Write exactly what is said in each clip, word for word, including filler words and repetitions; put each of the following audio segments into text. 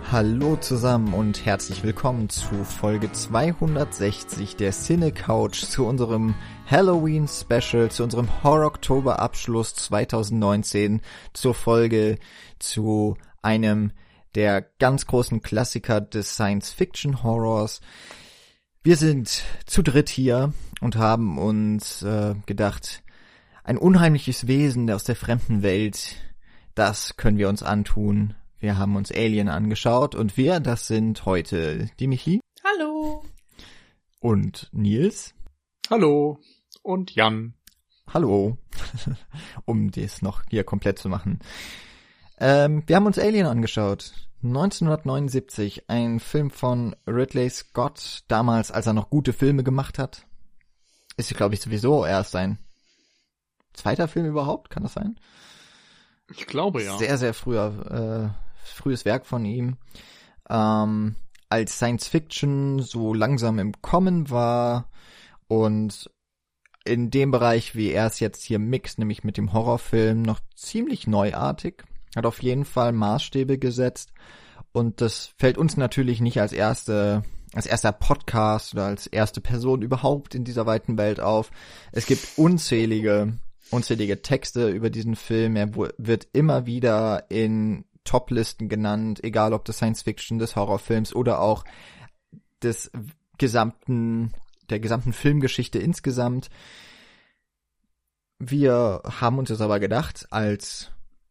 Hallo zusammen und herzlich willkommen zu Folge zweihundertsechzig der Cine Couch, zu unserem Halloween Special, zu unserem Horror-Oktober Abschluss zweitausendneunzehn, zur Folge zu einem der ganz großen Klassiker des Science-Fiction-Horrors. Wir sind zu dritt hier und haben uns äh, gedacht, ein unheimliches Wesen aus der fremden Welt, das können wir uns antun. Wir haben uns Alien angeschaut und wir, das sind heute die Michi. Hallo. Und Nils. Hallo. Und Jan. Hallo. Um das noch hier komplett zu machen. Ähm, wir haben uns Alien angeschaut. neunzehnhundertneunundsiebzig, ein Film von Ridley Scott, damals, als er noch gute Filme gemacht hat. Ist, glaube ich, sowieso erst sein zweiter Film überhaupt, kann das sein? Ich glaube, ja. Sehr, sehr früher, äh, frühes Werk von ihm. Ähm, als Science Fiction so langsam im Kommen war und in dem Bereich, wie er es jetzt hier mixt, nämlich mit dem Horrorfilm, noch ziemlich neuartig. Hat auf jeden Fall Maßstäbe gesetzt und das fällt uns natürlich nicht als erste, als erster Podcast oder als erste Person überhaupt in dieser weiten Welt auf. Es gibt unzählige unzählige Texte über diesen Film. Er wird immer wieder in Top-Listen genannt, egal ob des Science-Fiction, des Horrorfilms oder auch des gesamten, der gesamten Filmgeschichte insgesamt. Wir haben uns jetzt aber gedacht, als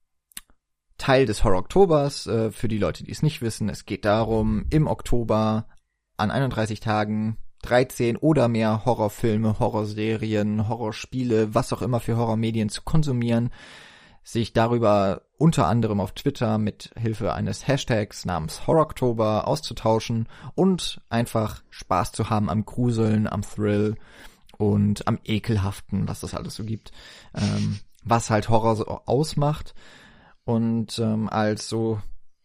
Teil des Horror-Oktobers, äh, für die Leute, die es nicht wissen, es geht darum, im Oktober an einunddreißig Tagen dreizehn oder mehr Horrorfilme, Horrorserien, Horrorspiele, was auch immer für Horrormedien zu konsumieren, sich darüber unter anderem auf Twitter mit Hilfe eines Hashtags namens Horror-Oktober auszutauschen und einfach Spaß zu haben am Gruseln, am Thrill und am Ekelhaften, was das alles so gibt, ähm, was halt Horror so ausmacht. Und ähm, als so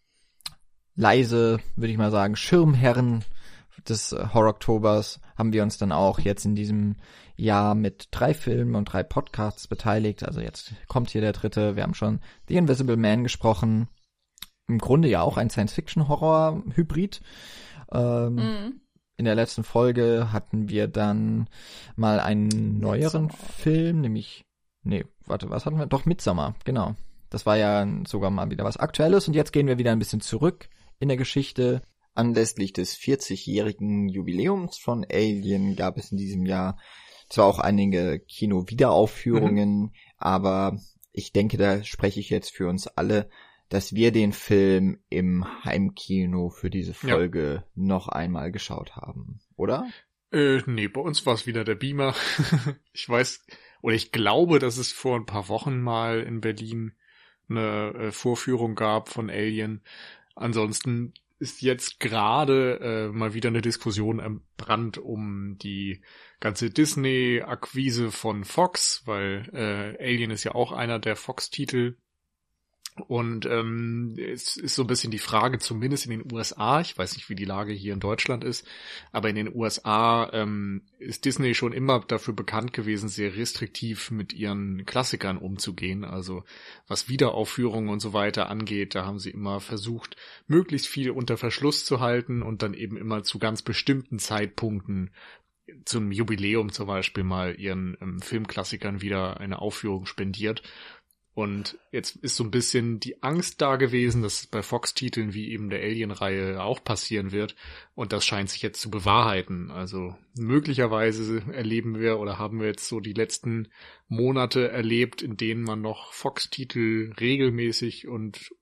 leise, würde ich mal sagen, Schirmherren des Horror-Oktobers haben wir uns dann auch jetzt in diesem Jahr mit drei Filmen und drei Podcasts beteiligt. Also jetzt kommt hier der dritte. Wir haben schon The Invisible Man gesprochen. Im Grunde ja auch ein Science-Fiction-Horror-Hybrid. Ähm, mm. In der letzten Folge hatten wir dann mal einen neueren Midsommar. Film, nämlich, nee, warte, was hatten wir? Doch, Midsommar, genau. Das war ja sogar mal wieder was Aktuelles und jetzt gehen wir wieder ein bisschen zurück in der Geschichte. Anlässlich des vierzigjährigen Jubiläums von Alien gab es in diesem Jahr zwar auch einige Kino-Wiederaufführungen, mhm. aber ich denke, da spreche ich jetzt für uns alle, dass wir den Film im Heimkino für diese Folge ja. noch einmal geschaut haben, oder? Äh, nee, bei uns war es wieder der Beamer. Ich weiß, oder ich glaube, dass es vor ein paar Wochen mal in Berlin eine äh, Vorführung gab von Alien. Ansonsten ist jetzt gerade äh, mal wieder eine Diskussion entbrannt um die ganze Disney-Akquise von Fox, weil äh, Alien ist ja auch einer der Fox-Titel. Und ähm, es ist so ein bisschen die Frage, zumindest in den U S A, ich weiß nicht, wie die Lage hier in Deutschland ist, aber in den U S A ähm, ist Disney schon immer dafür bekannt gewesen, sehr restriktiv mit ihren Klassikern umzugehen. Also was Wiederaufführungen und so weiter angeht, da haben sie immer versucht, möglichst viel unter Verschluss zu halten und dann eben immer zu ganz bestimmten Zeitpunkten, zum Jubiläum zum Beispiel, mal ihren ähm, Filmklassikern wieder eine Aufführung spendiert. Und jetzt ist so ein bisschen die Angst da gewesen, dass es bei Fox-Titeln wie eben der Alien-Reihe auch passieren wird. Und das scheint sich jetzt zu bewahrheiten. Also möglicherweise erleben wir oder haben wir jetzt so die letzten Monate erlebt, in denen man noch Fox-Titel regelmäßig und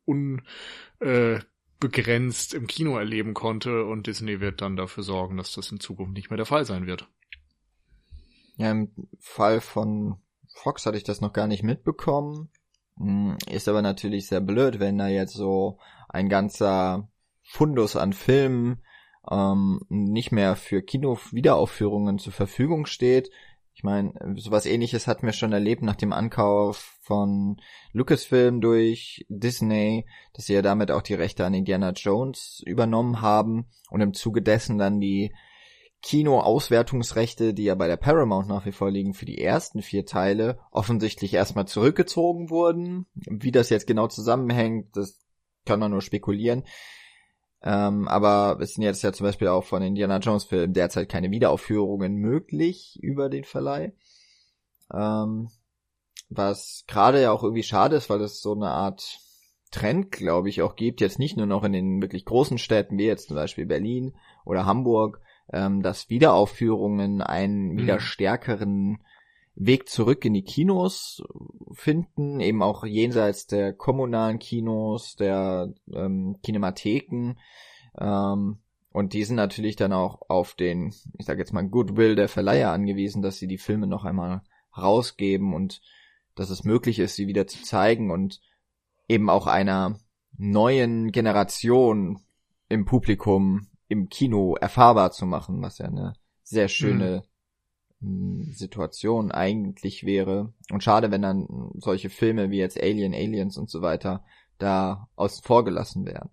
unbegrenzt im Kino erleben konnte. Und Disney wird dann dafür sorgen, dass das in Zukunft nicht mehr der Fall sein wird. Ja, im Fall von Fox hatte ich das noch gar nicht mitbekommen. Ist aber natürlich sehr blöd, wenn da jetzt so ein ganzer Fundus an Filmen ähm, nicht mehr für Kino-Wiederaufführungen zur Verfügung steht. Ich meine, sowas Ähnliches hatten wir schon erlebt nach dem Ankauf von Lucasfilm durch Disney, dass sie ja damit auch die Rechte an Indiana Jones übernommen haben und im Zuge dessen dann die Kino-Auswertungsrechte, die ja bei der Paramount nach wie vor liegen, für die ersten vier Teile offensichtlich erstmal zurückgezogen wurden. Wie das jetzt genau zusammenhängt, das kann man nur spekulieren. Ähm, aber es sind jetzt ja zum Beispiel auch von Indiana Jones Filmen derzeit keine Wiederaufführungen möglich über den Verleih. Ähm, was gerade ja auch irgendwie schade ist, weil es so eine Art Trend, glaube ich, auch gibt, jetzt nicht nur noch in den wirklich großen Städten, wie jetzt zum Beispiel Berlin oder Hamburg, ähm, dass Wiederaufführungen einen wieder Mhm. stärkeren Weg zurück in die Kinos finden, eben auch jenseits der kommunalen Kinos, der ähm, Kinematheken. Ähm, und die sind natürlich dann auch auf den, ich sage jetzt mal, Goodwill der Verleiher angewiesen, dass sie die Filme noch einmal rausgeben und dass es möglich ist, sie wieder zu zeigen und eben auch einer neuen Generation im Publikum im Kino erfahrbar zu machen, was ja eine sehr schöne mhm. Situation eigentlich wäre. Und schade, wenn dann solche Filme wie jetzt Alien, Aliens und so weiter da außen vor gelassen werden.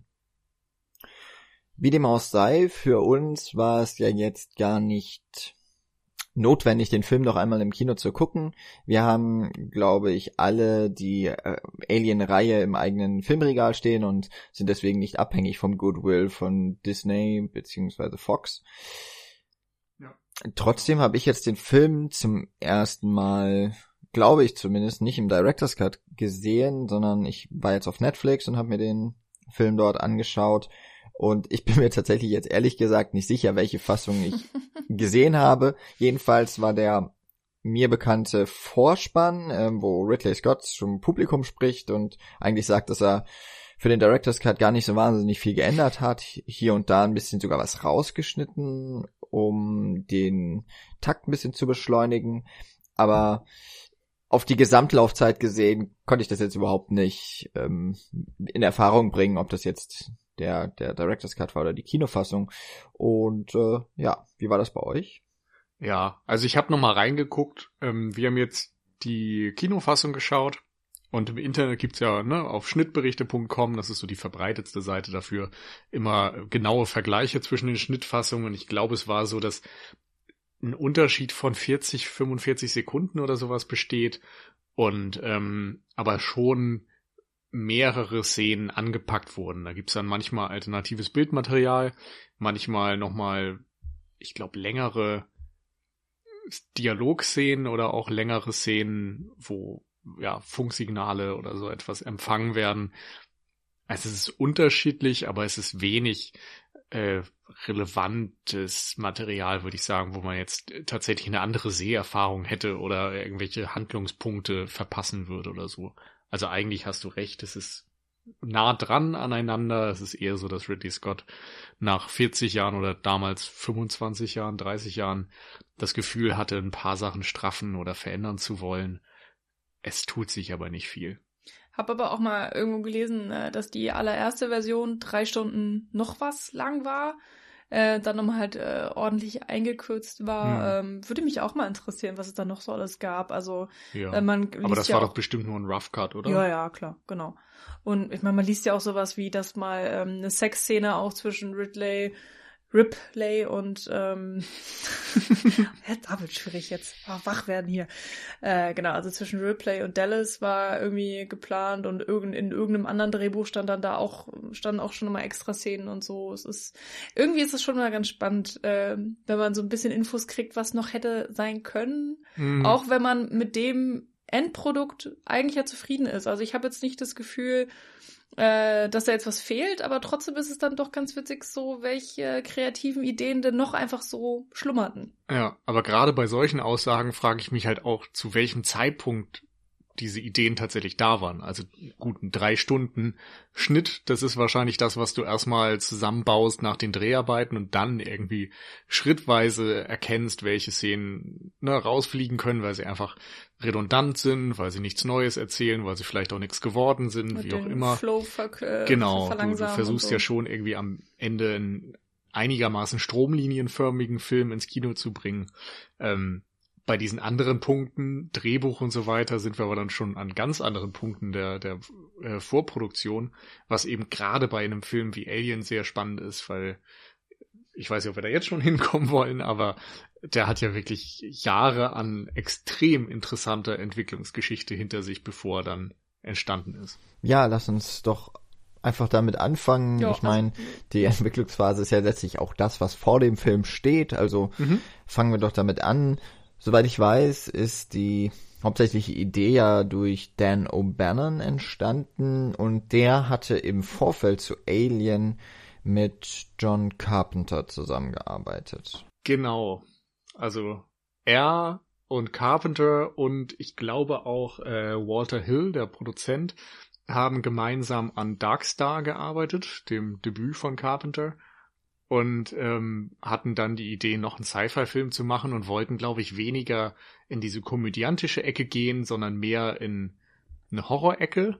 Wie dem auch sei, für uns war es ja jetzt gar nicht notwendig, den Film noch einmal im Kino zu gucken. Wir haben, glaube ich, alle die äh, Alien-Reihe im eigenen Filmregal stehen und sind deswegen nicht abhängig vom Goodwill von Disney beziehungsweise Fox. Ja. Trotzdem habe ich jetzt den Film zum ersten Mal, glaube ich zumindest, nicht im Director's Cut gesehen, sondern ich war jetzt auf Netflix und habe mir den Film dort angeschaut. Und ich bin mir tatsächlich jetzt ehrlich gesagt nicht sicher, welche Fassung ich gesehen habe. Jedenfalls war der mir bekannte Vorspann, äh, wo Ridley Scott zum Publikum spricht und eigentlich sagt, dass er für den Director's Cut gar nicht so wahnsinnig viel geändert hat. Hier und da ein bisschen sogar was rausgeschnitten, um den Takt ein bisschen zu beschleunigen. Aber auf die Gesamtlaufzeit gesehen konnte ich das jetzt überhaupt nicht ähm, in Erfahrung bringen, ob das jetzt der der Director's Cut war oder die Kinofassung. Und äh, ja, wie war das bei euch? Ja, also ich habe nochmal reingeguckt. Ähm, wir haben jetzt die Kinofassung geschaut und im Internet gibt's ja ne, auf schnittberichte punkt com, das ist so die verbreitetste Seite dafür, immer genaue Vergleiche zwischen den Schnittfassungen. Und ich glaube, es war so, dass ein Unterschied von vierzig, fünfundvierzig Sekunden oder sowas besteht und ähm, aber schon mehrere Szenen angepackt wurden. Da gibt's dann manchmal alternatives Bildmaterial, manchmal nochmal, ich glaube, längere Dialogszenen oder auch längere Szenen, wo ja Funksignale oder so etwas empfangen werden. Also es ist unterschiedlich, aber es ist wenig äh, relevantes Material, würde ich sagen, wo man jetzt tatsächlich eine andere Seherfahrung hätte oder irgendwelche Handlungspunkte verpassen würde oder so. Also eigentlich hast du recht, es ist nah dran aneinander. Es ist eher so, dass Ridley Scott nach vierzig Jahren oder damals fünfundzwanzig Jahren, dreißig Jahren das Gefühl hatte, ein paar Sachen straffen oder verändern zu wollen. Es tut sich aber nicht viel. Hab aber auch mal irgendwo gelesen, dass die allererste Version drei Stunden noch was lang war. Äh, dann nochmal halt äh, ordentlich eingekürzt war. Hm. Ähm, würde mich auch mal interessieren, was es da noch so alles gab. Also ja. äh, man Aber das ja war auch, doch bestimmt nur ein Rough Cut, oder? Ja, ja, klar, genau. Und ich meine, man liest ja auch sowas wie, dass mal ähm, eine Sexszene auch zwischen Ridley, Ripley und ähm da wird schwierig jetzt. Oh, wach werden hier. Äh, genau, also zwischen Ripley und Dallas war irgendwie geplant und irgend, in irgendeinem anderen Drehbuch stand dann da auch, standen auch schon mal extra Szenen und so. Es ist, irgendwie ist es schon mal ganz spannend, äh, wenn man so ein bisschen Infos kriegt, was noch hätte sein können. Mhm. Auch wenn man mit dem Endprodukt eigentlich ja zufrieden ist. Also ich habe jetzt nicht das Gefühl, äh, dass da jetzt was fehlt, aber trotzdem ist es dann doch ganz witzig so, welche kreativen Ideen denn noch einfach so schlummerten. Ja, aber gerade bei solchen Aussagen frage ich mich halt auch, zu welchem Zeitpunkt diese Ideen tatsächlich da waren. Also gut, ein drei Stunden Schnitt, das ist wahrscheinlich das, was du erstmal zusammenbaust nach den Dreharbeiten und dann irgendwie schrittweise erkennst, welche Szenen ne, rausfliegen können, weil sie einfach redundant sind, weil sie nichts Neues erzählen, weil sie vielleicht auch nichts geworden sind, mit wie den auch immer. Flow ver- äh, genau, du, du versuchst so. ja schon irgendwie am Ende einen einigermaßen stromlinienförmigen Film ins Kino zu bringen. Ähm, Bei diesen anderen Punkten, Drehbuch und so weiter, sind wir aber dann schon an ganz anderen Punkten der, der äh, Vorproduktion, was eben gerade bei einem Film wie Alien sehr spannend ist, weil ich weiß nicht, ob wir da jetzt schon hinkommen wollen, aber der hat ja wirklich Jahre an extrem interessanter Entwicklungsgeschichte hinter sich, bevor er dann entstanden ist. Ja, lass uns doch einfach damit anfangen. Ja, ich meine, die Entwicklungsphase ist ja letztlich auch das, was vor dem Film steht. Also mhm. fangen wir doch damit an. Soweit ich weiß, ist die hauptsächliche Idee ja durch Dan O'Bannon entstanden und der hatte im Vorfeld zu Alien mit John Carpenter zusammengearbeitet. Genau. Also er und Carpenter und ich glaube auch äh, Walter Hill, der Produzent, haben gemeinsam an Darkstar gearbeitet, dem Debüt von Carpenter. Und ähm, hatten dann die Idee, noch einen Sci-Fi-Film zu machen und wollten, glaube ich, weniger in diese komödiantische Ecke gehen, sondern mehr in eine Horror-Ecke.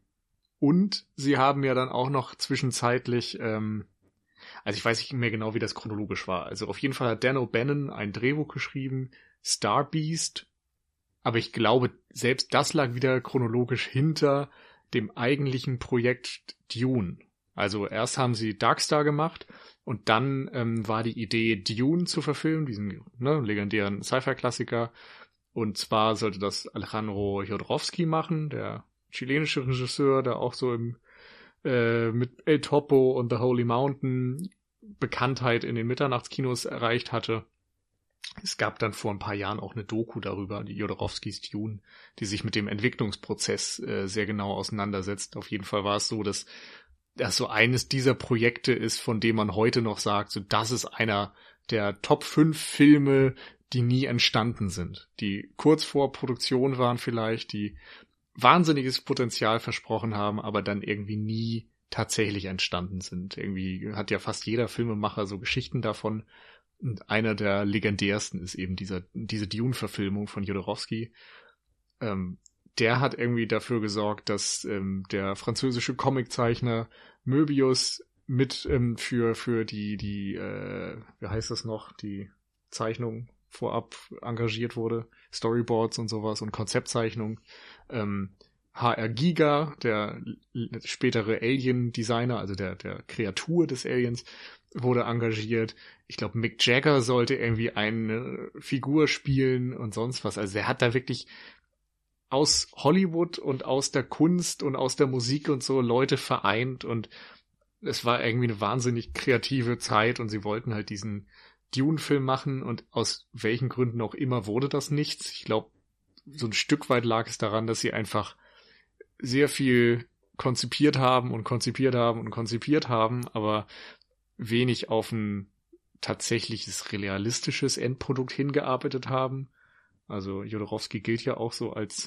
Und sie haben ja dann auch noch zwischenzeitlich, ähm, also ich weiß nicht mehr genau, wie das chronologisch war. Also auf jeden Fall hat Dan O'Bannon ein Drehbuch geschrieben, Star Beast. Aber ich glaube, selbst das lag wieder chronologisch hinter dem eigentlichen Projekt Dune. Also erst haben sie Darkstar gemacht und dann ähm, war die Idee, Dune zu verfilmen, diesen ne, legendären Sci-Fi-Klassiker. Und zwar sollte das Alejandro Jodorowsky machen, der chilenische Regisseur, der auch so im äh, mit El Topo und The Holy Mountain Bekanntheit in den Mitternachtskinos erreicht hatte. Es gab dann vor ein paar Jahren auch eine Doku darüber, die Jodorowskys Dune, die sich mit dem Entwicklungsprozess äh, sehr genau auseinandersetzt. Auf jeden Fall war es so, dass das so eines dieser Projekte ist, von dem man heute noch sagt, so das ist einer der Top fünf Filme, die nie entstanden sind, die kurz vor Produktion waren vielleicht, die wahnsinniges Potenzial versprochen haben, aber dann irgendwie nie tatsächlich entstanden sind. Irgendwie hat ja fast jeder Filmemacher so Geschichten davon. Und einer der legendärsten ist eben dieser diese Dune-Verfilmung von Jodorowsky. Ähm, der hat irgendwie dafür gesorgt, dass ähm, der französische Comiczeichner Möbius mit ähm, für für die die äh, wie heißt das noch, die Zeichnung vorab engagiert wurde, Storyboards und sowas und Konzeptzeichnung. Ähm, H R Giger, der spätere Alien-Designer, also der der Kreatur des Aliens, wurde engagiert. Ich glaube, Mick Jagger sollte irgendwie eine Figur spielen und sonst was. Also er hat da wirklich aus Hollywood und aus der Kunst und aus der Musik und so Leute vereint und es war irgendwie eine wahnsinnig kreative Zeit und sie wollten halt diesen Dune-Film machen und aus welchen Gründen auch immer wurde das nichts. Ich glaube, so ein Stück weit lag es daran, dass sie einfach sehr viel konzipiert haben und konzipiert haben und konzipiert haben, aber wenig auf ein tatsächliches realistisches Endprodukt hingearbeitet haben. Also Jodorowsky gilt ja auch so als,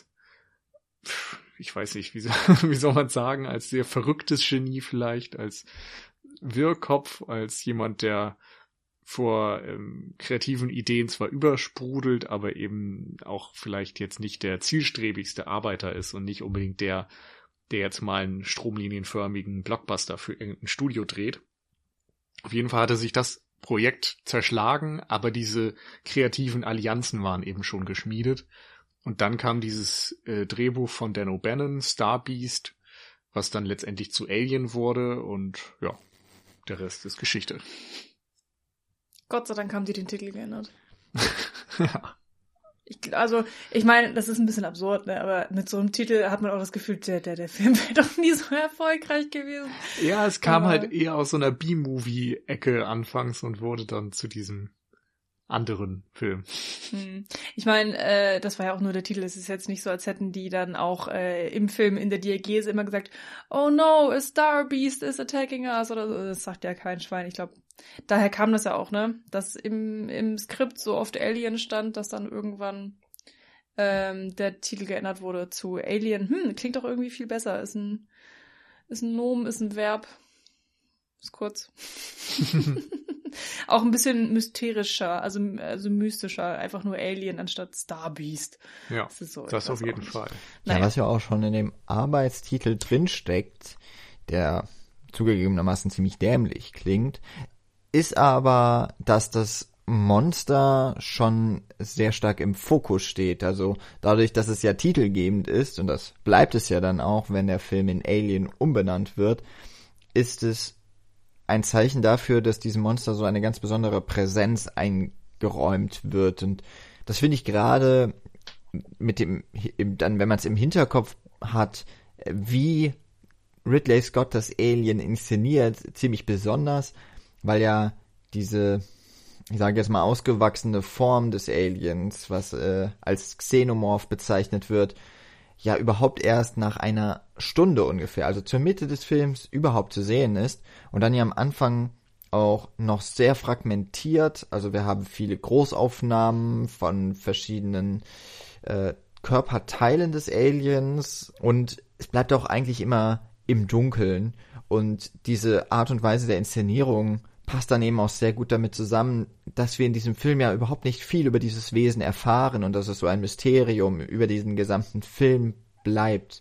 ich weiß nicht, wie soll, wie soll man sagen, als sehr verrücktes Genie vielleicht, als Wirrkopf, als jemand, der vor ähm, kreativen Ideen zwar übersprudelt, aber eben auch vielleicht jetzt nicht der zielstrebigste Arbeiter ist und nicht unbedingt der, der jetzt mal einen stromlinienförmigen Blockbuster für irgendein Studio dreht. Auf jeden Fall hatte sich das Projekt zerschlagen, aber diese kreativen Allianzen waren eben schon geschmiedet. Und dann kam dieses äh, Drehbuch von Dan O'Bannon, Star Beast, was dann letztendlich zu Alien wurde und ja, der Rest ist Geschichte. Gott sei Dank haben die den Titel geändert. Ja. Ich, also, ich meine, das ist ein bisschen absurd, ne? Aber mit so einem Titel hat man auch das Gefühl, der, der, der Film wäre doch nie so erfolgreich gewesen. Ja, es kam aber halt eher aus so einer B-Movie-Ecke anfangs und wurde dann zu diesem anderen Film. Hm. Ich meine, äh, das war ja auch nur der Titel. Es ist jetzt nicht so, als hätten die dann auch äh, im Film in der Diagese immer gesagt, oh no, a Star Beast is attacking us oder so. Das sagt ja kein Schwein. Ich glaube, daher kam das ja auch, ne? Dass im, im Skript so oft Alien stand, dass dann irgendwann ähm, der Titel geändert wurde zu Alien. Hm, klingt doch irgendwie viel besser. Ist ein, ist ein Nomen, ist ein Verb. Ist kurz. Auch ein bisschen mysterischer, also, also mystischer, einfach nur Alien anstatt Star Beast. Ja, das, ist so, das auf jeden Fall. Naja. Ja, was ja auch schon in dem Arbeitstitel drinsteckt, der zugegebenermaßen ziemlich dämlich klingt, ist aber, dass das Monster schon sehr stark im Fokus steht. Also dadurch, dass es ja titelgebend ist, und das bleibt es ja dann auch, wenn der Film in Alien umbenannt wird, ist es ein Zeichen dafür, dass diesem Monster so eine ganz besondere Präsenz eingeräumt wird. Und das finde ich gerade mit dem, dann, wenn man es im Hinterkopf hat, wie Ridley Scott das Alien inszeniert, ziemlich besonders, weil ja diese, ich sage jetzt mal, ausgewachsene Form des Aliens, was äh, als Xenomorph bezeichnet wird, ja überhaupt erst nach einer Stunde ungefähr, also zur Mitte des Films, überhaupt zu sehen ist und dann ja am Anfang auch noch sehr fragmentiert, also wir haben viele Großaufnahmen von verschiedenen äh, Körperteilen des Aliens und es bleibt auch eigentlich immer im Dunkeln und diese Art und Weise der Inszenierung passt dann eben auch sehr gut damit zusammen, dass wir in diesem Film ja überhaupt nicht viel über dieses Wesen erfahren und dass es so ein Mysterium über diesen gesamten Film bleibt.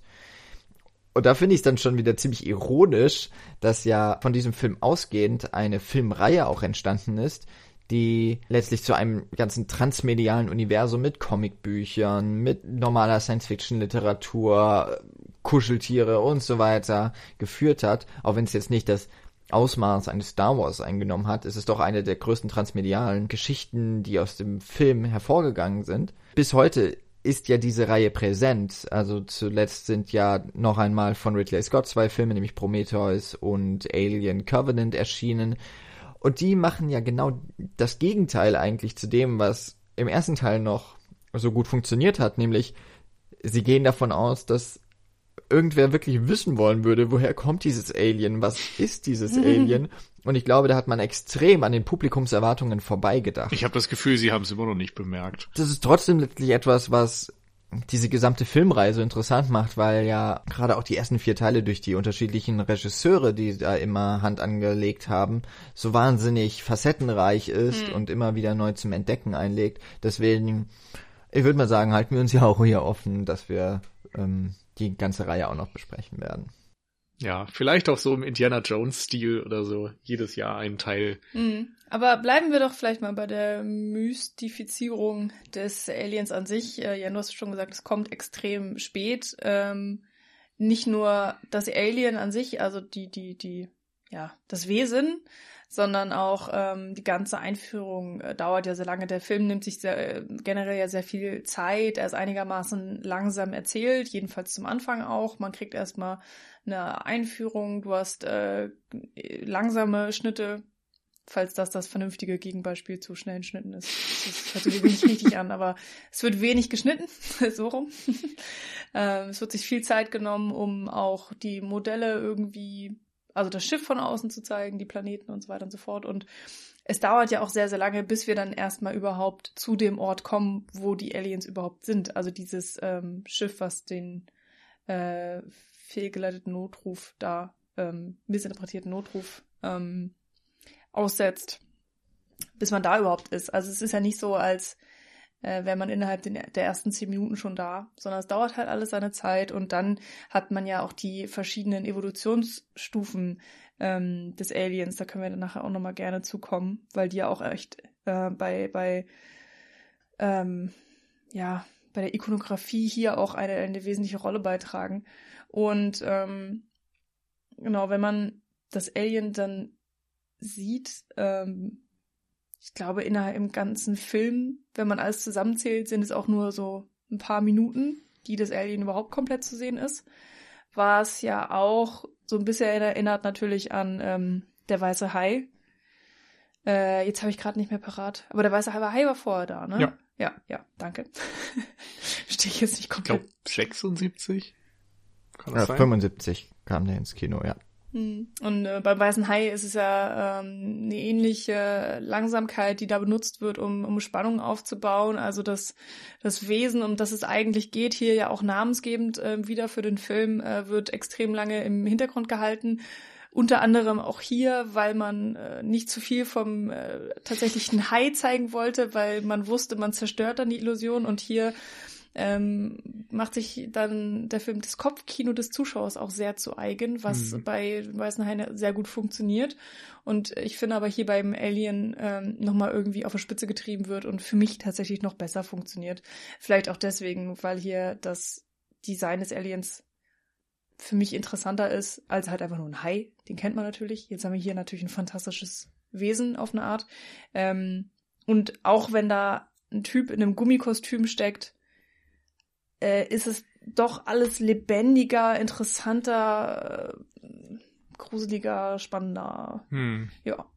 Und da finde ich es dann schon wieder ziemlich ironisch, dass ja von diesem Film ausgehend eine Filmreihe auch entstanden ist, die letztlich zu einem ganzen transmedialen Universum mit Comicbüchern, mit normaler Science-Fiction-Literatur, Kuscheltiere und so weiter geführt hat. Auch wenn es jetzt nicht das Ausmaß eines Star Wars eingenommen hat, ist es doch eine der größten transmedialen Geschichten, die aus dem Film hervorgegangen sind. Bis heute ist ja diese Reihe präsent. Also zuletzt sind ja noch einmal von Ridley Scott zwei Filme, nämlich Prometheus und Alien Covenant erschienen. Und die machen ja genau das Gegenteil eigentlich zu dem, was im ersten Teil noch so gut funktioniert hat, nämlich sie gehen davon aus, dass irgendwer wirklich wissen wollen würde, woher kommt dieses Alien, was ist dieses Alien? Und ich glaube, da hat man extrem an den Publikumserwartungen vorbeigedacht. Ich habe das Gefühl, sie haben es immer noch nicht bemerkt. Das ist trotzdem letztlich etwas, was diese gesamte Filmreihe so interessant macht, weil ja gerade auch die ersten vier Teile durch die unterschiedlichen Regisseure, die da immer Hand angelegt haben, so wahnsinnig facettenreich ist mhm. und immer wieder neu zum Entdecken einlegt. Deswegen, ich würde mal sagen, halten wir uns ja auch hier offen, dass wir ähm, die ganze Reihe auch noch besprechen werden. Ja, vielleicht auch so im Indiana Jones-Stil oder so, jedes Jahr ein Teil. Mhm. Aber bleiben wir doch vielleicht mal bei der Mystifizierung des Aliens an sich. Äh, Jan, du hast schon gesagt, es kommt extrem spät. Ähm, nicht nur das Alien an sich, also die, die, die, ja, das Wesen, sondern auch ähm, die ganze Einführung äh, dauert ja sehr lange. Der Film nimmt sich sehr, äh, generell ja sehr viel Zeit. Er ist einigermaßen langsam erzählt, jedenfalls zum Anfang auch. Man kriegt erstmal eine Einführung, du hast äh, langsame Schnitte, falls das das vernünftige Gegenbeispiel zu schnellen Schnitten ist. Das hört sich nicht richtig an, aber es wird wenig geschnitten, so rum. äh, es wird sich viel Zeit genommen, um auch die Modelle irgendwie, also das Schiff von außen zu zeigen, die Planeten und so weiter und so fort. Und es dauert ja auch sehr, sehr lange, bis wir dann erstmal überhaupt zu dem Ort kommen, wo die Aliens überhaupt sind. Also dieses ähm, Schiff, was den äh, fehlgeleiteten Notruf da, ähm, missinterpretierten Notruf ähm, aussetzt, bis man da überhaupt ist. Also es ist ja nicht so, als äh, wäre man innerhalb den, der ersten zehn Minuten schon da, sondern es dauert halt alles seine Zeit und dann hat man ja auch die verschiedenen Evolutionsstufen ähm, des Aliens, da können wir dann nachher auch nochmal gerne zukommen, weil die ja auch echt äh, bei, bei ähm, ja, bei der Ikonografie hier auch eine, eine wesentliche Rolle beitragen. Und ähm, genau, wenn man das Alien dann sieht, ähm, ich glaube, innerhalb im ganzen Film, wenn man alles zusammenzählt, sind es auch nur so ein paar Minuten, die das Alien überhaupt komplett zu sehen ist. War es ja auch so ein bisschen erinnert natürlich an ähm, der weiße Hai. Äh, jetzt habe ich gerade nicht mehr parat. Aber der weiße Hai war vorher da, ne? Ja. Ja, ja, danke. Stehe ich jetzt nicht komplett. Ich glaube sechsundsiebzig? Kann das ja, sein? fünfundsiebzig kam der ins Kino, ja. Und äh, beim Weißen Hai ist es ja ähm, eine ähnliche Langsamkeit, die da benutzt wird, um, um Spannung aufzubauen. Also das, das Wesen, um das es eigentlich geht, hier ja auch namensgebend äh, wieder für den Film, äh, wird extrem lange im Hintergrund gehalten. Unter anderem auch hier, weil man äh, nicht zu viel vom äh, tatsächlichen Hai zeigen wollte, weil man wusste, man zerstört dann die Illusion. Und hier ähm, macht sich dann der Film das Kopfkino des Zuschauers auch sehr zu eigen, was mhm. bei Weißen Hai sehr gut funktioniert. Und ich finde aber hier beim Alien ähm, nochmal irgendwie auf die Spitze getrieben wird und für mich tatsächlich noch besser funktioniert. Vielleicht auch deswegen, weil hier das Design des Aliens für mich interessanter ist, als halt einfach nur ein Hai. Den kennt man natürlich. Jetzt haben wir hier natürlich ein fantastisches Wesen auf eine Art. Ähm, und auch wenn da ein Typ in einem Gummikostüm steckt, äh, ist es doch alles lebendiger, interessanter, äh, gruseliger, spannender. Hm. Ja.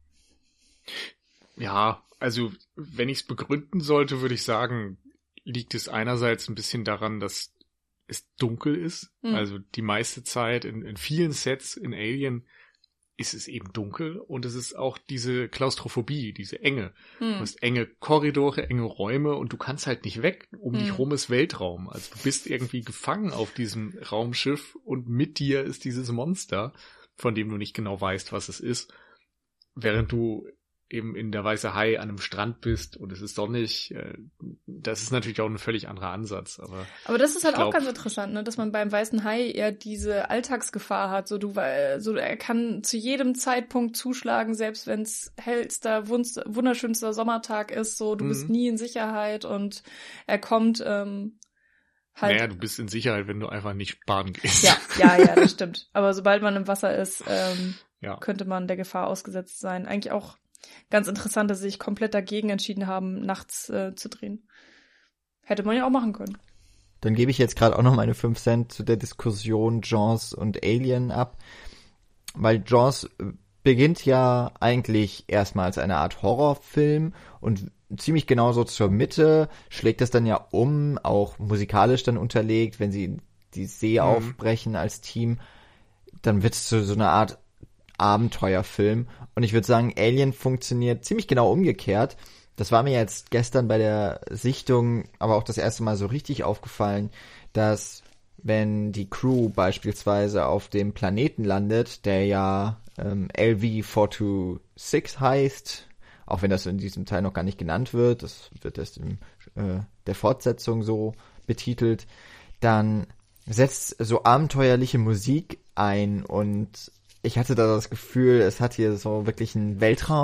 Ja, also wenn ich es begründen sollte, würde ich sagen, liegt es einerseits ein bisschen daran, dass es dunkel ist. Hm. Also die meiste Zeit in, in vielen Sets in Alien ist es eben dunkel und es ist auch diese Klaustrophobie, diese Enge. Hm. Du hast enge Korridore, enge Räume und du kannst halt nicht weg. Um Hm. dich rum ist Weltraum. Also du bist irgendwie gefangen auf diesem Raumschiff und mit dir ist dieses Monster, von dem du nicht genau weißt, was es ist. Während du eben in der Weiße Hai an einem Strand bist und es ist sonnig, das ist natürlich auch ein völlig anderer Ansatz. Aber, aber das ist halt glaub, auch ganz interessant, ne, dass man beim Weißen Hai eher diese Alltagsgefahr hat. So du, weil so er kann zu jedem Zeitpunkt zuschlagen, selbst wenn es hellster, wunderschönster Sommertag ist. So du mhm. bist nie in Sicherheit und er kommt ähm, halt. Naja, du bist in Sicherheit, wenn du einfach nicht baden gehst. Ja, ja, ja, das stimmt. Aber sobald man im Wasser ist, ähm, ja. könnte man der Gefahr ausgesetzt sein. Eigentlich auch ganz interessant, dass sie sich komplett dagegen entschieden haben, nachts äh, zu drehen. Hätte man ja auch machen können. Dann gebe ich jetzt gerade auch noch meine fünf Cent zu der Diskussion Jaws und Alien ab. Weil Jaws beginnt ja eigentlich erstmal als eine Art Horrorfilm und ziemlich genauso zur Mitte schlägt es dann ja um, auch musikalisch dann unterlegt, wenn sie die See mhm. aufbrechen als Team, dann wird es zu so einer Art Abenteuerfilm. Und ich würde sagen, Alien funktioniert ziemlich genau umgekehrt. Das war mir jetzt gestern bei der Sichtung aber auch das erste Mal so richtig aufgefallen, dass wenn die Crew beispielsweise auf dem Planeten landet, der ja ähm, L V vier sechs heißt, auch wenn das in diesem Teil noch gar nicht genannt wird, das wird erst in äh, der Fortsetzung so betitelt, dann setzt so abenteuerliche Musik ein und ich hatte da das Gefühl, es hat hier so wirklich einen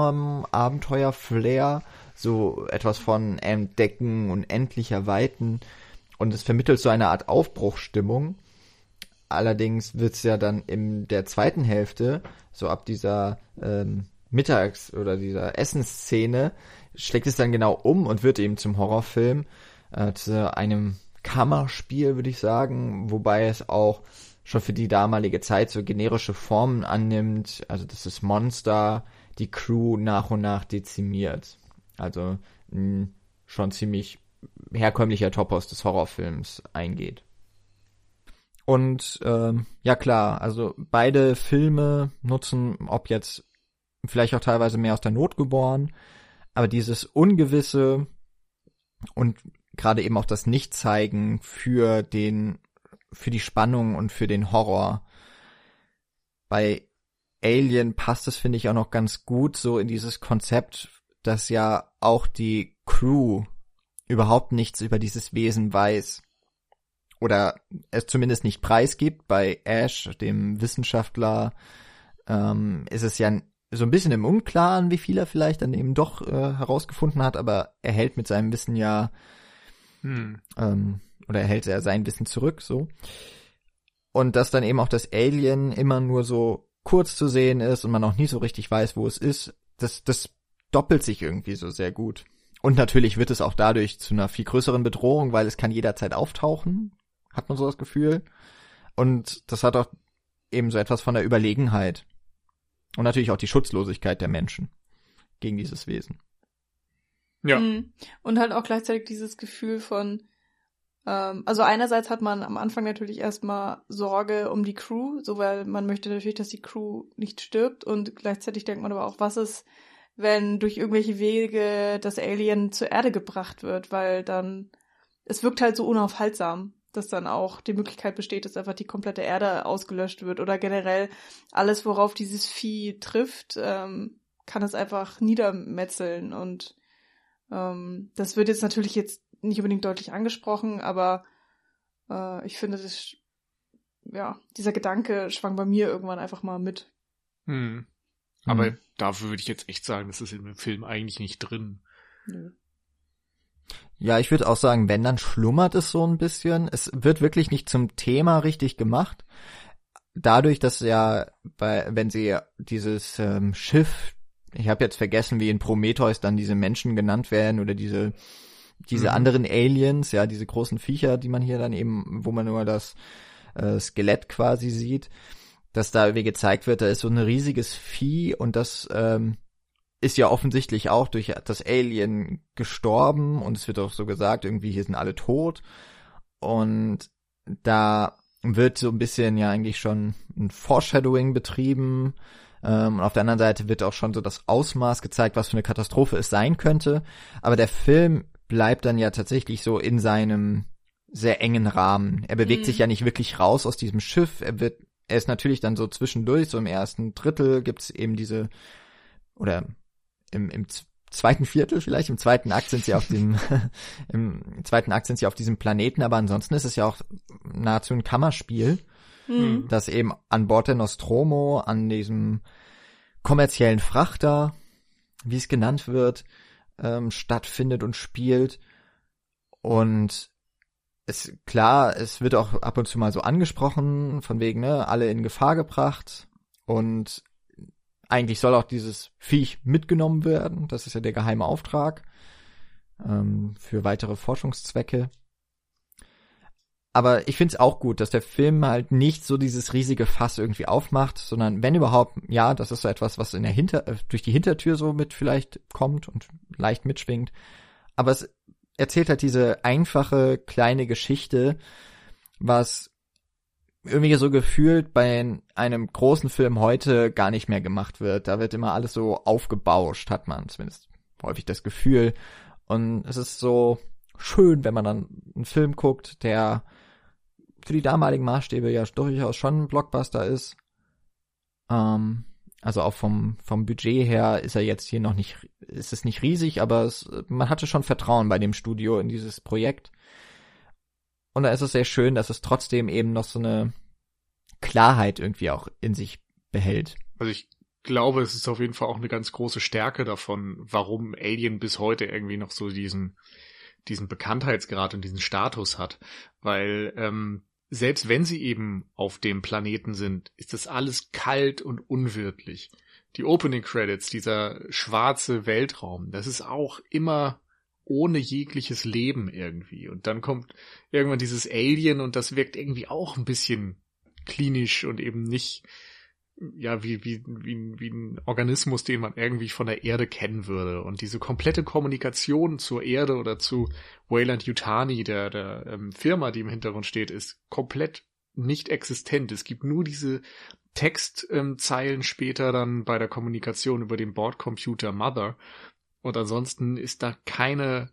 Weltraum-Abenteuer-Flair, so etwas von Entdecken und endlicher Weiten und es vermittelt so eine Art Aufbruchsstimmung. Allerdings wird's ja dann in der zweiten Hälfte, so ab dieser ähm, Mittags- oder dieser Essensszene, schlägt es dann genau um und wird eben zum Horrorfilm, äh, zu einem Kammerspiel, würde ich sagen, wobei es auch schon für die damalige Zeit so generische Formen annimmt, also dass das Monster die Crew nach und nach dezimiert. Also mh, schon ziemlich herkömmlicher Topos des Horrorfilms eingeht. Und ähm, ja klar, also beide Filme nutzen, ob jetzt vielleicht auch teilweise mehr aus der Not geboren, aber dieses Ungewisse und gerade eben auch das Nichtzeigen für den für die Spannung und für den Horror. Bei Alien passt es, finde ich, auch noch ganz gut so in dieses Konzept, dass ja auch die Crew überhaupt nichts über dieses Wesen weiß. Oder es zumindest nicht preisgibt. Bei Ash, dem Wissenschaftler, ähm, ist es ja so ein bisschen im Unklaren, wie viel er vielleicht dann eben doch äh, herausgefunden hat, aber er hält mit seinem Wissen ja hm. ähm, oder er hält er sein Wissen zurück, so. Und dass dann eben auch das Alien immer nur so kurz zu sehen ist und man auch nie so richtig weiß, wo es ist, das, das doppelt sich irgendwie so sehr gut. Und natürlich wird es auch dadurch zu einer viel größeren Bedrohung, weil es kann jederzeit auftauchen, hat man so das Gefühl. Und das hat auch eben so etwas von der Überlegenheit. Und natürlich auch die Schutzlosigkeit der Menschen gegen dieses Wesen. Ja. Und halt auch gleichzeitig dieses Gefühl von, ähm, also einerseits hat man am Anfang natürlich erstmal Sorge um die Crew, so weil man möchte natürlich, dass die Crew nicht stirbt und gleichzeitig denkt man aber auch, was ist, wenn durch irgendwelche Wege das Alien zur Erde gebracht wird, weil dann, es wirkt halt so unaufhaltsam, dass dann auch die Möglichkeit besteht, dass einfach die komplette Erde ausgelöscht wird oder generell alles, worauf dieses Vieh trifft, ähm, kann es einfach niedermetzeln und ähm, das wird jetzt natürlich jetzt nicht unbedingt deutlich angesprochen, aber äh, ich finde, das, ja, dieser Gedanke schwang bei mir irgendwann einfach mal mit. Hm. Aber hm. dafür würde ich jetzt echt sagen, das ist in dem Film eigentlich nicht drin. Nö. Ja, ich würde auch sagen, wenn, dann schlummert es so ein bisschen. Es wird wirklich nicht zum Thema richtig gemacht. Dadurch, dass ja, bei, wenn sie dieses ähm, Schiff, ich habe jetzt vergessen, wie in Prometheus dann diese Menschen genannt werden oder diese diese Mhm. anderen Aliens, ja, diese großen Viecher, die man hier dann eben, wo man nur das äh, Skelett quasi sieht, dass da irgendwie gezeigt wird, da ist so ein riesiges Vieh und das ähm, ist ja offensichtlich auch durch das Alien gestorben und es wird auch so gesagt, irgendwie hier sind alle tot und da wird so ein bisschen ja eigentlich schon ein Foreshadowing betrieben ähm, und auf der anderen Seite wird auch schon so das Ausmaß gezeigt, was für eine Katastrophe es sein könnte, aber der Film bleibt dann ja tatsächlich so in seinem sehr engen Rahmen. Er bewegt Mhm. sich ja nicht wirklich raus aus diesem Schiff, er wird, er ist natürlich dann so zwischendurch, so im ersten Drittel gibt's eben diese, oder im, im z- zweiten Viertel vielleicht, im zweiten Akt sind sie auf dem, im zweiten Akt sind sie auf diesem Planeten, aber ansonsten ist es ja auch nahezu ein Kammerspiel, Mhm. das eben an Bord der Nostromo, an diesem kommerziellen Frachter, wie es genannt wird, ähm, stattfindet und spielt. Und es, klar, es wird auch ab und zu mal so angesprochen, von wegen, ne, alle in Gefahr gebracht und eigentlich soll auch dieses Viech mitgenommen werden. Das ist ja der geheime Auftrag ähm, für weitere Forschungszwecke. Aber ich find's auch gut, dass der Film halt nicht so dieses riesige Fass irgendwie aufmacht, sondern wenn überhaupt, ja, das ist so etwas, was in der Hinter äh, durch die Hintertür so mit vielleicht kommt und leicht mitschwingt. Aber es erzählt halt diese einfache kleine Geschichte, was irgendwie so gefühlt bei einem großen Film heute gar nicht mehr gemacht wird. Da wird immer alles so aufgebauscht, hat man zumindest häufig das Gefühl. Und es ist so schön, wenn man dann einen Film guckt, der für die damaligen Maßstäbe ja durchaus schon ein Blockbuster ist. Ähm, also auch vom vom Budget her ist er jetzt hier noch nicht, ist es nicht riesig, aber es, man hatte schon Vertrauen bei dem Studio in dieses Projekt. Und da ist es sehr schön, dass es trotzdem eben noch so eine Klarheit irgendwie auch in sich behält. Also ich glaube, es ist auf jeden Fall auch eine ganz große Stärke davon, warum Alien bis heute irgendwie noch so diesen diesen Bekanntheitsgrad und diesen Status hat. Weil ähm, selbst wenn sie eben auf dem Planeten sind, ist das alles kalt und unwirtlich. Die Opening Credits, dieser schwarze Weltraum, das ist auch immer ohne jegliches Leben irgendwie. Und dann kommt irgendwann dieses Alien und das wirkt irgendwie auch ein bisschen klinisch und eben nicht, ja, wie, wie, wie, wie ein Organismus, den man irgendwie von der Erde kennen würde. Und diese komplette Kommunikation zur Erde oder zu Weyland-Yutani, der, der ähm, Firma, die im Hintergrund steht, ist komplett nicht existent. Es gibt nur diese Textzeilen ähm, später dann bei der Kommunikation über den Bordcomputer Mother. Und ansonsten ist da keine,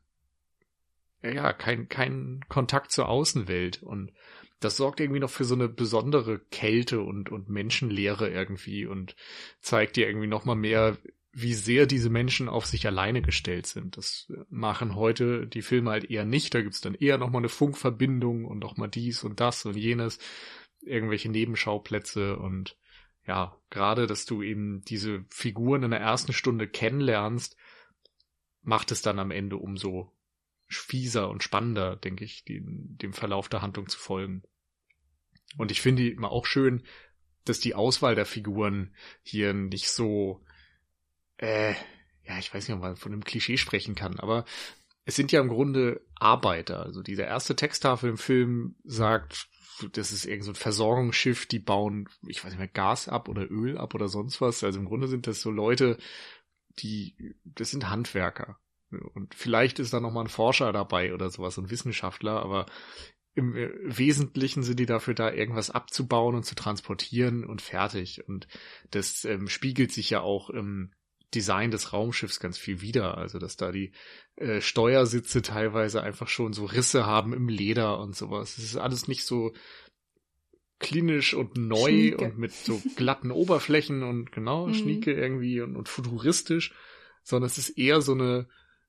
ja, kein, kein Kontakt zur Außenwelt. Und das sorgt irgendwie noch für so eine besondere Kälte und, und Menschenleere irgendwie und zeigt dir irgendwie noch mal mehr, wie sehr diese Menschen auf sich alleine gestellt sind. Das machen heute die Filme halt eher nicht. Da gibt's dann eher noch mal eine Funkverbindung und noch mal dies und das und jenes, irgendwelche Nebenschauplätze und ja, gerade, dass du eben diese Figuren in der ersten Stunde kennenlernst, macht es dann am Ende umso fieser und spannender, denke ich, dem, dem Verlauf der Handlung zu folgen. Und ich finde immer auch schön, dass die Auswahl der Figuren hier nicht so, äh, ja, ich weiß nicht, ob man von einem Klischee sprechen kann, aber es sind ja im Grunde Arbeiter. Also diese erste Texttafel im Film sagt, das ist irgend so ein Versorgungsschiff, die bauen, ich weiß nicht mehr, Gas ab oder Öl ab oder sonst was. Also im Grunde sind das so Leute, die, das sind Handwerker. Und vielleicht ist da noch mal ein Forscher dabei oder sowas, ein Wissenschaftler, aber im Wesentlichen sind die dafür da, irgendwas abzubauen und zu transportieren und fertig. Und das ähm, spiegelt sich ja auch im Design des Raumschiffs ganz viel wider. Also, dass da die äh, Steuersitze teilweise einfach schon so Risse haben im Leder und sowas. Es ist alles nicht so klinisch und neu Schnieke. Und mit so glatten Oberflächen und genau, mhm. Schnieke irgendwie und, und futuristisch, sondern es ist eher so eine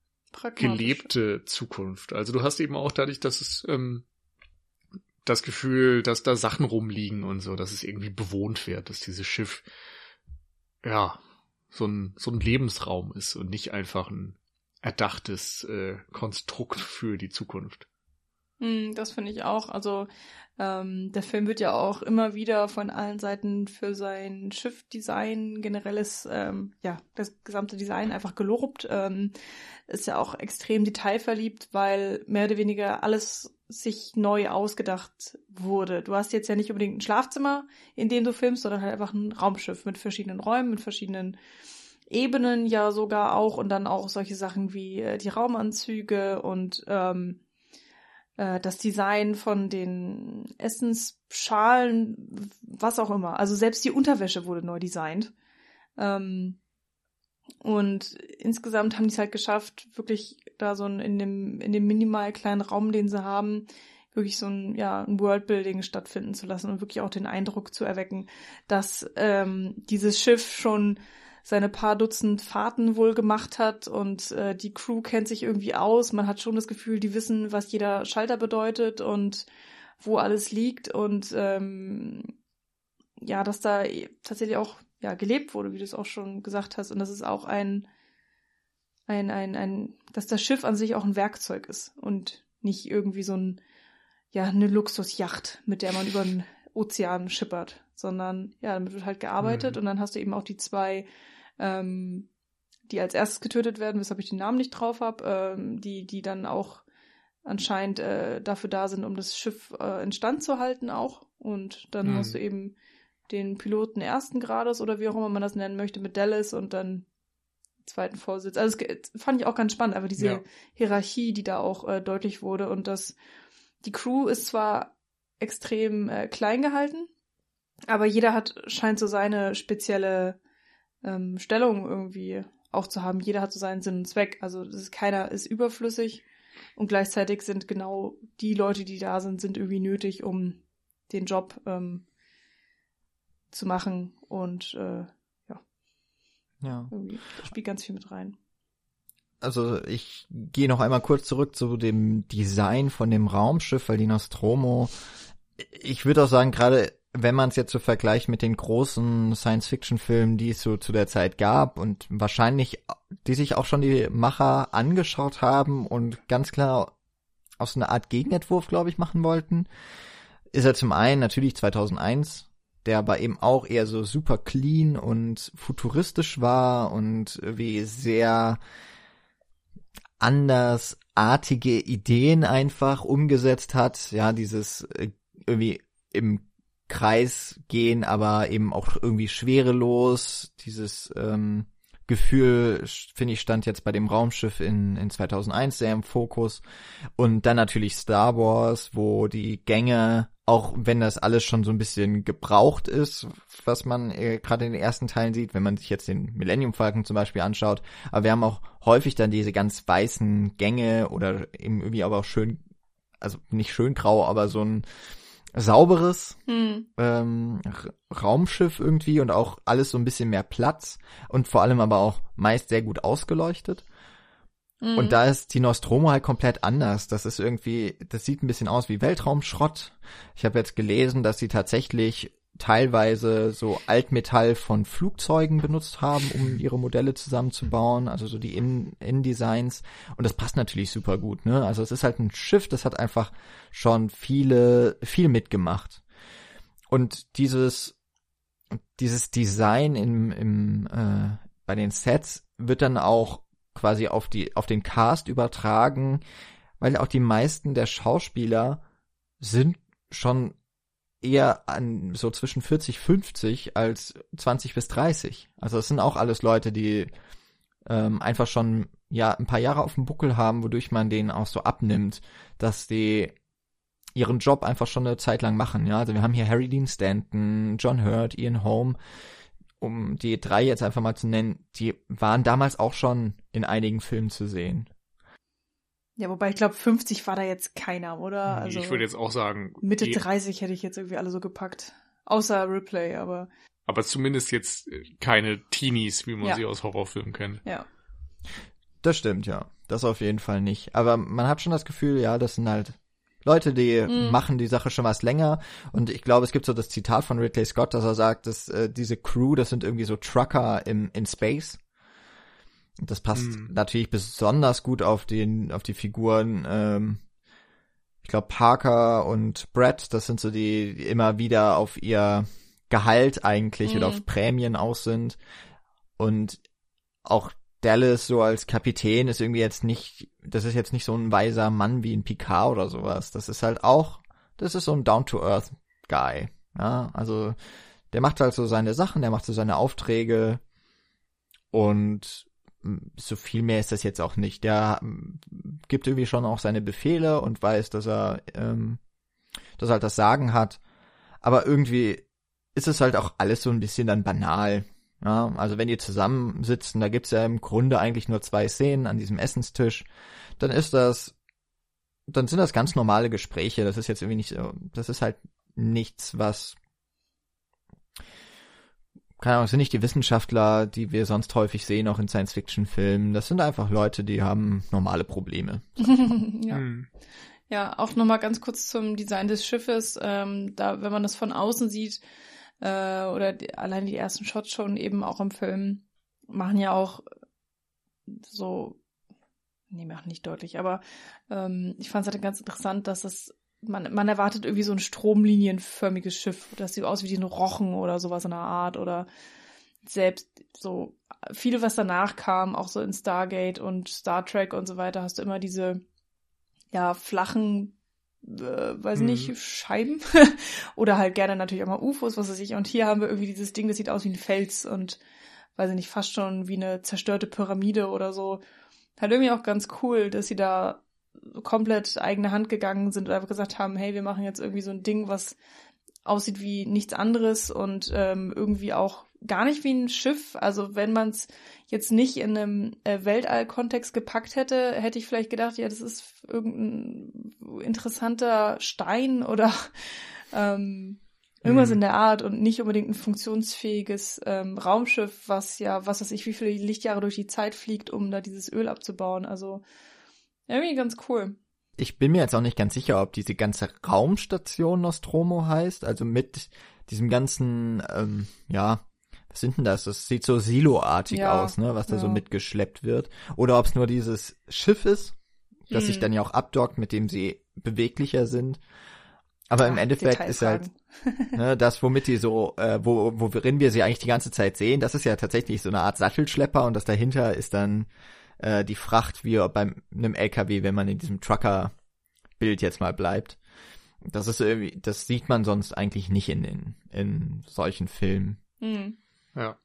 gelebte Zukunft. Also du hast eben auch dadurch, dass es ähm, das Gefühl, dass da Sachen rumliegen und so, dass es irgendwie bewohnt wird, dass dieses Schiff ja so ein so ein Lebensraum ist und nicht einfach ein erdachtes äh, Konstrukt für die Zukunft. Hm, das finde ich auch. Also ähm, der Film wird ja auch immer wieder von allen Seiten für sein Schiffdesign, generelles, ähm, ja, das gesamte Design einfach gelobt. Ähm, ist ja auch extrem detailverliebt, weil mehr oder weniger alles sich neu ausgedacht wurde. Du hast jetzt ja nicht unbedingt ein Schlafzimmer, in dem du filmst, sondern halt einfach ein Raumschiff mit verschiedenen Räumen, mit verschiedenen Ebenen ja sogar auch und dann auch solche Sachen wie äh, die Raumanzüge und ähm, äh, das Design von den Essensschalen, was auch immer. Also selbst die Unterwäsche wurde neu designt. Ähm, und insgesamt haben die es halt geschafft, wirklich da so ein, in dem in dem minimal kleinen Raum, den sie haben, wirklich so ein, ja, ein Worldbuilding stattfinden zu lassen und wirklich auch den Eindruck zu erwecken, dass ähm, dieses Schiff schon seine paar Dutzend Fahrten wohl gemacht hat und äh, die Crew kennt sich irgendwie aus. Man hat schon das Gefühl, die wissen, was jeder Schalter bedeutet und wo alles liegt und ähm, ja, dass da tatsächlich auch ja gelebt wurde, wie du es auch schon gesagt hast und das ist auch ein ein ein ein, dass das Schiff an sich auch ein Werkzeug ist und nicht irgendwie so ein ja eine Luxusjacht, mit der man über den Ozean schippert, sondern ja, damit wird halt gearbeitet mhm. und dann hast du eben auch die zwei Ähm, die als erstes getötet werden, weshalb ich den Namen nicht drauf habe, ähm, die die dann auch anscheinend äh, dafür da sind, um das Schiff äh, instand zu halten auch. Und dann mhm. hast du eben den Piloten ersten Grades oder wie auch immer man das nennen möchte mit Dallas und dann zweiten Vorsitz. Also das fand ich auch ganz spannend, aber diese ja. Hierarchie, die da auch äh, deutlich wurde und dass die Crew ist zwar extrem äh, klein gehalten, aber jeder hat scheint so seine spezielle Ähm, Stellung irgendwie auch zu haben. Jeder hat so seinen Sinn und Zweck. Also das ist, keiner ist überflüssig und gleichzeitig sind genau die Leute, die da sind, sind irgendwie nötig, um den Job ähm, zu machen und äh, ja. Ja. Irgendwie, da spielt ganz viel mit rein. Also ich gehe noch einmal kurz zurück zu dem Design von dem Raumschiff, weil die Nostromo, ich würde auch sagen, gerade wenn man es jetzt so vergleicht mit den großen Science-Fiction-Filmen, die es so zu der Zeit gab und wahrscheinlich, die sich auch schon die Macher angeschaut haben und ganz klar aus einer Art Gegenentwurf, glaube ich, machen wollten, ist er zum einen natürlich zweitausendeins, der aber eben auch eher so super clean und futuristisch war und wie sehr andersartige Ideen einfach umgesetzt hat. Ja, dieses äh, irgendwie im Kreis gehen, aber eben auch irgendwie schwerelos. Dieses ähm, Gefühl, finde ich, stand jetzt bei dem Raumschiff in, in zweitausendeins sehr im Fokus. Und dann natürlich Star Wars, wo die Gänge, auch wenn das alles schon so ein bisschen gebraucht ist, was man äh, gerade in den ersten Teilen sieht, wenn man sich jetzt den Millennium Falcon zum Beispiel anschaut, aber wir haben auch häufig dann diese ganz weißen Gänge oder eben irgendwie aber auch schön, also nicht schön grau, aber so ein sauberes hm. ähm, Raumschiff irgendwie und auch alles so ein bisschen mehr Platz und vor allem aber auch meist sehr gut ausgeleuchtet. Mhm. Und da ist die Nostromo halt komplett anders. Das ist irgendwie, das sieht ein bisschen aus wie Weltraumschrott. Ich habe jetzt gelesen, dass sie tatsächlich teilweise so Altmetall von Flugzeugen benutzt haben, um ihre Modelle zusammenzubauen, also so die In-Designs. Und das passt natürlich super gut, ne? Also es ist halt ein Schiff, das hat einfach schon viele, viel mitgemacht. Und dieses, dieses Design im, im, äh, bei den Sets wird dann auch quasi auf die, auf den Cast übertragen, weil auch die meisten der Schauspieler sind schon eher an so zwischen vierzig, fünfzig als zwanzig bis dreißig. Also das sind auch alles Leute, die ähm, einfach schon ja ein paar Jahre auf dem Buckel haben, wodurch man denen auch so abnimmt, dass die ihren Job einfach schon eine Zeit lang machen. Ja, also wir haben hier Harry Dean Stanton, John Hurt, Ian Holm, um die drei jetzt einfach mal zu nennen, die waren damals auch schon in einigen Filmen zu sehen. Ja, wobei ich glaube, fünfzig war da jetzt keiner, oder? Also ich würde jetzt auch sagen, Mitte dreißig hätte ich jetzt irgendwie alle so gepackt. Außer Ripley, aber... Aber zumindest jetzt keine Teenies, wie man ja. sie aus Horrorfilmen kennt. Ja. Das stimmt, ja. Das auf jeden Fall nicht. Aber man hat schon das Gefühl, ja, das sind halt Leute, die mm. machen die Sache schon was länger. Und ich glaube, es gibt so das Zitat von Ridley Scott, dass er sagt, dass äh, diese Crew, das sind irgendwie so Trucker im, in Space. Das passt mm. natürlich besonders gut auf den, auf die Figuren ähm, ich glaube Parker und Brett, das sind so die, die immer wieder auf ihr Gehalt eigentlich Mhm. oder auf Prämien aus sind. Und auch Dallas so als Kapitän ist irgendwie jetzt nicht, das ist jetzt nicht so ein weiser Mann wie ein Picard oder sowas. Das ist halt auch, das ist so ein Down-to-Earth-Guy. Ja, also der macht halt so seine Sachen, der macht so seine Aufträge und so viel mehr ist das jetzt auch nicht. Der ähm, gibt irgendwie schon auch seine Befehle und weiß, dass er, ähm, dass er halt das Sagen hat. Aber irgendwie ist es halt auch alles so ein bisschen dann banal. Ja, also wenn die zusammensitzen, da gibt's ja im Grunde eigentlich nur zwei Szenen an diesem Essenstisch, dann ist das, dann sind das ganz normale Gespräche. Das ist jetzt irgendwie nicht so, das ist halt nichts, was, keine Ahnung, das sind nicht die Wissenschaftler, die wir sonst häufig sehen, auch in Science-Fiction-Filmen. Das sind einfach Leute, die haben normale Probleme. ja. Hm. Ja, auch nochmal ganz kurz zum Design des Schiffes. Ähm, da, wenn man das von außen sieht, äh, oder die, allein die ersten Shots schon eben auch im Film, machen ja auch so, nee, machen nicht deutlich, aber ähm, ich fand es halt ganz interessant, dass es, man, man erwartet irgendwie so ein stromlinienförmiges Schiff, das sieht aus wie ein Rochen oder sowas in der Art, oder selbst so viele, was danach kam, auch so in Stargate und Star Trek und so weiter, hast du immer diese ja, flachen, äh, weiß Mhm. nicht, Scheiben. Oder halt gerne natürlich auch mal U F Os, was weiß ich. Und hier haben wir irgendwie dieses Ding, das sieht aus wie ein Fels und, weiß ich nicht, fast schon wie eine zerstörte Pyramide oder so. Halt irgendwie auch ganz cool, dass sie da komplett eigene Hand gegangen sind und einfach gesagt haben, hey, wir machen jetzt irgendwie so ein Ding, was aussieht wie nichts anderes und ähm, irgendwie auch gar nicht wie ein Schiff. Also wenn man es jetzt nicht in einem äh, Weltall-Kontext gepackt hätte, hätte ich vielleicht gedacht, ja, das ist irgendein interessanter Stein oder ähm, irgendwas Mhm. in der Art und nicht unbedingt ein funktionsfähiges ähm, Raumschiff, was ja, was weiß ich, wie viele Lichtjahre durch die Zeit fliegt, um da dieses Öl abzubauen. Also irgendwie ganz cool. Ich bin mir jetzt auch nicht ganz sicher, ob diese ganze Raumstation Nostromo heißt, also mit diesem ganzen, ähm, ja, was sind denn das? Das sieht so siloartig Ja, aus, ne, was da so ja. mitgeschleppt wird. Oder ob es nur dieses Schiff ist, das Hm. sich dann ja auch abdockt, mit dem sie beweglicher sind. Aber im Ja, Endeffekt ist halt, Detailfragen. ne, das, womit die so, äh, wo, worin wir sie eigentlich die ganze Zeit sehen, das ist ja tatsächlich so eine Art Sattelschlepper und das dahinter ist dann äh, die Fracht wie bei einem L K W, wenn man in diesem Trucker-Bild jetzt mal bleibt. Das ist irgendwie, das sieht man sonst eigentlich nicht in den, in solchen Filmen. Hm. Ja,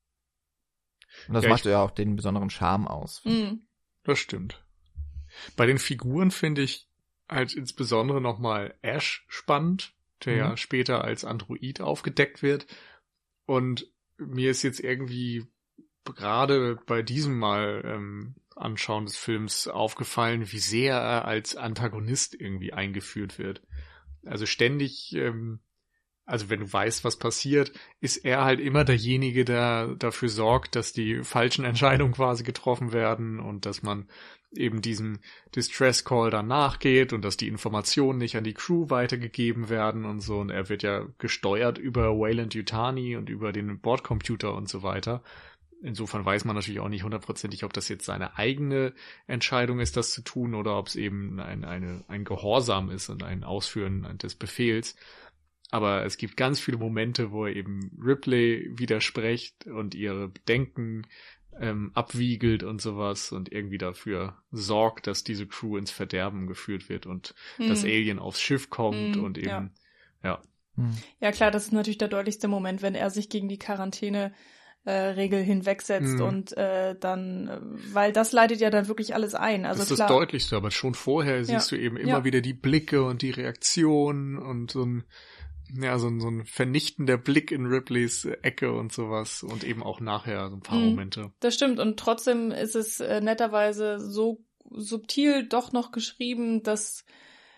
Und das Ja, macht ich- ja auch den besonderen Charme aus. Hm. das stimmt. Bei den Figuren finde ich halt insbesondere nochmal Ash spannend, der Mhm. ja später als Android aufgedeckt wird. Und mir ist jetzt irgendwie gerade bei diesem Mal ähm, Anschauen des Films aufgefallen, wie sehr er als Antagonist irgendwie eingeführt wird. Also ständig, ähm, also wenn du weißt, was passiert, ist er halt immer derjenige, der dafür sorgt, dass die falschen Entscheidungen quasi getroffen werden und dass man eben diesem Distress Call dann nachgeht und dass die Informationen nicht an die Crew weitergegeben werden und so. Und er wird ja gesteuert über Wayland Yutani und über den Bordcomputer und so weiter. Insofern weiß man natürlich auch nicht hundertprozentig, ob das jetzt seine eigene Entscheidung ist, das zu tun, oder ob es eben ein, eine, ein Gehorsam ist und ein Ausführen des Befehls. Aber es gibt ganz viele Momente, wo er eben Ripley widerspricht und ihre Bedenken ähm, abwiegelt und sowas und irgendwie dafür sorgt, dass diese Crew ins Verderben geführt wird und Hm. das Alien aufs Schiff kommt Hm, und eben, ja. ja. Hm. Ja klar, das ist natürlich der deutlichste Moment, wenn er sich gegen die Quarantäne äh, Regel hinwegsetzt Mhm. und äh, dann, äh, weil das leitet ja dann wirklich alles ein. Also das ist klar, das Deutlichste, aber schon vorher siehst du eben immer Ja. wieder die Blicke und die Reaktionen und so ein, ja, so ein, so ein vernichtender Blick in Ripleys Ecke und sowas und eben auch nachher so ein paar Mhm. Momente. das stimmt. Und trotzdem ist es äh, netterweise so subtil doch noch geschrieben, dass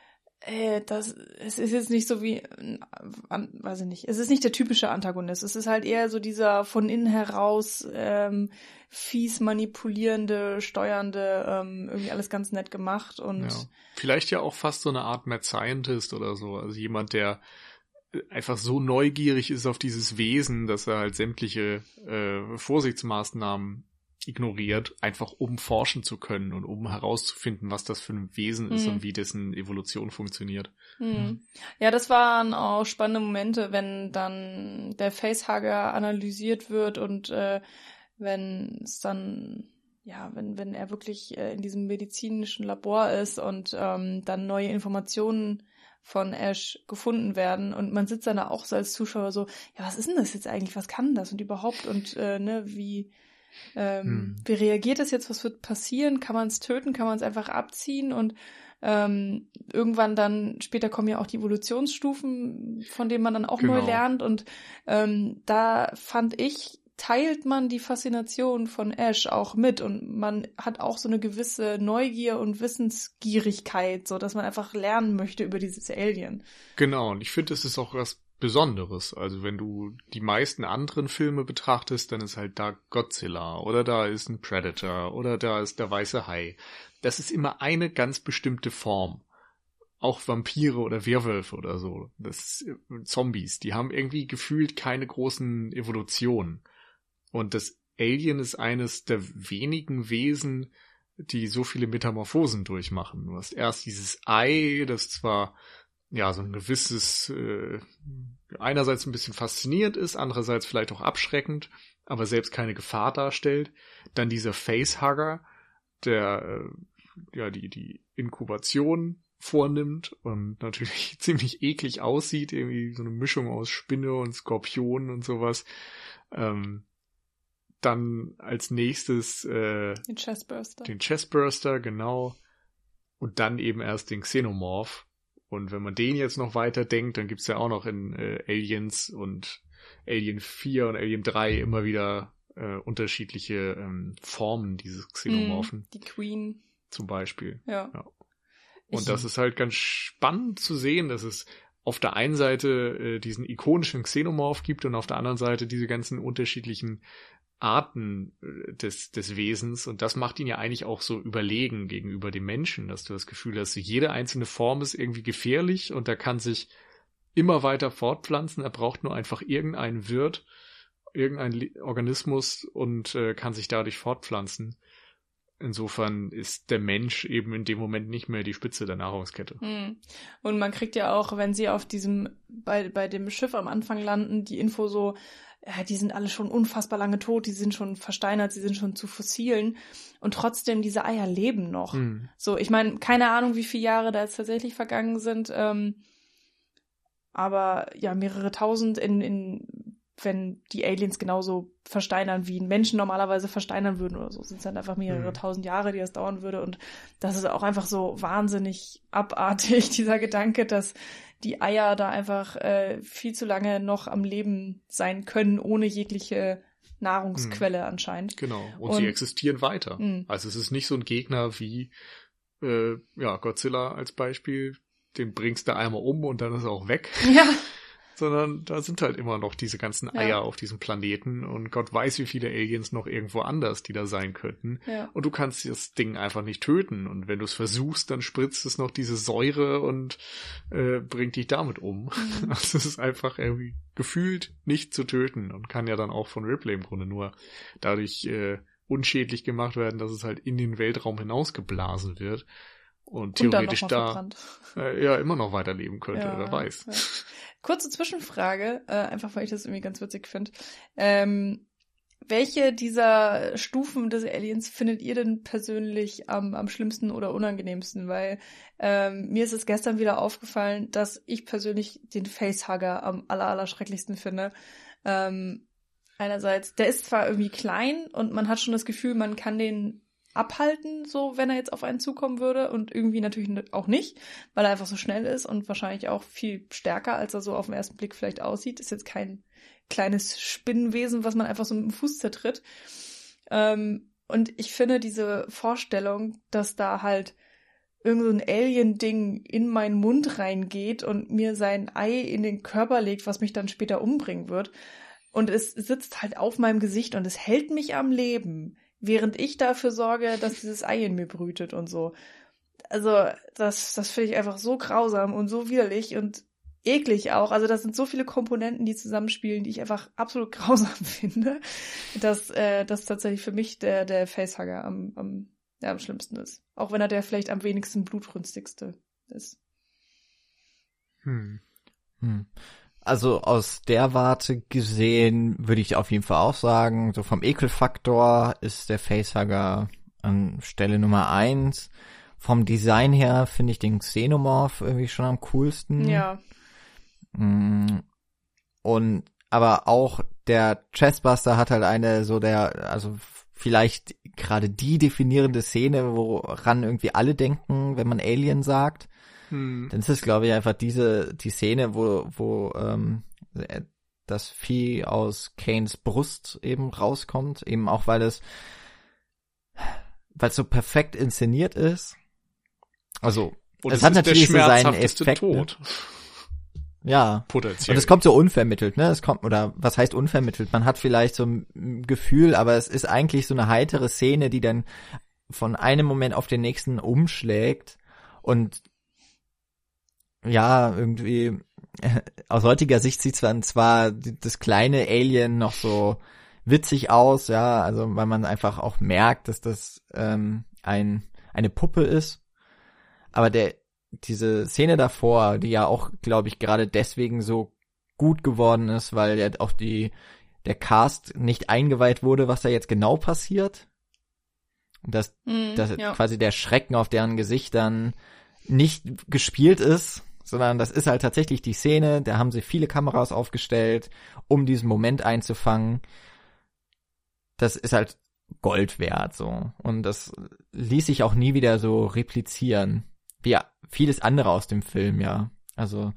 äh, das, es ist jetzt nicht so wie, äh, an, weiß ich nicht, es ist nicht der typische Antagonist. Es ist halt eher so dieser von innen heraus ähm, fies manipulierende, steuernde, ähm, irgendwie alles ganz nett gemacht und Ja. Vielleicht ja auch fast so eine Art Mad Scientist oder so. Also jemand, der einfach so neugierig ist auf dieses Wesen, dass er halt sämtliche äh, Vorsichtsmaßnahmen ignoriert, einfach um forschen zu können und um herauszufinden, was das für ein Wesen ist Mhm. und wie dessen Evolution funktioniert. Hm. Ja, das waren auch spannende Momente, wenn dann der Facehugger analysiert wird und äh, wenn es dann, ja, wenn, wenn er wirklich äh, in diesem medizinischen Labor ist und ähm, dann neue Informationen von Ash gefunden werden und man sitzt dann da auch so als Zuschauer so, ja, was ist denn das jetzt eigentlich, was kann das und überhaupt und äh, ne, wie ähm, Hm. wie reagiert das jetzt, was wird passieren, kann man es töten, kann man es einfach abziehen und ähm, irgendwann dann, später kommen ja auch die Evolutionsstufen, von denen man dann auch Genau. neu lernt und ähm, da fand ich, teilt man die Faszination von Ash auch mit und man hat auch so eine gewisse Neugier und Wissensgierigkeit, so dass man einfach lernen möchte über dieses Alien. Genau, und ich finde, es ist auch was Besonderes. Also wenn du die meisten anderen Filme betrachtest, dann ist halt da Godzilla oder da ist ein Predator oder da ist der weiße Hai. Das ist immer eine ganz bestimmte Form. Auch Vampire oder Werwölfe oder so. Das ist, Zombies, die haben irgendwie gefühlt keine großen Evolutionen. Und das Alien ist eines der wenigen Wesen, die so viele Metamorphosen durchmachen. Du hast erst dieses Ei, das zwar ja so ein gewisses, äh, einerseits ein bisschen faszinierend ist, andererseits vielleicht auch abschreckend, aber selbst keine Gefahr darstellt. Dann dieser Facehugger, der äh, ja die die Inkubation vornimmt und natürlich ziemlich eklig aussieht, irgendwie so eine Mischung aus Spinne und Skorpion und sowas. Ähm, dann als nächstes äh, Den Chestburster. den Chestburster, genau. Und dann eben erst den Xenomorph. Und wenn man den jetzt noch weiter denkt, dann gibt's ja auch noch in äh, Aliens und Alien vier und Alien drei immer wieder äh, unterschiedliche ähm, Formen dieses Xenomorphen. Die Queen. Zum Beispiel. Ja. Ja. Und Ich- das ist halt ganz spannend zu sehen, dass es auf der einen Seite äh, diesen ikonischen Xenomorph gibt und auf der anderen Seite diese ganzen unterschiedlichen Arten äh, des, des Wesens. Und das macht ihn ja eigentlich auch so überlegen gegenüber dem Menschen, dass du das Gefühl hast, jede einzelne Form ist irgendwie gefährlich und er kann sich immer weiter fortpflanzen. Er braucht nur einfach irgendeinen Wirt, irgendeinen Organismus und äh, kann sich dadurch fortpflanzen. Insofern ist der Mensch eben in dem Moment nicht mehr die Spitze der Nahrungskette. Hm. Und man kriegt ja auch, wenn sie auf diesem, bei, bei dem Schiff am Anfang landen, die Info so, ja, die sind alle schon unfassbar lange tot, die sind schon versteinert, sie sind schon zu Fossilen und trotzdem diese Eier leben noch. Hm. So, ich meine, keine Ahnung, wie viele Jahre da jetzt tatsächlich vergangen sind, ähm, aber ja, mehrere tausend in, in wenn die Aliens genauso versteinern, wie Menschen normalerweise versteinern würden oder so, sind es dann einfach mehrere Mhm. tausend Jahre, die das dauern würde und das ist auch einfach so wahnsinnig abartig, dieser Gedanke, dass die Eier da einfach äh, viel zu lange noch am Leben sein können, ohne jegliche Nahrungsquelle anscheinend. Genau. Und, Und- sie existieren weiter. Mhm. Also es ist nicht so ein Gegner wie äh, ja Godzilla als Beispiel. Den bringst du einmal um und dann ist er auch weg. Ja, Sondern da sind halt immer noch diese ganzen Eier Ja. auf diesem Planeten und Gott weiß, wie viele Aliens noch irgendwo anders, die da sein könnten. ja. Und du kannst das Ding einfach nicht töten. Und wenn du es versuchst, dann spritzt es noch diese Säure und äh, bringt dich damit um. Mhm. Also es ist einfach irgendwie gefühlt nicht zu töten und kann ja dann auch von Ripley im Grunde nur dadurch äh, unschädlich gemacht werden, dass es halt in den Weltraum hinausgeblasen wird. Und Und dann theoretisch noch mal da verbrannt. äh, ja immer noch weiterleben könnte, Ja, wer weiß. ja. Kurze Zwischenfrage, äh, einfach weil ich das irgendwie ganz witzig finde. Ähm, welche dieser Stufen des Aliens findet ihr denn persönlich am, am schlimmsten oder unangenehmsten? Weil ähm, mir ist es gestern wieder aufgefallen, dass ich persönlich den Facehugger am aller, aller schrecklichsten finde. Ähm, einerseits, der ist zwar irgendwie klein und man hat schon das Gefühl, man kann den abhalten, so wenn er jetzt auf einen zukommen würde und irgendwie natürlich auch nicht, weil er einfach so schnell ist und wahrscheinlich auch viel stärker, als er so auf den ersten Blick vielleicht aussieht. Ist jetzt kein kleines Spinnenwesen, was man einfach so mit dem Fuß zertritt. Ähm, und ich finde diese Vorstellung, dass da halt irgend so ein Alien-Ding in meinen Mund reingeht und mir sein Ei in den Körper legt, was mich dann später umbringen wird. Und es sitzt halt auf meinem Gesicht und es hält mich am Leben, während ich dafür sorge, dass dieses Ei in mir brütet und so. Also das, das finde ich einfach so grausam und so widerlich und eklig auch. Also das sind so viele Komponenten, die zusammenspielen, die ich einfach absolut grausam finde, dass äh, das tatsächlich für mich der der Facehugger am, am, ja, am schlimmsten ist. Auch wenn er der vielleicht am wenigsten blutrünstigste ist. Hm. Hm. Also aus der Warte gesehen würde ich auf jeden Fall auch sagen, so vom Ekelfaktor ist der Facehugger an Stelle Nummer eins. Vom Design her finde ich den Xenomorph irgendwie schon am coolsten. Ja. Und aber auch der Chestbuster hat halt eine so der, also vielleicht gerade die definierende Szene, woran irgendwie alle denken, wenn man Alien sagt. Hm. Dann ist es, glaube ich, einfach diese die Szene, wo wo ähm, das Vieh aus Kanes Brust eben rauskommt, eben auch weil es weil es so perfekt inszeniert ist. Also und es, es hat natürlich so seinen Effekt. Tod. Ne? Ja, potenziell. Und es kommt so unvermittelt, ne? Es kommt, oder was heißt unvermittelt? Man hat vielleicht so ein Gefühl, aber es ist eigentlich so eine heitere Szene, die dann von einem Moment auf den nächsten umschlägt und ja, irgendwie aus heutiger Sicht sieht dann zwar das kleine Alien noch so witzig aus, ja, also weil man einfach auch merkt, dass das ähm, ein eine Puppe ist, aber der diese Szene davor, die ja auch, glaube ich, gerade deswegen so gut geworden ist, weil ja auch die der Cast nicht eingeweiht wurde, was da jetzt genau passiert. Und dass, mm, dass ja. quasi der Schrecken auf deren Gesichtern nicht gespielt ist, sondern das ist halt tatsächlich die Szene, da haben sie viele Kameras aufgestellt, um diesen Moment einzufangen. Das ist halt Gold wert, so. Und das ließ sich auch nie wieder so replizieren. Wie ja, vieles andere aus dem Film, ja. Also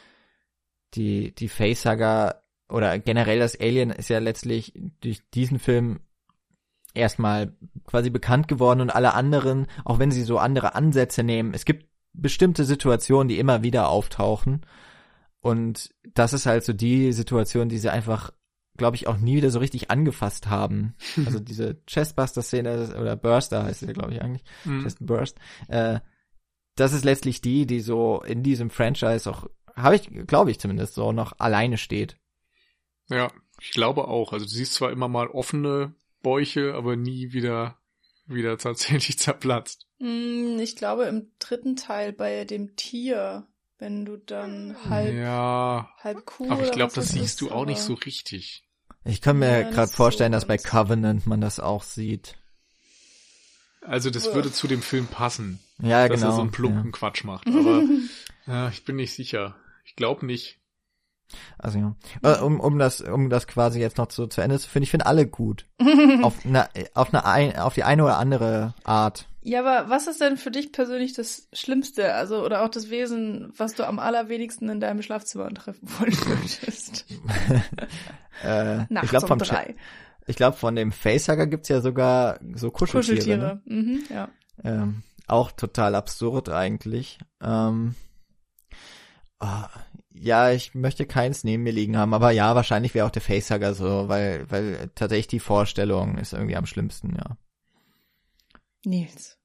die die Facehugger oder generell das Alien ist ja letztlich durch diesen Film erstmal quasi bekannt geworden und alle anderen, auch wenn sie so andere Ansätze nehmen, es gibt bestimmte Situationen, die immer wieder auftauchen und das ist halt so die Situation, die sie einfach, glaube ich, auch nie wieder so richtig angefasst haben. Also diese Chestbuster-Szene oder Burster heißt sie, glaube ich eigentlich, mhm. Chest Burst, äh, das ist letztlich die, die so in diesem Franchise auch, habe ich, glaube ich zumindest, so noch alleine steht. Ja, ich glaube auch. Also du siehst zwar immer mal offene Bäuche, aber nie wieder wieder tatsächlich zerplatzt. Ich glaube im dritten Teil bei dem Tier, wenn du dann halb ja, halb Kuh aber ich glaube, das siehst ist, du auch nicht so richtig. Ich kann mir ja, gerade vorstellen, so dass bei Covenant man das auch sieht. Also das würde zu dem Film passen, ja, dass genau, er so einen plumpen ja. Quatsch macht. Aber ja, ich bin nicht sicher. Ich glaube nicht. Also ja, um um das um das quasi jetzt noch so zu Ende zu führen, ich finde alle gut. auf eine auf eine auf die eine oder andere Art. Ja, aber was ist denn für dich persönlich das Schlimmste, also oder auch das Wesen, was du am allerwenigsten in deinem Schlafzimmer antreffen wolltest? äh, Nachts ich glaube um vom drei. Ich glaube von dem Facehugger gibt's ja sogar so Kuscheltiere. Kuscheltiere, ne? mhm, ja. Ähm, auch total absurd eigentlich. Ähm, oh, ja, ich möchte keins neben mir liegen haben, aber ja, wahrscheinlich wäre auch der Facehugger so, weil weil tatsächlich die Vorstellung ist irgendwie am schlimmsten, ja. Nils.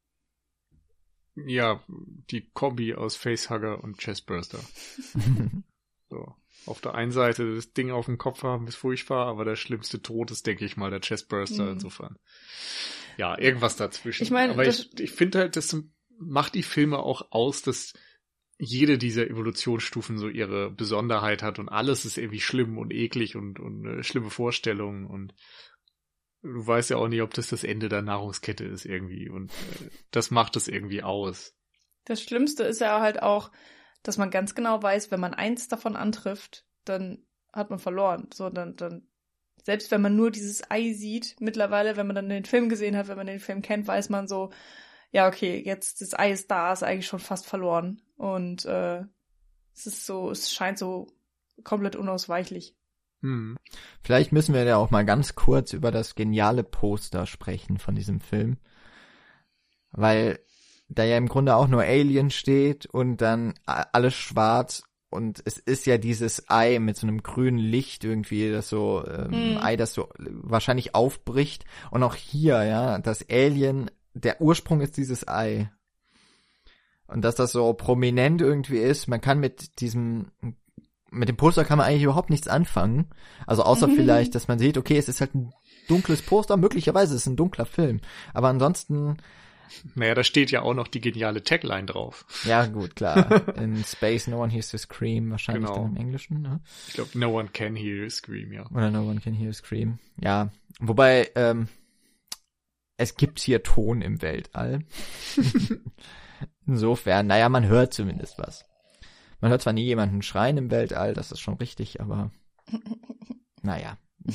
Ja, die Kombi aus Facehugger und Chestburster. So. Auf der einen Seite das Ding auf dem Kopf haben ist furchtbar, aber der schlimmste Tod ist, denke ich mal, der Chestburster mhm. insofern. Ja, irgendwas dazwischen. Ich meine, aber ich, ich finde halt, das macht die Filme auch aus, dass jede dieser Evolutionsstufen so ihre Besonderheit hat und alles ist irgendwie schlimm und eklig und, und äh, schlimme Vorstellungen und du weißt ja auch nicht, ob das das Ende der Nahrungskette ist irgendwie und äh, das macht es irgendwie aus. Das Schlimmste ist ja halt auch, dass man ganz genau weiß, wenn man eins davon antrifft, dann hat man verloren. So, dann, dann, selbst wenn man nur dieses Ei sieht, mittlerweile, wenn man dann den Film gesehen hat, wenn man den Film kennt, weiß man so, ja, okay, jetzt das Ei ist da, ist eigentlich schon fast verloren. Und äh, es ist so, es scheint so komplett unausweichlich. Hm. Vielleicht müssen wir ja auch mal ganz kurz über das geniale Poster sprechen von diesem Film. Weil da ja im Grunde auch nur Alien steht und dann alles schwarz und es ist ja dieses Ei mit so einem grünen Licht irgendwie, das so, ähm, mm. Ei, das so wahrscheinlich aufbricht und auch hier, ja, das Alien, der Ursprung ist dieses Ei. Und dass das so prominent irgendwie ist, man kann mit diesem, mit dem Poster kann man eigentlich überhaupt nichts anfangen. Also außer vielleicht, dass man sieht, okay, es ist halt ein dunkles Poster, möglicherweise ist es ein dunkler Film. Aber ansonsten... Naja, da steht ja auch noch die geniale Tagline drauf. Ja, gut, klar. In Space, no one hears you scream, wahrscheinlich Genau. dann im Englischen, ne? Ich glaube, no one can hear you scream, ja. Oder no one can hear you scream. Ja, wobei, ähm, es gibt hier Ton im Weltall. Insofern, naja, man hört zumindest was. Man hört zwar nie jemanden schreien im Weltall, das ist schon richtig, aber naja.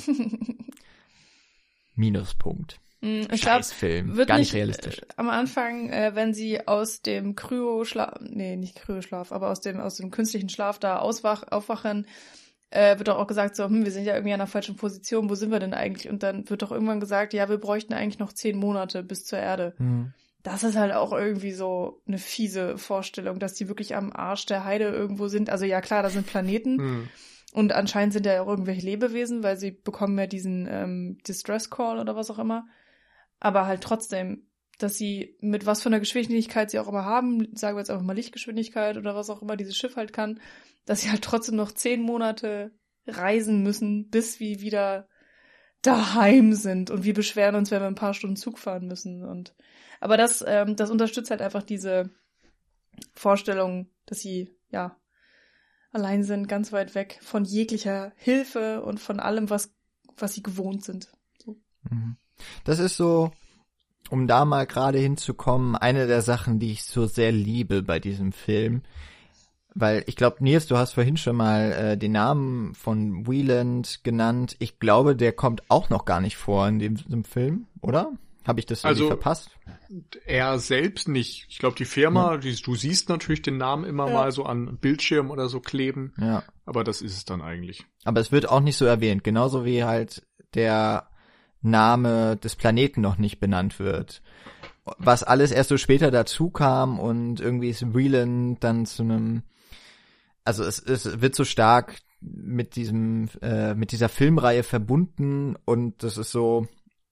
Minuspunkt. Ich glaube, Film, wird gar nicht nicht realistisch. Äh, am Anfang, äh, wenn sie aus dem Kryoschlaf, nee, nicht Kryoschlaf, aber aus dem aus dem künstlichen Schlaf da auswach, aufwachen, äh, wird doch auch gesagt so, hm, wir sind ja irgendwie an der falschen Position, wo sind wir denn eigentlich? Und dann wird doch irgendwann gesagt, ja, wir bräuchten eigentlich noch zehn Monate bis zur Erde. Hm. Das ist halt auch irgendwie so eine fiese Vorstellung, dass die wirklich am Arsch der Heide irgendwo sind. Also ja, klar, da sind Planeten. Hm. Und anscheinend sind ja auch irgendwelche Lebewesen, weil sie bekommen ja diesen ähm, Distress Call oder was auch immer. Aber halt trotzdem, dass sie mit was für einer Geschwindigkeit sie auch immer haben, sagen wir jetzt einfach mal Lichtgeschwindigkeit oder was auch immer dieses Schiff halt kann, dass sie halt trotzdem noch zehn Monate reisen müssen, bis wir wieder daheim sind. Und wir beschweren uns, wenn wir ein paar Stunden Zug fahren müssen. Und aber das, ähm, das unterstützt halt einfach diese Vorstellung, dass sie, ja, allein sind, ganz weit weg von jeglicher Hilfe und von allem, was, was sie gewohnt sind. So. Mhm. Das ist so, um da mal gerade hinzukommen, eine der Sachen, die ich so sehr liebe bei diesem Film. Weil ich glaube, Nils, du hast vorhin schon mal äh, den Namen von Wieland genannt. Ich glaube, der kommt auch noch gar nicht vor in dem, dem Film, oder? Habe ich das irgendwie Also, verpasst? Er selbst nicht. Ich glaube, die Firma, Ja. die, du siehst natürlich den Namen immer Ja. mal so an Bildschirm oder so kleben. Ja. Aber das ist es dann eigentlich. Aber es wird auch nicht so erwähnt, genauso wie halt der Name des Planeten noch nicht benannt wird. Was alles erst so später dazu kam und irgendwie ist Wieland dann zu einem, also es, es wird so stark mit diesem, äh, mit dieser Filmreihe verbunden und das ist so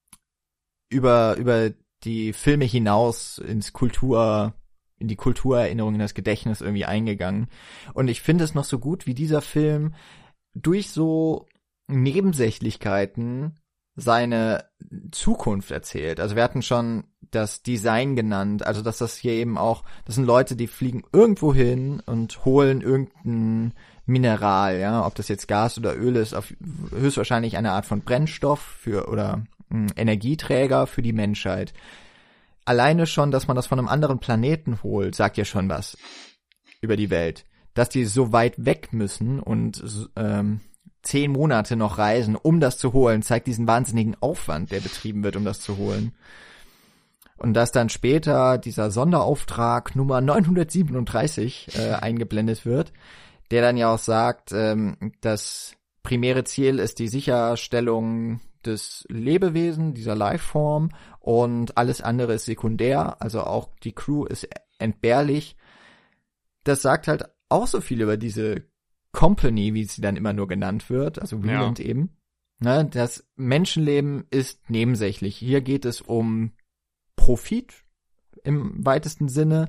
über, über die Filme hinaus ins Kultur, in die Kulturerinnerung, in das Gedächtnis irgendwie eingegangen. Und ich finde es noch so gut, wie dieser Film durch so Nebensächlichkeiten seine Zukunft erzählt. Also wir hatten schon das Design genannt, also dass das hier eben auch, das sind Leute, die fliegen irgendwo hin und holen irgendein Mineral, ja, ob das jetzt Gas oder Öl ist, auf höchstwahrscheinlich eine Art von Brennstoff für oder mh, Energieträger für die Menschheit. Alleine schon, dass man das von einem anderen Planeten holt, sagt ja schon was über die Welt. Dass die so weit weg müssen und ähm, zehn Monate noch reisen, um das zu holen, zeigt diesen wahnsinnigen Aufwand, der betrieben wird, um das zu holen. Und dass dann später dieser Sonderauftrag Nummer neunhundertsiebenunddreißig äh, eingeblendet wird, der dann ja auch sagt, ähm, das primäre Ziel ist die Sicherstellung des Lebewesen, dieser Lifeform, und alles andere ist sekundär, also auch die Crew ist entbehrlich. Das sagt halt auch so viel über diese Company, wie sie dann immer nur genannt wird, also Wieland ja. eben. Ne, das Menschenleben ist nebensächlich. Hier geht es um Profit im weitesten Sinne.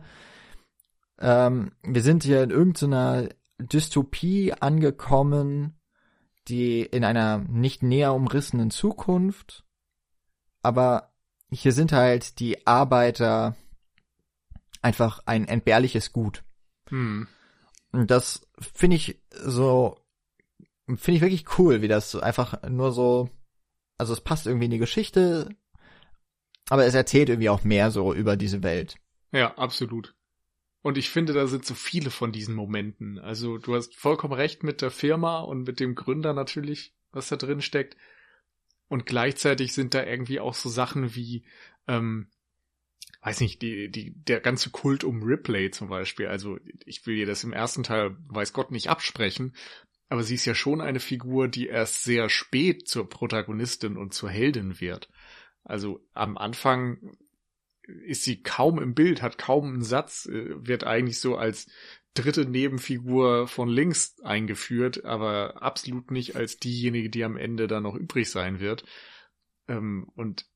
Ähm, wir sind hier in irgendeiner Dystopie angekommen, die in einer nicht näher umrissenen Zukunft, aber hier sind halt die Arbeiter einfach ein entbehrliches Gut. Hm. Und das finde ich so, finde ich wirklich cool, wie das so einfach nur so, also es passt irgendwie in die Geschichte, aber es erzählt irgendwie auch mehr so über diese Welt. Ja, absolut. Und ich finde, da sind so viele von diesen Momenten. Also du hast vollkommen recht mit der Firma und mit dem Gründer natürlich, was da drin steckt. Und gleichzeitig sind da irgendwie auch so Sachen wie, ähm, weiß nicht, die, die, der ganze Kult um Ripley zum Beispiel. Also ich will ihr das im ersten Teil, weiß Gott, nicht absprechen, aber sie ist ja schon eine Figur, die erst sehr spät zur Protagonistin und zur Heldin wird. Also am Anfang ist sie kaum im Bild, hat kaum einen Satz, wird eigentlich so als dritte Nebenfigur von links eingeführt, aber absolut nicht als diejenige, die am Ende dann noch übrig sein wird. Und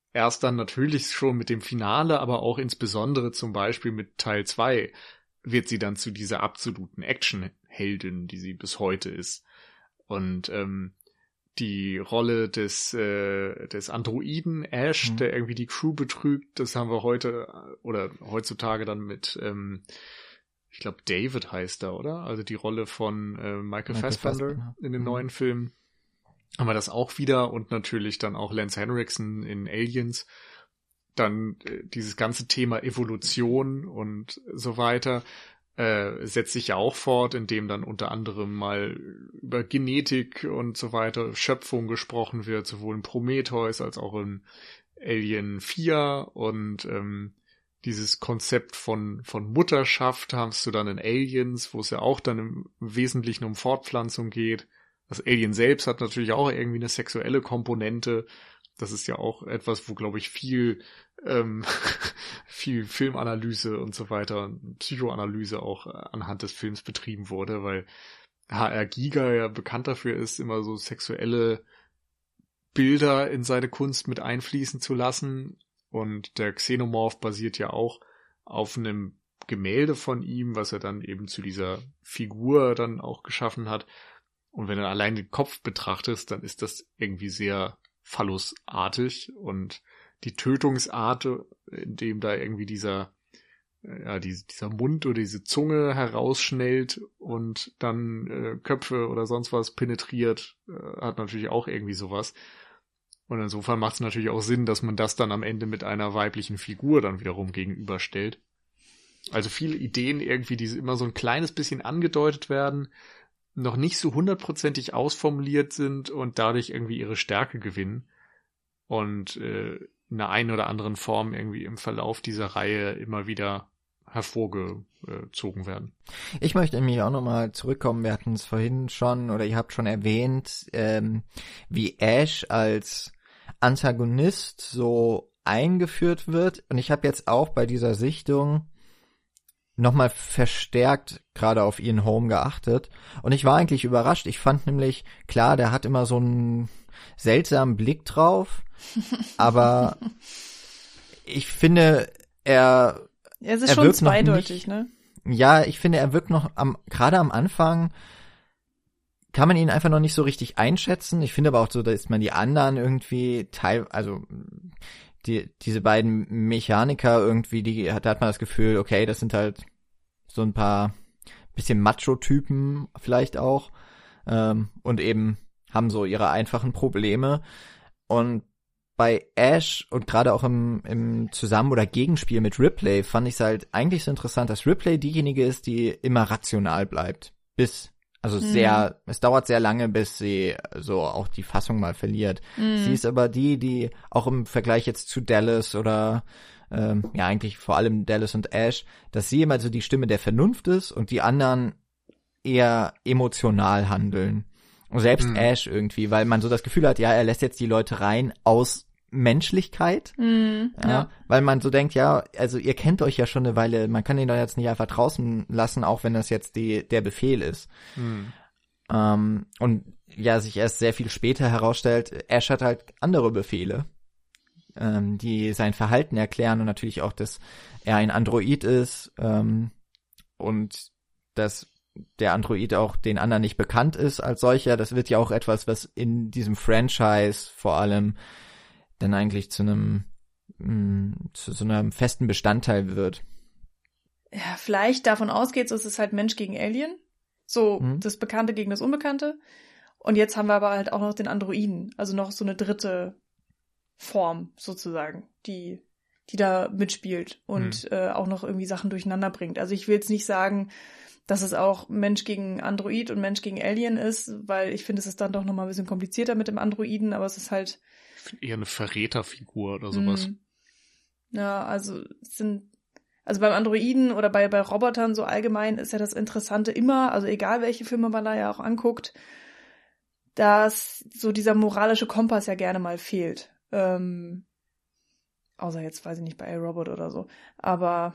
erst dann natürlich schon mit dem Finale, aber auch insbesondere zum Beispiel mit Teil zwei wird sie dann zu dieser absoluten Actionheldin, die sie bis heute ist. Und ähm, die Rolle des äh, des Androiden Ash, mhm. der irgendwie die Crew betrügt, das haben wir heute oder heutzutage dann mit, ähm, ich glaube David heißt er, oder? Also die Rolle von äh, Michael, Michael Fassbender, Fassbender in den mhm. neuen Filmen. Haben wir das auch wieder und natürlich dann auch Lance Henriksen in Aliens. Dann äh, dieses ganze Thema Evolution und so weiter äh, setzt sich ja auch fort, indem dann unter anderem mal über Genetik und so weiter, Schöpfung gesprochen wird, sowohl in Prometheus als auch in Alien vier und ähm, dieses Konzept von von Mutterschaft hast du dann in Aliens, wo es ja auch dann im Wesentlichen um Fortpflanzung geht. Das Alien selbst hat natürlich auch irgendwie eine sexuelle Komponente. Das ist ja auch etwas, wo, glaube ich, viel ähm, viel Filmanalyse und so weiter, Psychoanalyse auch anhand des Films betrieben wurde, weil H R. Giger ja bekannt dafür ist, immer so sexuelle Bilder in seine Kunst mit einfließen zu lassen. Und der Xenomorph basiert ja auch auf einem Gemälde von ihm, was er dann eben zu dieser Figur dann auch geschaffen hat. Und wenn du allein den Kopf betrachtest, dann ist das irgendwie sehr phallusartig und die Tötungsart, in dem da irgendwie dieser, ja, die, dieser Mund oder diese Zunge herausschnellt und dann äh, Köpfe oder sonst was penetriert, äh, hat natürlich auch irgendwie sowas. Und insofern macht es natürlich auch Sinn, dass man das dann am Ende mit einer weiblichen Figur dann wiederum gegenüberstellt. Also viele Ideen irgendwie, die immer so ein kleines bisschen angedeutet werden, noch nicht so hundertprozentig ausformuliert sind und dadurch irgendwie ihre Stärke gewinnen und äh, in einer einen oder anderen Form irgendwie im Verlauf dieser Reihe immer wieder hervorgezogen werden. Ich möchte nämlich auch nochmal zurückkommen, wir hatten es vorhin schon, oder ihr habt schon erwähnt, ähm, wie Ash als Antagonist so eingeführt wird. Und ich habe jetzt auch bei dieser Sichtung nochmal verstärkt gerade auf Ian Holm geachtet. Und ich war eigentlich überrascht. Ich fand nämlich, klar, der hat immer so einen seltsamen Blick drauf, aber ich finde, er Ja, es ist er schon wirkt zweideutig, noch nicht, ne? Ja, ich finde, er wirkt noch am, gerade am Anfang kann man ihn einfach noch nicht so richtig einschätzen. Ich finde aber auch so, dass man die anderen irgendwie teil, also die, diese beiden Mechaniker irgendwie, die, da hat man das Gefühl, okay, das sind halt so ein paar bisschen Macho-Typen vielleicht auch, ähm, und eben haben so ihre einfachen Probleme. Und bei Ash und gerade auch im, im Zusammen- oder Gegenspiel mit Ripley fand ich es halt eigentlich so interessant, dass Ripley diejenige ist, die immer rational bleibt. Bis, also mhm. sehr, es dauert sehr lange, bis sie so auch die Fassung mal verliert. Mhm. Sie ist aber die, die auch im Vergleich jetzt zu Dallas oder ähm, ja eigentlich vor allem Dallas und Ash, dass sie immer so die Stimme der Vernunft ist und die anderen eher emotional handeln. Und selbst mhm. Ash irgendwie, weil man so das Gefühl hat, ja, er lässt jetzt die Leute rein aus Menschlichkeit, mm, ja, ja, weil man so denkt, ja, also ihr kennt euch ja schon eine Weile, man kann ihn doch jetzt nicht einfach draußen lassen, auch wenn das jetzt die der Befehl ist. Mm. Ähm, und ja, sich erst sehr viel später herausstellt, Ash hat halt andere Befehle, ähm, die sein Verhalten erklären und natürlich auch, dass er ein Android ist ähm, und dass der Android auch den anderen nicht bekannt ist als solcher. Das wird ja auch etwas, was in diesem Franchise vor allem dann eigentlich zu einem mh, zu so einem festen Bestandteil wird. Ja, vielleicht davon ausgeht, so ist es halt Mensch gegen Alien. So hm. das Bekannte gegen das Unbekannte. Und jetzt haben wir aber halt auch noch den Androiden. Also noch so eine dritte Form sozusagen, die die da mitspielt und hm. äh, auch noch irgendwie Sachen durcheinander bringt. Also ich will jetzt nicht sagen, dass es auch Mensch gegen Android und Mensch gegen Alien ist, weil ich finde, es ist dann doch nochmal ein bisschen komplizierter mit dem Androiden, aber es ist halt eher eine Verräterfigur oder sowas. Mm. Ja, also es sind, also beim Androiden oder bei, bei Robotern so allgemein ist ja das Interessante immer, also egal welche Filme man da ja auch anguckt, dass so dieser moralische Kompass ja gerne mal fehlt. Ähm, außer jetzt, weiß ich nicht, bei iRobot oder so. Aber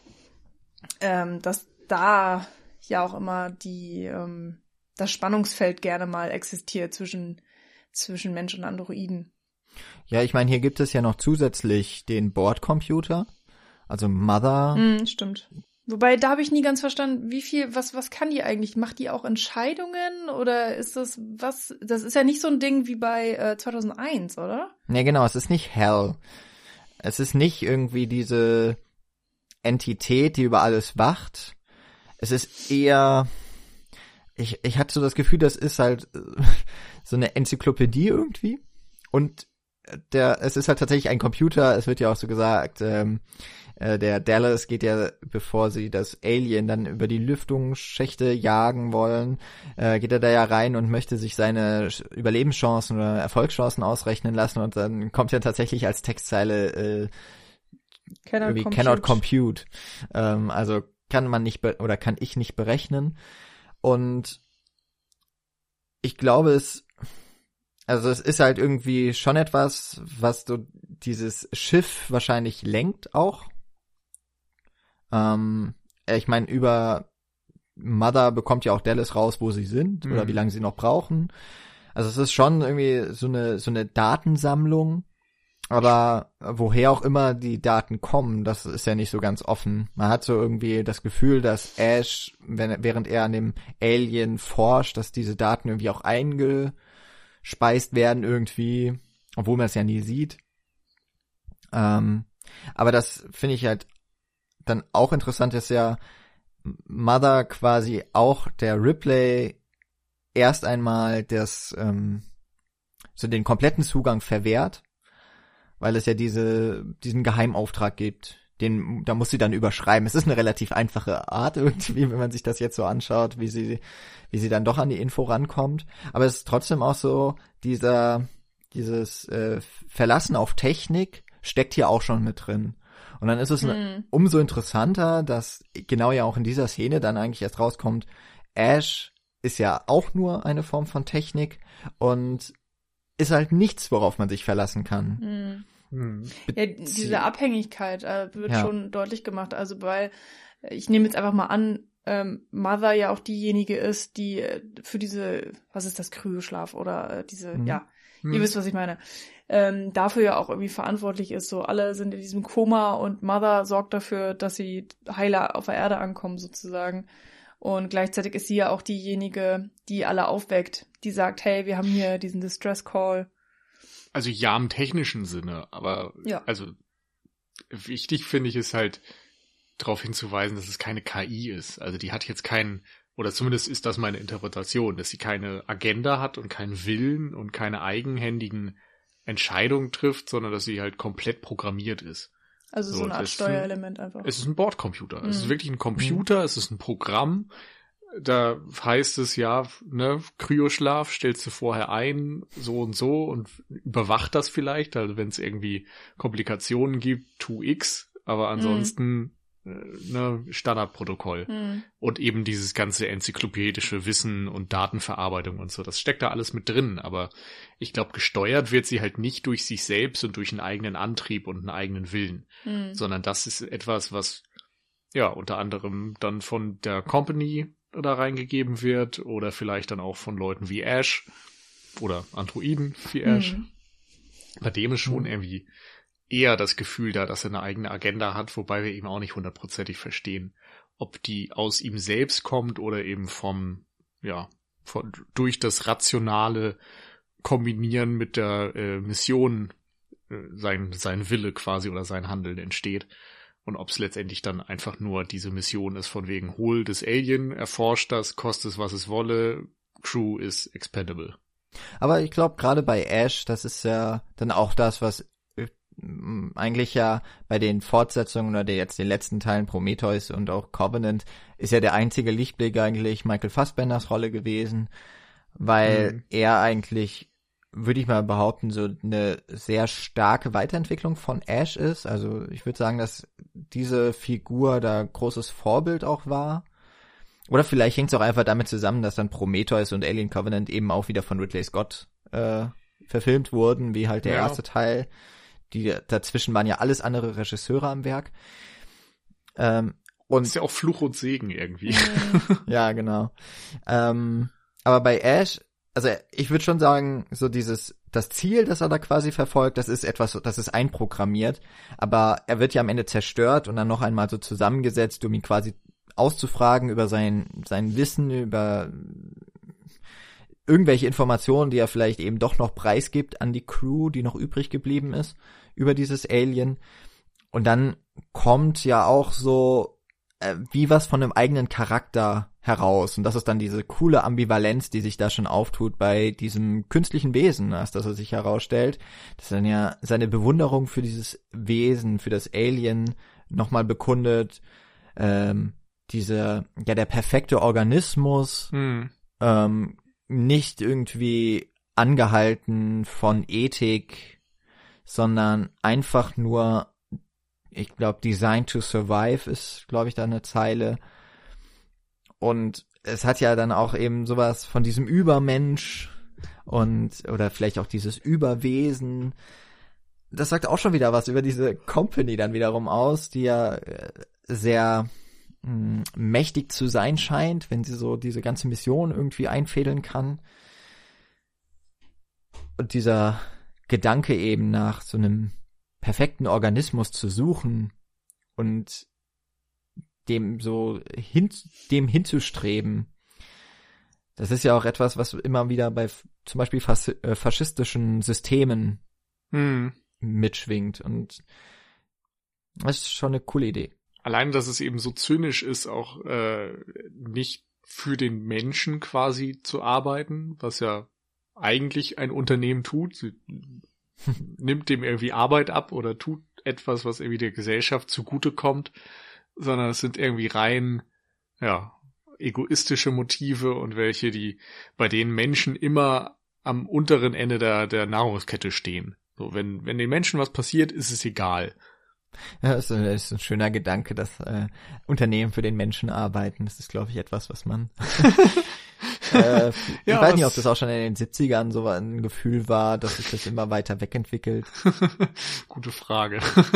ähm, dass da ja auch immer die ähm, das Spannungsfeld gerne mal existiert zwischen zwischen Mensch und Androiden. Ja, ich meine, hier gibt es ja noch zusätzlich den Bordcomputer, also Mother. Mm, stimmt. Wobei, da habe ich nie ganz verstanden, wie viel, was, was kann die eigentlich? Macht die auch Entscheidungen oder ist das was, das ist ja nicht so ein Ding wie bei äh, zweitausendeins, oder? Nee, genau, es ist nicht Hell. Es ist nicht irgendwie diese Entität, die über alles wacht. Es ist eher, ich, ich hatte so das Gefühl, das ist halt so eine Enzyklopädie irgendwie. Und der, es ist halt tatsächlich ein Computer, es wird ja auch so gesagt, ähm, äh, der Dallas geht ja, bevor sie das Alien dann über die Lüftungsschächte jagen wollen, äh, geht er da ja rein und möchte sich seine Überlebenschancen oder Erfolgschancen ausrechnen lassen und dann kommt ja tatsächlich als Textzeile äh, Cannot irgendwie compute. cannot compute. Ähm, also kann man nicht be- oder kann ich nicht berechnen. Und ich glaube, es Also es ist halt irgendwie schon etwas, was so dieses Schiff wahrscheinlich lenkt auch. Ähm, ich meine, über Mother bekommt ja auch Dallas raus, wo sie sind Mhm. oder wie lange sie noch brauchen. Also es ist schon irgendwie so eine so eine Datensammlung, aber woher auch immer die Daten kommen, das ist ja nicht so ganz offen. Man hat so irgendwie das Gefühl, dass Ash, wenn, während er an dem Alien forscht, dass diese Daten irgendwie auch einge speist werden irgendwie, obwohl man es ja nie sieht. Ähm, aber das finde ich halt dann auch interessant, ist ja Mother quasi auch der Ripley erst einmal das ähm, so den kompletten Zugang verwehrt, weil es ja diese diesen Geheimauftrag gibt. Den, da muss sie dann überschreiben. Es ist eine relativ einfache Art irgendwie, wenn man sich das jetzt so anschaut, wie sie, wie sie dann doch an die Info rankommt. Aber es ist trotzdem auch so, dieser, dieses äh, Verlassen auf Technik steckt hier auch schon mit drin. Und dann ist es Mhm. umso interessanter, dass genau ja auch in dieser Szene dann eigentlich erst rauskommt, Ash ist ja auch nur eine Form von Technik und ist halt nichts, worauf man sich verlassen kann. Mhm. Hm. Ja, diese Abhängigkeit äh, wird Ja. schon deutlich gemacht. Also weil, äh, ich nehme jetzt einfach mal an, ähm, Mother ja auch diejenige ist, die äh, für diese, was ist das, Kryoschlaf oder äh, diese, Mhm. ja, Hm. ihr wisst, was ich meine, ähm, dafür ja auch irgendwie verantwortlich ist. So, alle sind in diesem Koma und Mother sorgt dafür, dass sie heiler auf der Erde ankommen sozusagen. Und gleichzeitig ist sie ja auch diejenige, die alle aufweckt, die sagt, hey, wir haben hier diesen Distress Call. Also ja, im technischen Sinne, aber Ja. also wichtig finde ich es halt, darauf hinzuweisen, dass es keine K I ist. Also die hat jetzt keinen, oder zumindest ist das meine Interpretation, dass sie keine Agenda hat und keinen Willen und keine eigenhändigen Entscheidungen trifft, sondern dass sie halt komplett programmiert ist. Also so, So, eine Art das ist ein- Steuerelement einfach. Es ist ein Bordcomputer. Es ist Mhm. wirklich ein Computer, es ist ein Programm. Da heißt es ja, ne, Kryoschlaf stellst du vorher ein, so und so und überwacht das vielleicht. Also wenn es irgendwie Komplikationen gibt, tu X, aber ansonsten äh, ne, Standardprotokoll. Mhm. Und eben dieses ganze enzyklopädische Wissen und Datenverarbeitung und so, das steckt da alles mit drin. Aber ich glaube, gesteuert wird sie halt nicht durch sich selbst und durch einen eigenen Antrieb und einen eigenen Willen, Mhm. sondern das ist etwas, was ja unter anderem dann von der Company da reingegeben wird oder vielleicht dann auch von Leuten wie Ash oder Androiden wie Ash. Mhm. Bei dem ist schon Mhm. irgendwie eher das Gefühl da, dass er eine eigene Agenda hat, wobei wir eben auch nicht hundertprozentig verstehen, ob die aus ihm selbst kommt oder eben vom, ja, von, durch das rationale Kombinieren mit der äh, Mission äh, sein, sein Wille quasi oder sein Handeln entsteht. Und ob es letztendlich dann einfach nur diese Mission ist, von wegen hol das Alien, erforscht das, kostet es, was es wolle, Crew ist expendable. Aber ich glaube, gerade bei Ash, das ist ja dann auch das, was äh, m, eigentlich ja bei den Fortsetzungen oder der, jetzt den letzten Teilen Prometheus und auch Covenant ist ja der einzige Lichtblick eigentlich Michael Fassbenders Rolle gewesen, weil Mhm. er eigentlich, würde ich mal behaupten, so eine sehr starke Weiterentwicklung von Ash ist. Also ich würde sagen, dass diese Figur da großes Vorbild auch war. Oder vielleicht hängt es auch einfach damit zusammen, dass dann Prometheus und Alien Covenant eben auch wieder von Ridley Scott äh, verfilmt wurden, wie halt der Ja. erste Teil. Die dazwischen waren ja alles andere Regisseure am Werk. Ähm, und Ist ja auch Fluch und Segen irgendwie. Mhm. ja, genau. Ähm, aber bei Ash also ich würde schon sagen, so dieses, das Ziel, das er da quasi verfolgt, das ist etwas, das ist einprogrammiert, aber er wird ja am Ende zerstört und dann noch einmal so zusammengesetzt, um ihn quasi auszufragen über sein, sein Wissen, über irgendwelche Informationen, die er vielleicht eben doch noch preisgibt an die Crew, die noch übrig geblieben ist, über dieses Alien. Und dann kommt ja auch so äh, wie was von einem eigenen Charakter heraus. Und das ist dann diese coole Ambivalenz, die sich da schon auftut bei diesem künstlichen Wesen, als das er sich herausstellt. Das ist dann ja seine Bewunderung für dieses Wesen, für das Alien nochmal bekundet. Ähm, diese, ja, der perfekte Organismus, hm. ähm, nicht irgendwie angehalten von Ethik, sondern einfach nur, ich glaube, Designed to Survive ist, glaube ich, da eine Zeile. Und es hat ja dann auch eben sowas von diesem Übermensch und, oder vielleicht auch dieses Überwesen. Das sagt auch schon wieder was über diese Company dann wiederum aus, die ja sehr mh, mächtig zu sein scheint, wenn sie so diese ganze Mission irgendwie einfädeln kann. Und dieser Gedanke eben nach so einem perfekten Organismus zu suchen und dem so hin, dem hinzustreben. Das ist ja auch etwas, was immer wieder bei zum Beispiel fas- äh, faschistischen Systemen hm. mitschwingt, und das ist schon eine coole Idee. Allein, dass es eben so zynisch ist, auch äh, nicht für den Menschen quasi zu arbeiten, was ja eigentlich ein Unternehmen tut. Sie nimmt dem irgendwie Arbeit ab oder tut etwas, was irgendwie der Gesellschaft zugutekommt, sondern es sind irgendwie rein, ja, egoistische Motive und welche, die bei denen Menschen immer am unteren Ende der, der Nahrungskette stehen. So, wenn, wenn den Menschen was passiert, ist es egal. Ja, das ist, ein, das ist ein schöner Gedanke, dass äh, Unternehmen für den Menschen arbeiten. Das ist, glaube ich, etwas, was man äh, ich ja, weiß nicht, ob das auch schon in den siebzigern so ein Gefühl war, dass sich das immer weiter wegentwickelt. Gute Frage.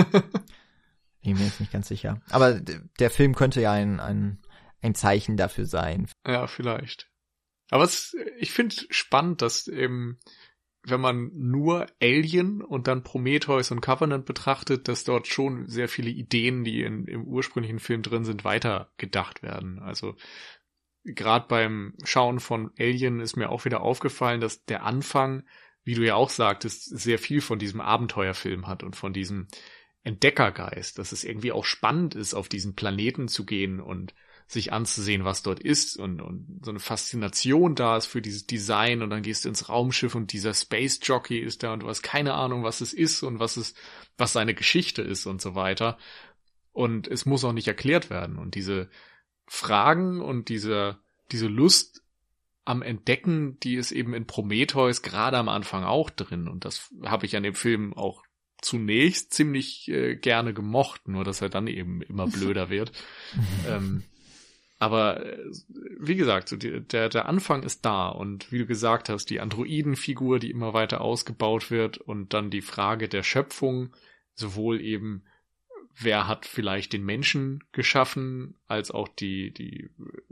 Ich bin mir jetzt nicht ganz sicher. Aber d- der Film könnte ja ein, ein, ein Zeichen dafür sein. Ja, vielleicht. Aber es, ich finde spannend, dass eben, wenn man nur Alien und dann Prometheus und Covenant betrachtet, dass dort schon sehr viele Ideen, die in, im ursprünglichen Film drin sind, weiter gedacht werden. Also gerade beim Schauen von Alien ist mir auch wieder aufgefallen, dass der Anfang, wie du ja auch sagtest, sehr viel von diesem Abenteuerfilm hat und von diesem Entdeckergeist, dass es irgendwie auch spannend ist, auf diesen Planeten zu gehen und sich anzusehen, was dort ist, und, und so eine Faszination da ist für dieses Design, und dann gehst du ins Raumschiff und dieser Space Jockey ist da und du hast keine Ahnung, was es ist und was es, was seine Geschichte ist und so weiter. Und es muss auch nicht erklärt werden. Und diese Fragen und diese, diese Lust am Entdecken, die ist eben in Prometheus gerade am Anfang auch drin. Und das habe ich an dem Film auch zunächst ziemlich äh, gerne gemocht, nur dass er dann eben immer blöder wird. ähm, aber äh, wie gesagt, so die, der, der Anfang ist da, und wie du gesagt hast, die Androidenfigur, die immer weiter ausgebaut wird, und dann die Frage der Schöpfung, sowohl eben, wer hat vielleicht den Menschen geschaffen, als auch die, die,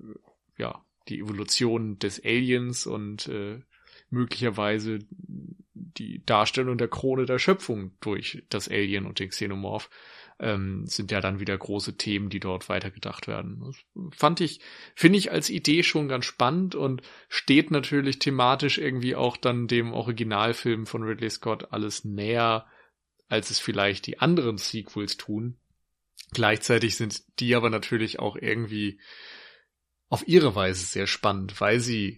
ja, die Evolution des Aliens und äh, möglicherweise die Darstellung der Krone der Schöpfung durch das Alien und den Xenomorph, ähm, sind ja dann wieder große Themen, die dort weitergedacht werden. Das fand ich, finde ich als Idee schon ganz spannend und steht natürlich thematisch irgendwie auch dann dem Originalfilm von Ridley Scott alles näher, als es vielleicht die anderen Sequels tun. Gleichzeitig sind die aber natürlich auch irgendwie auf ihre Weise sehr spannend, weil sie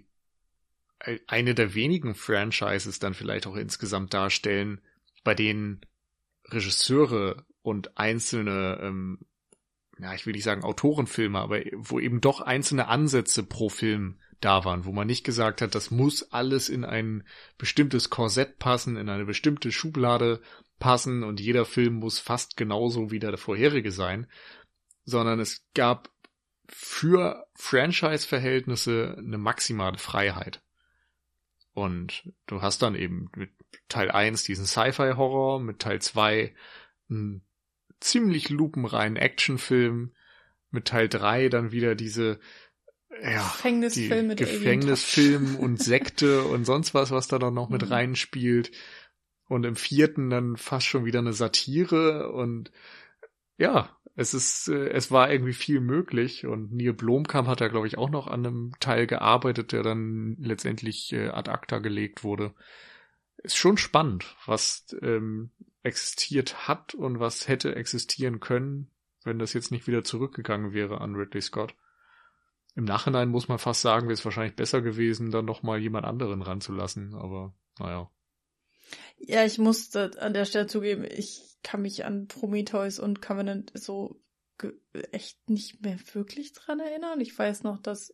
eine der wenigen Franchises dann vielleicht auch insgesamt darstellen, bei denen Regisseure und einzelne, ähm, ja, ich will nicht sagen Autorenfilme, aber wo eben doch einzelne Ansätze pro Film da waren, wo man nicht gesagt hat, das muss alles in ein bestimmtes Korsett passen, in eine bestimmte Schublade passen und jeder Film muss fast genauso wie der vorherige sein, sondern es gab für Franchise-Verhältnisse eine maximale Freiheit. Und du hast dann eben mit Teil eins diesen Sci-Fi-Horror, mit Teil zwei einen ziemlich lupenreinen Actionfilm, mit Teil drei dann wieder diese ja, Gefängnisfilm mit Gefängnisfilm und Sekte und sonst was, was da dann noch mit mhm. reinspielt. Und im vierten dann fast schon wieder eine Satire und ja, es ist, äh, es war irgendwie viel möglich und Neil Blomkamp hat da, glaube ich, auch noch an einem Teil gearbeitet, der dann letztendlich äh, ad acta gelegt wurde. Ist schon spannend, was ähm, existiert hat und was hätte existieren können, wenn das jetzt nicht wieder zurückgegangen wäre an Ridley Scott. Im Nachhinein muss man fast sagen, wäre es wahrscheinlich besser gewesen, dann nochmal jemand anderen ranzulassen, aber naja. Ja, ich musste an der Stelle zugeben, ich kann mich an Prometheus und Covenant so ge- echt nicht mehr wirklich dran erinnern. Ich weiß noch, dass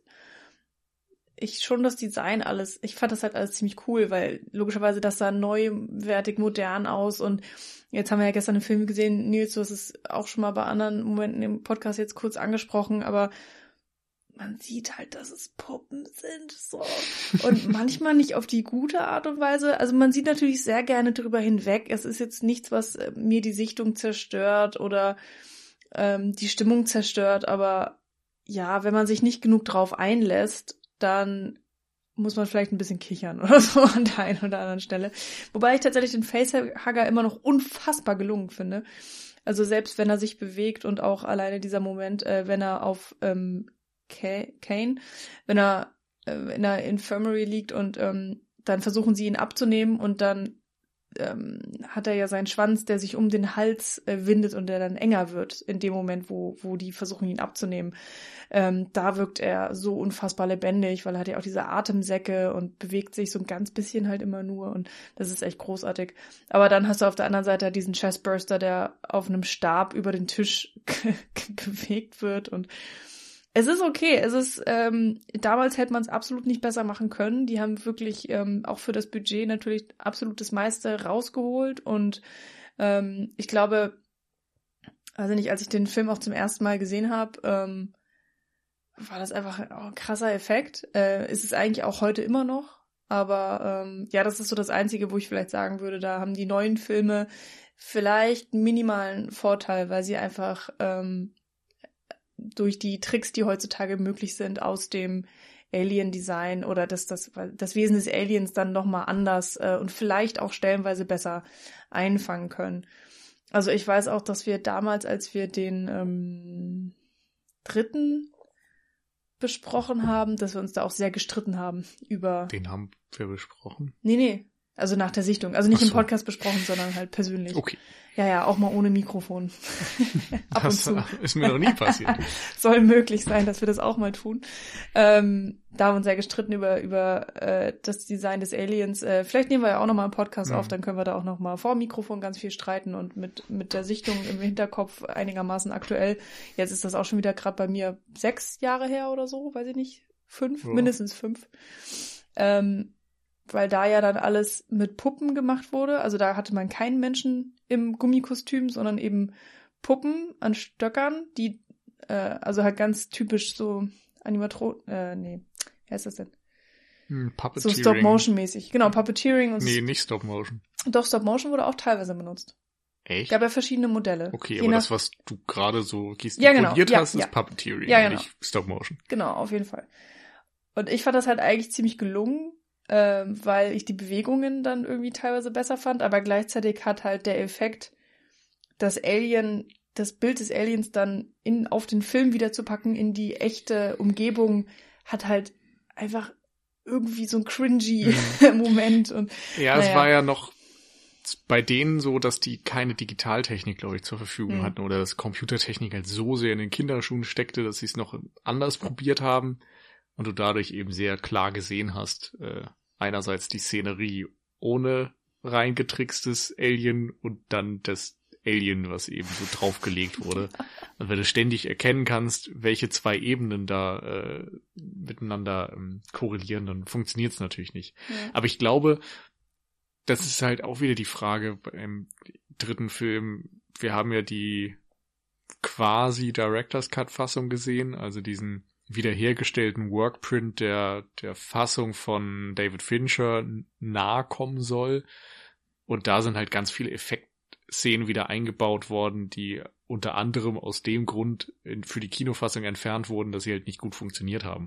ich schon das Design alles, ich fand das halt alles ziemlich cool, weil logischerweise das sah neuwertig, modern aus und jetzt haben wir ja gestern einen Film gesehen, Nils, du hast es auch schon mal bei anderen Momenten im Podcast jetzt kurz angesprochen, aber man sieht halt, dass es Puppen sind, so. Und manchmal nicht auf die gute Art und Weise. Also man sieht natürlich sehr gerne drüber hinweg. Es ist jetzt nichts, was äh, mir die Sichtung zerstört oder ähm, die Stimmung zerstört. Aber ja, wenn man sich nicht genug drauf einlässt, dann muss man vielleicht ein bisschen kichern oder so an der einen oder anderen Stelle. Wobei ich tatsächlich den Facehugger immer noch unfassbar gelungen finde. Also selbst wenn er sich bewegt und auch alleine dieser Moment, äh, wenn er auf ähm, Kane, wenn er äh, in der Infirmary liegt und ähm, dann versuchen sie ihn abzunehmen und dann ähm, hat er ja seinen Schwanz, der sich um den Hals äh, windet und der dann enger wird in dem Moment, wo wo die versuchen, ihn abzunehmen. Ähm, da wirkt er so unfassbar lebendig, weil er hat ja auch diese Atemsäcke und bewegt sich so ein ganz bisschen halt immer nur und das ist echt großartig. Aber dann hast du auf der anderen Seite diesen Chestburster, der auf einem Stab über den Tisch bewegt wird und es ist okay, es ist, ähm, damals hätte man es absolut nicht besser machen können. Die haben wirklich ähm, auch für das Budget natürlich absolut das meiste rausgeholt und ähm, ich glaube, also nicht, als ich den Film auch zum ersten Mal gesehen habe, ähm, war das einfach auch ein krasser Effekt. Äh, ist es eigentlich auch heute immer noch, aber ähm, ja, das ist so das Einzige, wo ich vielleicht sagen würde, da haben die neuen Filme vielleicht einen minimalen Vorteil, weil sie einfach ähm, durch die Tricks, die heutzutage möglich sind aus dem Alien-Design oder das, das, das Wesen des Aliens dann nochmal anders äh, und vielleicht auch stellenweise besser einfangen können. Also ich weiß auch, dass wir damals, als wir den ähm, dritten besprochen haben, dass wir uns da auch sehr gestritten haben über... Den haben wir besprochen? Nee, nee. Also nach der Sichtung. Also nicht Ach so. Im Podcast besprochen, sondern halt persönlich. Okay. Ja, ja, auch mal ohne Mikrofon. Ab das und zu. Ist mir noch nie passiert. Soll möglich sein, dass wir das auch mal tun. Ähm, da haben wir uns ja gestritten über über äh, das Design des Aliens. Äh, vielleicht nehmen wir ja auch noch mal einen Podcast mhm. auf, dann können wir da auch noch mal vor dem Mikrofon ganz viel streiten und mit mit der Sichtung im Hinterkopf einigermaßen aktuell. Jetzt ist das auch schon wieder gerade bei mir sechs Jahre her oder so, weiß ich nicht, fünf, ja. mindestens fünf. Ähm, weil da ja dann alles mit Puppen gemacht wurde. Also da hatte man keinen Menschen im Gummikostüm, sondern eben Puppen an Stöckern, die, äh, also halt ganz typisch so Animatron, äh, nee, wie heißt das denn? Hm, so Stop-Motion-mäßig. Genau, Puppeteering und... Nee, nicht Stop-Motion. Doch, Stop-Motion wurde auch teilweise benutzt. Echt? Gab ja verschiedene Modelle. Okay, Je aber nach... das, was du gerade so gestikuliert ja, genau. ja, hast, ja. ist Puppeteering, ja, genau. nicht Stop-Motion. Genau, auf jeden Fall. Und ich fand das halt eigentlich ziemlich gelungen, Ähm, weil ich die Bewegungen dann irgendwie teilweise besser fand, aber gleichzeitig hat halt der Effekt, das Alien, das Bild des Aliens dann in auf den Film wieder zu packen, in die echte Umgebung, hat halt einfach irgendwie so ein cringy mhm. Moment. Und, ja, naja. Es war ja noch bei denen so, dass die keine Digitaltechnik, glaube ich, zur Verfügung mhm. hatten oder dass Computertechnik halt so sehr in den Kinderschuhen steckte, dass sie es noch anders probiert haben und du dadurch eben sehr klar gesehen hast, äh, einerseits die Szenerie ohne reingetrickstes Alien und dann das Alien, was eben so draufgelegt wurde. Und wenn du ständig erkennen kannst, welche zwei Ebenen da äh, miteinander ähm, korrelieren, dann funktioniert es natürlich nicht. Ja. Aber ich glaube, das ist halt auch wieder die Frage beim dritten Film. Wir haben ja die quasi Director's Cut-Fassung gesehen, also diesen wiederhergestellten Workprint der der Fassung von David Fincher nahe kommen soll. Und da sind halt ganz viele Effektszenen wieder eingebaut worden, die unter anderem aus dem Grund in, für die Kinofassung entfernt wurden, dass sie halt nicht gut funktioniert haben.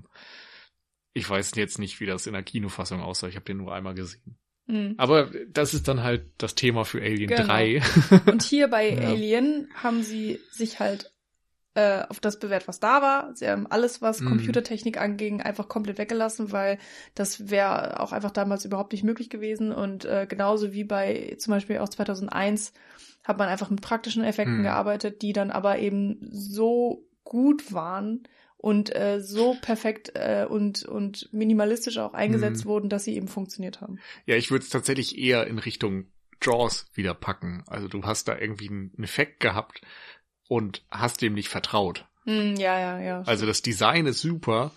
Ich weiß jetzt nicht, wie das in der Kinofassung aussah. Ich habe den nur einmal gesehen. Mhm. Aber das ist dann halt das Thema für Alien genau. drei. Und hier bei ja. Alien haben sie sich halt äh, auf das bewährt, was da war. Sie haben alles, was mhm. Computertechnik anging, einfach komplett weggelassen, weil das wäre auch einfach damals überhaupt nicht möglich gewesen. Und äh, genauso wie bei zum Beispiel auch zweitausendeins hat man einfach mit praktischen Effekten mhm. gearbeitet, die dann aber eben so gut waren, und äh, so perfekt äh, und und minimalistisch auch eingesetzt hm. wurden, dass sie eben funktioniert haben. Ja, ich würde es tatsächlich eher in Richtung Jaws wieder packen. Also du hast da irgendwie einen Effekt gehabt und hast dem nicht vertraut. Hm, ja, ja, ja. Also das Design ist super,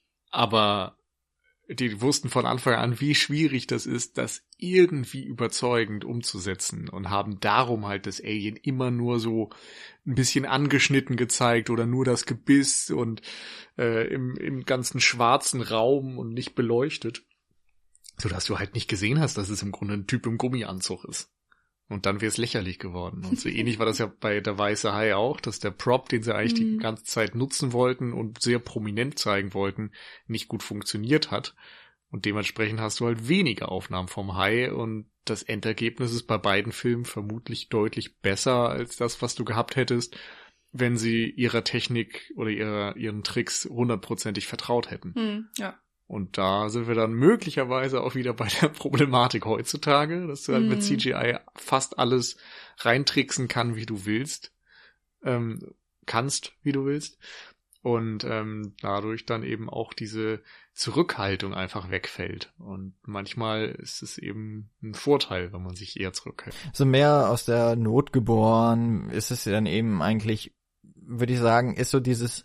aber die wussten von Anfang an, wie schwierig das ist, das irgendwie überzeugend umzusetzen und haben darum halt das Alien immer nur so ein bisschen angeschnitten gezeigt oder nur das Gebiss und äh, im, im ganzen schwarzen Raum und nicht beleuchtet, sodass du halt nicht gesehen hast, dass es im Grunde ein Typ im Gummianzug ist. Und dann wäre es lächerlich geworden. Und so ähnlich war das ja bei der Weiße Hai auch, dass der Prop, den sie eigentlich die ganze Zeit nutzen wollten und sehr prominent zeigen wollten, nicht gut funktioniert hat. Und dementsprechend hast du halt weniger Aufnahmen vom Hai und das Endergebnis ist bei beiden Filmen vermutlich deutlich besser als das, was du gehabt hättest, wenn sie ihrer Technik oder ihrer, ihren Tricks hundertprozentig vertraut hätten. Hm, ja. Und da sind wir dann möglicherweise auch wieder bei der Problematik heutzutage, dass du halt mm. mit C G I fast alles reintricksen kann, wie du willst, ähm, kannst, wie du willst. Und ähm, dadurch dann eben auch diese Zurückhaltung einfach wegfällt. Und manchmal ist es eben ein Vorteil, wenn man sich eher zurückhält. So mehr aus der Not geboren ist es dann eben eigentlich, würde ich sagen, ist so dieses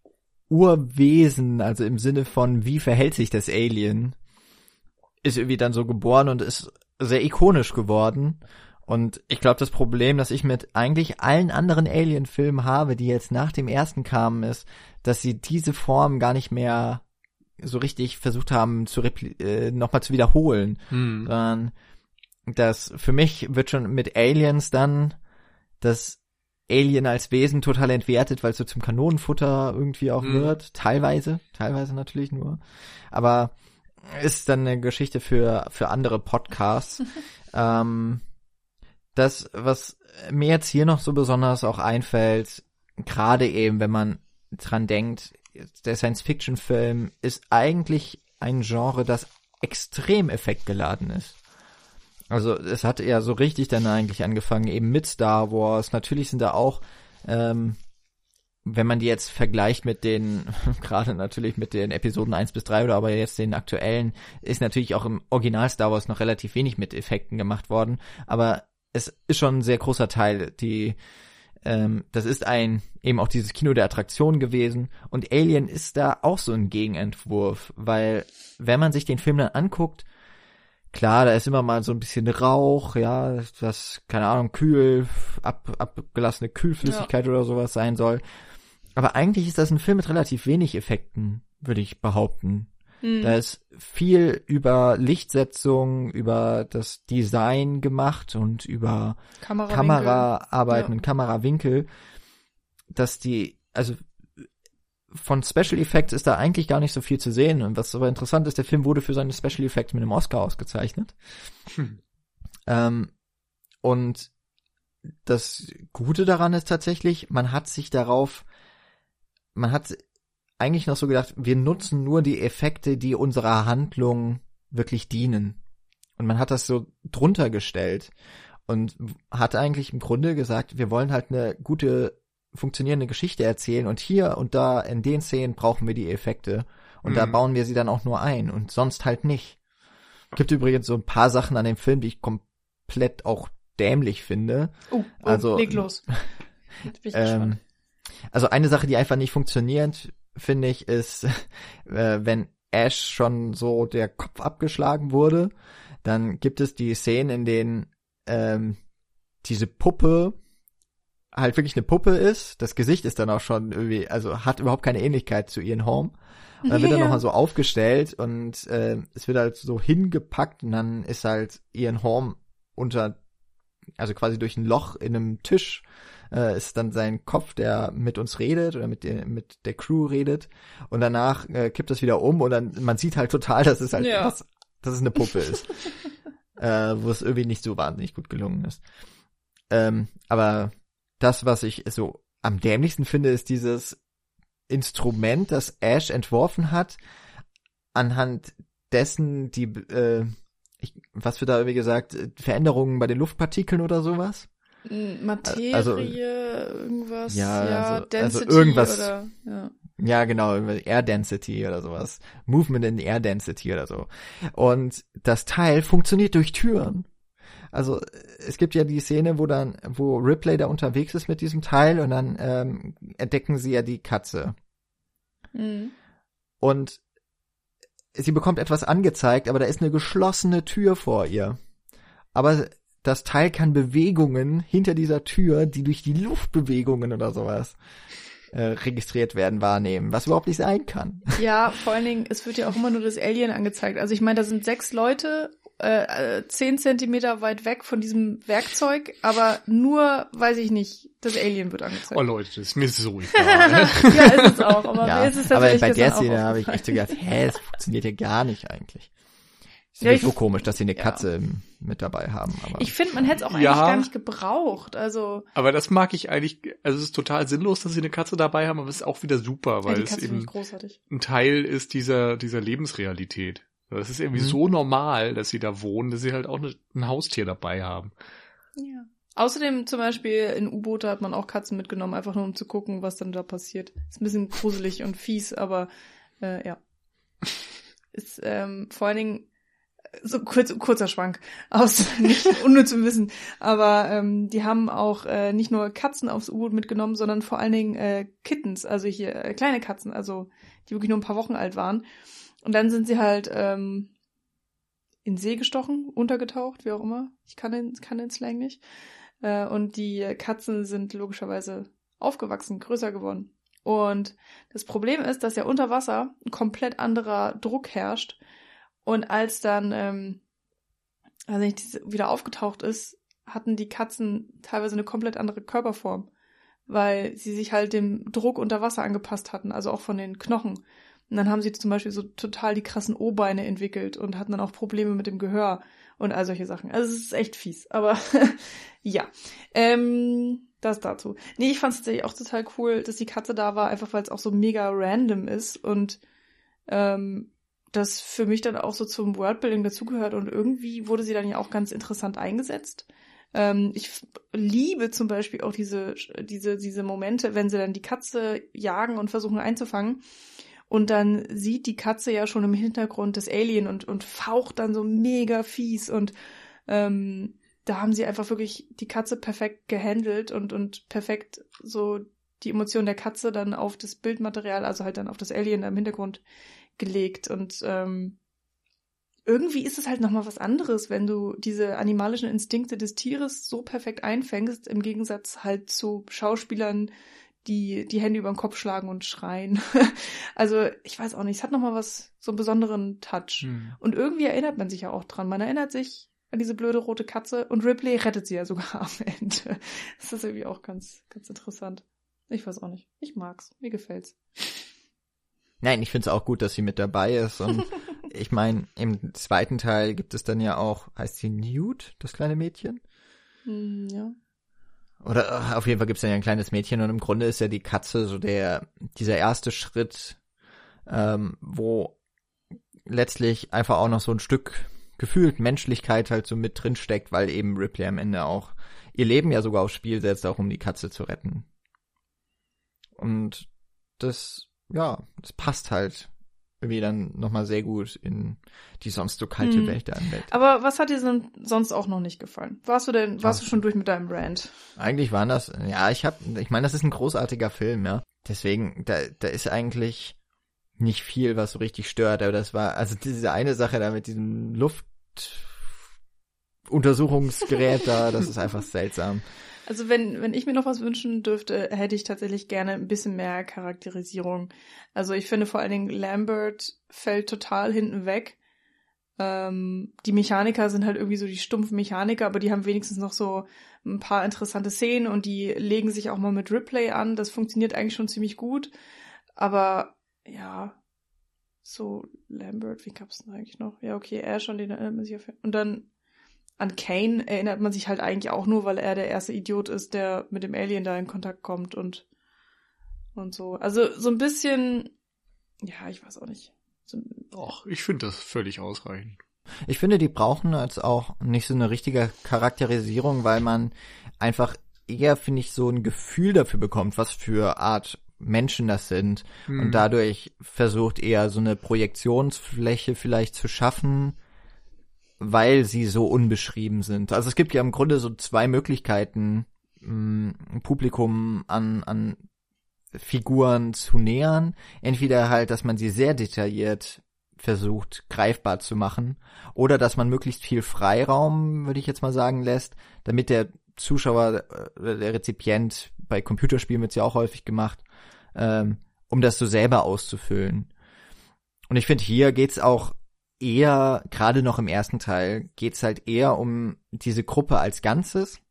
Urwesen, also im Sinne von, wie verhält sich das Alien, ist irgendwie dann so geboren und ist sehr ikonisch geworden. Und ich glaube, das Problem, das ich mit eigentlich allen anderen Alien-Filmen habe, die jetzt nach dem ersten kamen, ist, dass sie diese Form gar nicht mehr so richtig versucht haben, zu repli- äh, nochmal zu wiederholen. Hm. Sondern das, für mich wird schon mit Aliens dann das Alien als Wesen total entwertet, weil es so zum Kanonenfutter irgendwie auch mhm. wird. Teilweise, teilweise natürlich nur. Aber ist dann eine Geschichte für für andere Podcasts. ähm, das, was mir jetzt hier noch so besonders auch einfällt, gerade eben, wenn man dran denkt, der Science-Fiction-Film ist eigentlich ein Genre, das extrem effektgeladen ist. Also es hat ja so richtig dann eigentlich angefangen, eben mit Star Wars. Natürlich sind da auch, ähm, wenn man die jetzt vergleicht mit den, gerade natürlich mit den Episoden eins bis drei oder aber jetzt den aktuellen, ist natürlich auch im Original Star Wars noch relativ wenig mit Effekten gemacht worden. Aber es ist schon ein sehr großer Teil, die, ähm, das ist ein, eben auch dieses Kino der Attraktion gewesen. Und Alien ist da auch so ein Gegenentwurf, weil wenn man sich den Film dann anguckt, klar, da ist immer mal so ein bisschen Rauch, ja, das, keine Ahnung, kühl, ab, abgelassene Kühlflüssigkeit ja. oder sowas sein soll. Aber eigentlich ist das ein Film mit relativ wenig Effekten, würde ich behaupten. Mhm. Da ist viel über Lichtsetzung, über das Design gemacht und über Kameraarbeiten ja. und Kamerawinkel, dass die, also von Special Effects ist da eigentlich gar nicht so viel zu sehen. Und was aber interessant ist, der Film wurde für seine Special Effects mit einem Oscar ausgezeichnet. Hm. Ähm, und das Gute daran ist tatsächlich, man hat sich darauf, man hat eigentlich noch so gedacht, wir nutzen nur die Effekte, die unserer Handlung wirklich dienen. Und man hat das so drunter gestellt und hat eigentlich im Grunde gesagt, wir wollen halt eine gute funktionierende Geschichte erzählen und hier und da in den Szenen brauchen wir die Effekte und mhm. da bauen wir sie dann auch nur ein und sonst halt nicht. Gibt übrigens so ein paar Sachen an dem Film, die ich komplett auch dämlich finde. Oh, oh also, leg los. ähm, also eine Sache, die einfach nicht funktioniert, finde ich, ist, äh, wenn Ash schon so der Kopf abgeschlagen wurde, dann gibt es die Szenen, in denen ähm, diese Puppe halt wirklich eine Puppe ist, das Gesicht ist dann auch schon irgendwie, also hat überhaupt keine Ähnlichkeit zu Ian Holm. Und dann wird er ja. nochmal so aufgestellt und äh, es wird halt so hingepackt und dann ist halt Ian Holm unter, also quasi durch ein Loch in einem Tisch äh, ist dann sein Kopf, der mit uns redet oder mit der, mit der Crew redet und danach äh, kippt es wieder um und dann, man sieht halt total, dass es halt Ja. was, dass es eine Puppe ist. äh, wo es irgendwie nicht so wahnsinnig gut gelungen ist. Ähm, aber das, was ich so am dämlichsten finde, ist dieses Instrument, das Ash entworfen hat, anhand dessen die, äh, ich, was wird da irgendwie gesagt, Veränderungen bei den Luftpartikeln oder sowas? Materie, Also, irgendwas, ja, ja, also- also Density irgendwas- oder, ja. Ja, genau, Air Density oder sowas. Movement in Air Density oder so. Und das Teil funktioniert durch Türen. Also es gibt ja die Szene, wo dann, wo Ripley da unterwegs ist mit diesem Teil und dann ähm, entdecken sie ja die Katze. Mhm. Und sie bekommt etwas angezeigt, aber da ist eine geschlossene Tür vor ihr. Aber das Teil kann Bewegungen hinter dieser Tür, die durch die Luftbewegungen oder sowas äh, registriert werden, wahrnehmen, was überhaupt nicht sein kann. Ja, vor allen Dingen, es wird ja auch immer nur das Alien angezeigt. Also ich meine, da sind sechs Leute, äh, zehn Zentimeter weit weg von diesem Werkzeug, aber nur, weiß ich nicht, das Alien wird angezeigt. Oh Leute, das ist mir so egal. Ja, ist es auch, aber Ja, mir ist es aber tatsächlich bei der gestern auch Szene habe ich echt so aufgefallen. gedacht, hä, das funktioniert ja gar nicht eigentlich. Ist Ja, ja, ich- so komisch, dass sie eine ja. Katze mit dabei haben. Aber Ich finde, man hätte es auch eigentlich Ja. gar nicht gebraucht. Also, Aber das mag ich eigentlich, also es ist total sinnlos, dass sie eine Katze dabei haben, aber es ist auch wieder super, ja, weil die es Katze finde eben ich großartig. ein Teil ist dieser, dieser Lebensrealität. Das ist irgendwie Mhm. so normal, dass sie da wohnen, dass sie halt auch eine, ein Haustier dabei haben. Ja. Außerdem zum Beispiel in U-Boote hat man auch Katzen mitgenommen, einfach nur um zu gucken, was dann da passiert. Ist ein bisschen gruselig und fies, aber äh, ja. Ist ähm, vor allen Dingen so kurz, kurzer Schwank aus nicht unnützem Wissen, aber ähm, die haben auch äh, nicht nur Katzen aufs U-Boot mitgenommen, sondern vor allen Dingen äh, Kittens, also hier äh, kleine Katzen, also die wirklich nur ein paar Wochen alt waren. Und dann sind sie halt ähm, in See gestochen, untergetaucht, wie auch immer. Ich kann den, kann den Slang nicht. Äh, und die Katzen sind logischerweise aufgewachsen, größer geworden. Und das Problem ist, dass ja unter Wasser ein komplett anderer Druck herrscht. Und als dann, ähm, also ich diese wieder aufgetaucht ist, hatten die Katzen teilweise eine komplett andere Körperform, weil sie sich halt dem Druck unter Wasser angepasst hatten, also auch von den Knochen. Und dann haben sie zum Beispiel so total die krassen O-Beine entwickelt und hatten dann auch Probleme mit dem Gehör und all solche Sachen. Also es ist echt fies, aber ja. Ähm, das dazu. Nee, ich fand es tatsächlich auch total cool, dass die Katze da war, einfach weil es auch so mega random ist und ähm, das für mich dann auch so zum Worldbuilding dazugehört und irgendwie wurde sie dann ja auch ganz interessant eingesetzt. Ähm, ich f- liebe zum Beispiel auch diese, diese, diese Momente, wenn sie dann die Katze jagen und versuchen einzufangen. Und dann sieht die Katze ja schon im Hintergrund das Alien und, und faucht dann so mega fies. Und ähm, da haben sie einfach wirklich die Katze perfekt gehandelt und, und perfekt so die Emotion der Katze dann auf das Bildmaterial, also halt dann auf das Alien da im Hintergrund gelegt. Und ähm, irgendwie ist es halt nochmal was anderes, wenn du diese animalischen Instinkte des Tieres so perfekt einfängst, im Gegensatz halt zu Schauspielern, die die Hände über den Kopf schlagen und schreien. Also ich weiß auch nicht, es hat nochmal was, so einen besonderen Touch. Hm. Und irgendwie erinnert man sich ja auch dran. Man erinnert sich an diese blöde rote Katze und Ripley rettet sie ja sogar am Ende. Das ist irgendwie auch ganz, ganz interessant. Ich weiß auch nicht. Ich mag's. Mir gefällt's. Nein, ich finde es auch gut, dass sie mit dabei ist. Und ich meine, im zweiten Teil gibt es dann ja auch, heißt sie Newt, das kleine Mädchen? Hm, ja. Oder ach, auf jeden Fall gibt es dann ja ein kleines Mädchen und im Grunde ist ja die Katze so der, dieser erste Schritt, ähm, wo letztlich einfach auch noch so ein Stück gefühlt Menschlichkeit halt so mit drin steckt, weil eben Ripley am Ende auch ihr Leben ja sogar aufs Spiel setzt, auch um die Katze zu retten. Und das, ja, das passt halt irgendwie dann nochmal sehr gut in die sonst so kalte Hm. Welt der Anwälte. Aber was hat dir denn sonst auch noch nicht gefallen? Warst du denn, warst Ach. du schon durch mit deinem Rant? Eigentlich waren das, ja, ich hab, ich meine, das ist ein großartiger Film, ja. Deswegen, da, da ist eigentlich nicht viel, was so richtig stört, aber das war, also diese eine Sache da mit diesem Luftuntersuchungsgerät da, das ist einfach seltsam. Also wenn, wenn ich mir noch was wünschen dürfte, hätte ich tatsächlich gerne ein bisschen mehr Charakterisierung. Also ich finde vor allen Dingen Lambert fällt total hinten weg. ähm, die Mechaniker sind halt irgendwie so die stumpfen Mechaniker, aber die haben wenigstens noch so ein paar interessante Szenen und die legen sich auch mal mit Ripley an. Das funktioniert eigentlich schon ziemlich gut. Aber ja, so Lambert, wie gab's denn eigentlich noch? Ja, okay, Ash, an den erinnert man sich auf. Und dann an Kane erinnert man sich halt eigentlich auch nur, weil er der erste Idiot ist, der mit dem Alien da in Kontakt kommt und und so. Also so ein bisschen, ja, ich weiß auch nicht. So, Och, ich finde das völlig ausreichend. Ich finde, die brauchen jetzt auch nicht so eine richtige Charakterisierung, weil man einfach eher, finde ich, so ein Gefühl dafür bekommt, was für Art Menschen das sind. Hm. Und dadurch versucht eher so eine Projektionsfläche vielleicht zu schaffen, weil sie so unbeschrieben sind. Also es gibt ja im Grunde so zwei Möglichkeiten, ein Publikum an, an Figuren zu nähern. Entweder halt, dass man sie sehr detailliert versucht, greifbar zu machen, oder dass man möglichst viel Freiraum, würde ich jetzt mal sagen, lässt, damit der Zuschauer, der Rezipient, bei Computerspielen wird es ja auch häufig gemacht, ähm, um das so selber auszufüllen. Und ich finde, hier geht's auch eher, gerade noch im ersten Teil, geht's halt eher um diese Gruppe als Ganzes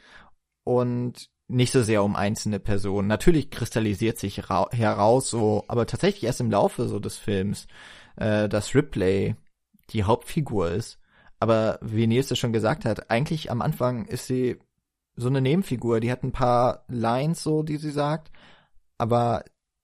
und nicht so sehr um einzelne Personen. Natürlich kristallisiert sich ra- heraus so, aber tatsächlich erst im Laufe so des Films, äh, dass Ripley die Hauptfigur ist. Aber wie Nils das schon gesagt hat, eigentlich am Anfang ist sie so eine Nebenfigur. Die hat ein paar Lines so, die sie sagt, aber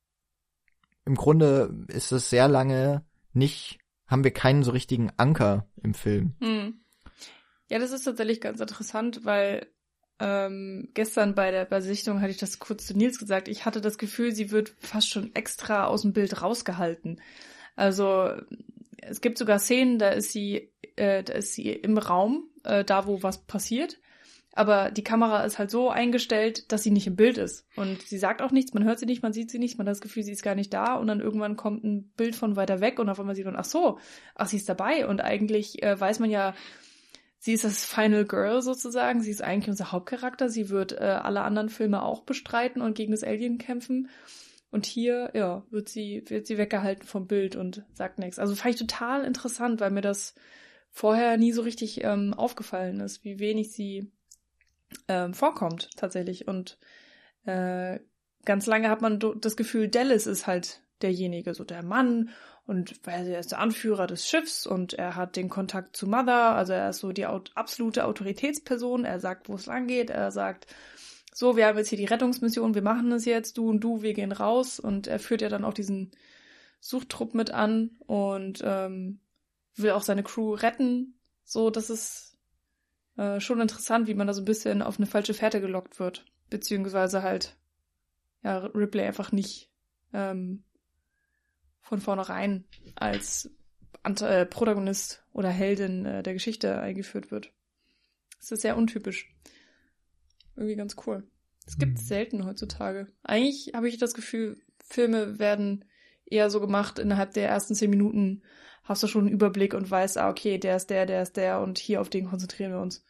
im Grunde ist es sehr lange nicht, haben wir keinen so richtigen Anker im Film. Hm. Ja, das ist tatsächlich ganz interessant, weil ähm, gestern bei der Besichtigung hatte ich das kurz zu Nils gesagt, ich hatte das Gefühl, sie wird fast schon extra aus dem Bild rausgehalten. Also es gibt sogar Szenen, da ist sie, äh, da ist sie im Raum, äh, da wo was passiert, aber die Kamera ist halt so eingestellt, dass sie nicht im Bild ist. Und sie sagt auch nichts, man hört sie nicht, man sieht sie nicht, man hat das Gefühl, sie ist gar nicht da und dann irgendwann kommt ein Bild von weiter weg und auf einmal sieht man, ach so, ach, sie ist dabei. Und eigentlich äh, weiß man ja, sie ist das Final Girl sozusagen, sie ist eigentlich unser Hauptcharakter, sie wird äh, alle anderen Filme auch bestreiten und gegen das Alien kämpfen. Und hier, ja, wird sie, wird sie weggehalten vom Bild und sagt nichts. Also fand ich total interessant, weil mir das vorher nie so richtig ähm, aufgefallen ist, wie wenig sie ähm, vorkommt tatsächlich. Und äh, ganz lange hat man do- das Gefühl, Dallas ist halt derjenige, so der Mann. Und weil er ist der Anführer des Schiffs und er hat den Kontakt zu Mother, also er ist so die aut- absolute Autoritätsperson. Er sagt, wo es lang geht. Er sagt, so, wir haben jetzt hier die Rettungsmission, wir machen es jetzt, du und du, wir gehen raus. Und er führt ja dann auch diesen Suchtrupp mit an und ähm, will auch seine Crew retten. So, das ist äh, schon interessant, wie man da so ein bisschen auf eine falsche Fährte gelockt wird. Beziehungsweise halt, ja, Ripley einfach nicht ähm, von vornherein als Ant- äh, Protagonist oder Heldin äh, der Geschichte eingeführt wird. Das ist sehr untypisch. Irgendwie ganz cool. Das gibt's mhm. selten heutzutage. Eigentlich habe ich das Gefühl, Filme werden eher so gemacht, innerhalb der ersten zehn Minuten hast du schon einen Überblick und weißt, ah, okay, der ist der, der ist der und hier auf den konzentrieren wir uns.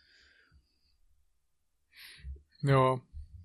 Ja.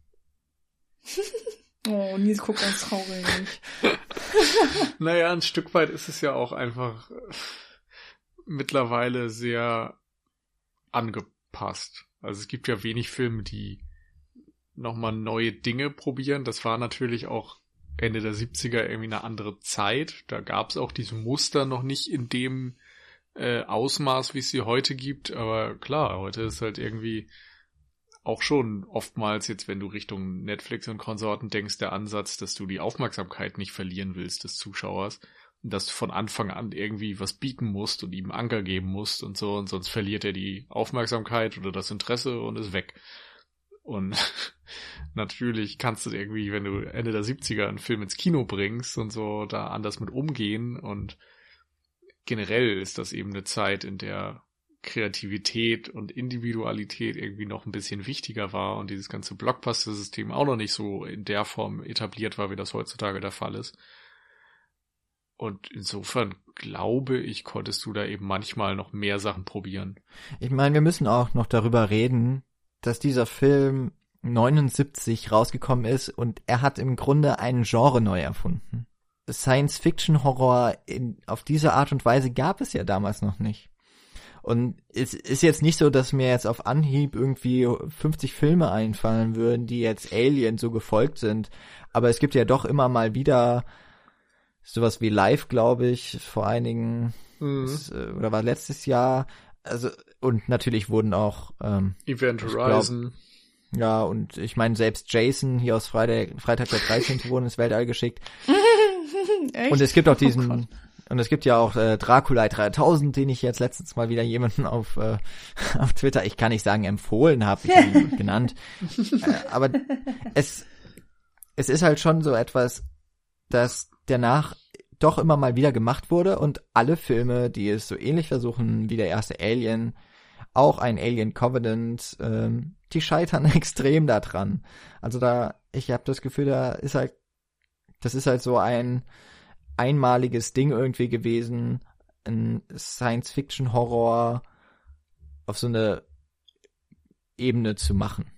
Oh, Nils guckt ganz traurig. Naja, ein Stück weit ist es ja auch einfach mittlerweile sehr angepasst. Also es gibt ja wenig Filme, die nochmal neue Dinge probieren. Das war natürlich auch Ende der siebziger irgendwie eine andere Zeit. Da gab es auch diese Muster noch nicht in dem äh, Ausmaß, wie es sie heute gibt. Aber klar, heute ist halt irgendwie auch schon oftmals jetzt, wenn du Richtung Netflix und Konsorten denkst, der Ansatz, dass du die Aufmerksamkeit nicht verlieren willst des Zuschauers. Und dass du von Anfang an irgendwie was bieten musst und ihm Anker geben musst und so. Und sonst verliert er die Aufmerksamkeit oder das Interesse und ist weg. Und natürlich kannst du irgendwie, wenn du Ende der siebziger einen Film ins Kino bringst und so, da anders mit umgehen. Und generell ist das eben eine Zeit, in der Kreativität und Individualität irgendwie noch ein bisschen wichtiger war und dieses ganze Blockbuster-System auch noch nicht so in der Form etabliert war, wie das heutzutage der Fall ist. Und insofern glaube ich, konntest du da eben manchmal noch mehr Sachen probieren. Ich meine, wir müssen auch noch darüber reden, dass dieser Film neunundsiebzig rausgekommen ist und er hat im Grunde einen Genre neu erfunden. Science-Fiction-Horror in, auf diese Art und Weise gab es ja damals noch nicht. Und es ist jetzt nicht so, dass mir jetzt auf Anhieb irgendwie fünfzig Filme einfallen würden, die jetzt Alien so gefolgt sind. Aber es gibt ja doch immer mal wieder sowas wie Live, glaube ich, vor einigen, mhm. ist, oder war letztes Jahr. Also, und natürlich wurden auch ähm, Event Horizon. Glaub, ja, und ich meine, selbst Jason hier aus Freitag, Freitag der dreizehnte wurde ins Weltall geschickt. Echt? Und es gibt auch diesen, oh und es gibt ja auch äh, Dracula dreitausend, den ich jetzt letztens mal wieder jemanden auf äh, auf Twitter, ich kann nicht sagen empfohlen habe, ich habe ihn genannt. Äh, aber es es ist halt schon so etwas, dass danach doch immer mal wieder gemacht wurde und alle Filme, die es so ähnlich versuchen wie der erste Alien, auch ein Alien Covenant, ähm, die scheitern extrem da dran. Also da, ich habe das Gefühl, da ist halt, das ist halt so ein einmaliges Ding irgendwie gewesen, ein Science-Fiction-Horror auf so eine Ebene zu machen.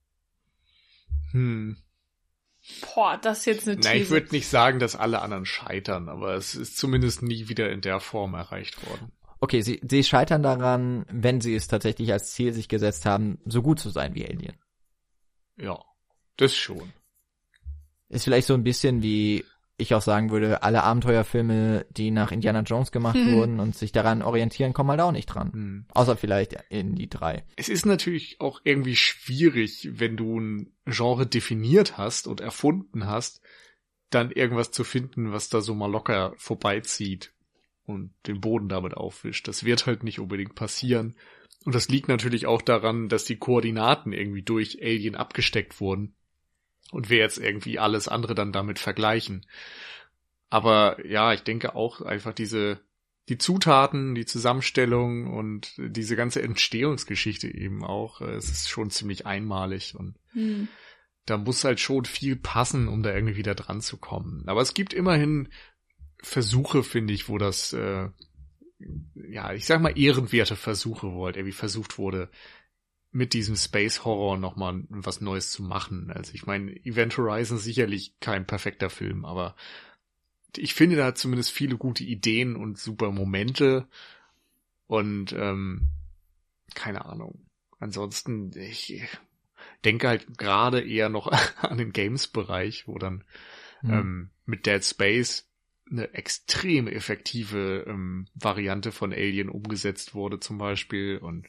Hm. Boah, das ist jetzt eine These. Na, ich würde nicht sagen, dass alle anderen scheitern, aber es ist zumindest nie wieder in der Form erreicht worden. Okay, sie, sie scheitern daran, wenn sie es tatsächlich als Ziel sich gesetzt haben, so gut zu sein wie Alien. Ja, das schon. Ist vielleicht so ein bisschen wie, ich auch sagen würde, alle Abenteuerfilme, die nach Indiana Jones gemacht hm. wurden und sich daran orientieren, kommen halt auch nicht dran. Hm. Außer vielleicht in die drei. Es ist natürlich auch irgendwie schwierig, wenn du ein Genre definiert hast und erfunden hast, dann irgendwas zu finden, was da so mal locker vorbeizieht und den Boden damit aufwischt. Das wird halt nicht unbedingt passieren. Und das liegt natürlich auch daran, dass die Koordinaten irgendwie durch Alien abgesteckt wurden. Und wir jetzt irgendwie alles andere dann damit vergleichen. Aber ja, ich denke auch einfach diese, die Zutaten, die Zusammenstellung und diese ganze Entstehungsgeschichte eben auch, es ist schon ziemlich einmalig und hm. da muss halt schon viel passen, um da irgendwie wieder dran zu kommen. Aber es gibt immerhin Versuche, finde ich, wo das, äh, ja, ich sag mal ehrenwerte Versuche, wo halt irgendwie versucht wurde, mit diesem Space Horror nochmal was Neues zu machen. Also ich meine, Event Horizon sicherlich kein perfekter Film, aber ich finde da zumindest viele gute Ideen und super Momente und ähm, keine Ahnung. Ansonsten, ich denke halt gerade eher noch an den Games-Bereich, wo dann mhm. ähm, mit Dead Space eine extrem effektive ähm, Variante von Alien umgesetzt wurde zum Beispiel und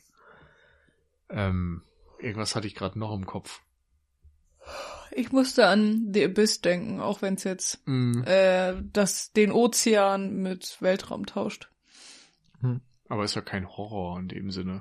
Ähm, irgendwas hatte ich gerade noch im Kopf. Ich musste an The Abyss denken, auch wenn es jetzt mm. äh, das den Ozean mit Weltraum tauscht. Hm. Aber ist ja kein Horror in dem Sinne.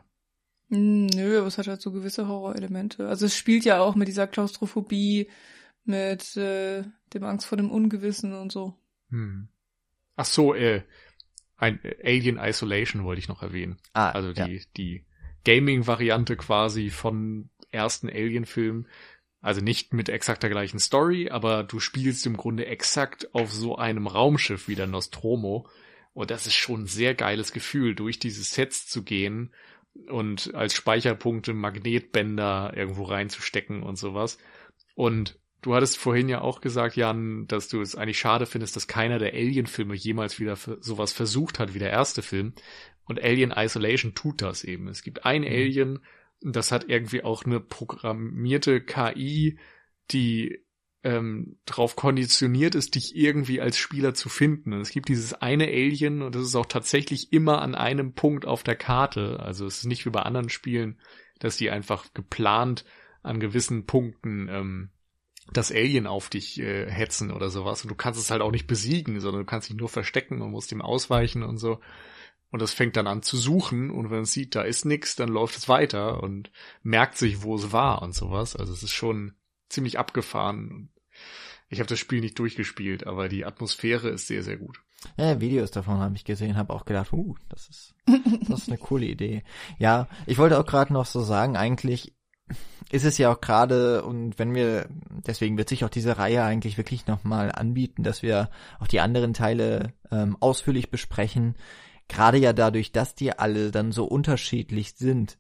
Nö, aber es hat halt so gewisse Horrorelemente. Also es spielt ja auch mit dieser Klaustrophobie, mit äh, dem Angst vor dem Ungewissen und so. Hm. Ach so, äh, ein äh, Alien Isolation wollte ich noch erwähnen. Ah, also die ja. die Gaming-Variante quasi von ersten Alien-Filmen. Also nicht mit exakt der gleichen Story, aber du spielst im Grunde exakt auf so einem Raumschiff wie der Nostromo. Und das ist schon ein sehr geiles Gefühl, durch diese Sets zu gehen und als Speicherpunkte Magnetbänder irgendwo reinzustecken und sowas. Und du hattest vorhin ja auch gesagt, Jan, dass du es eigentlich schade findest, dass keiner der Alien-Filme jemals wieder sowas versucht hat wie der erste Film. Und Alien Isolation tut das eben. Es gibt ein Alien, das hat irgendwie auch eine programmierte K I, die ähm, darauf konditioniert ist, dich irgendwie als Spieler zu finden. Und es gibt dieses eine Alien und das ist auch tatsächlich immer an einem Punkt auf der Karte. Also es ist nicht wie bei anderen Spielen, dass die einfach geplant an gewissen Punkten ähm, das Alien auf dich äh, hetzen oder sowas. Und du kannst es halt auch nicht besiegen, sondern du kannst dich nur verstecken und musst ihm ausweichen und so. Und das fängt dann an zu suchen und wenn es sieht, da ist nix, dann läuft es weiter und merkt sich, wo es war und sowas. Also es ist schon ziemlich abgefahren. Ich habe das Spiel nicht durchgespielt, aber die Atmosphäre ist sehr, sehr gut. Ja, Videos davon habe ich gesehen, habe auch gedacht, uh, das ist, das ist eine coole Idee. Ja, ich wollte auch gerade noch so sagen, eigentlich ist es ja auch gerade, und wenn wir, deswegen wird sich auch diese Reihe eigentlich wirklich nochmal anbieten, dass wir auch die anderen Teile ähm, ausführlich besprechen. Gerade ja dadurch, dass die alle dann so unterschiedlich sind,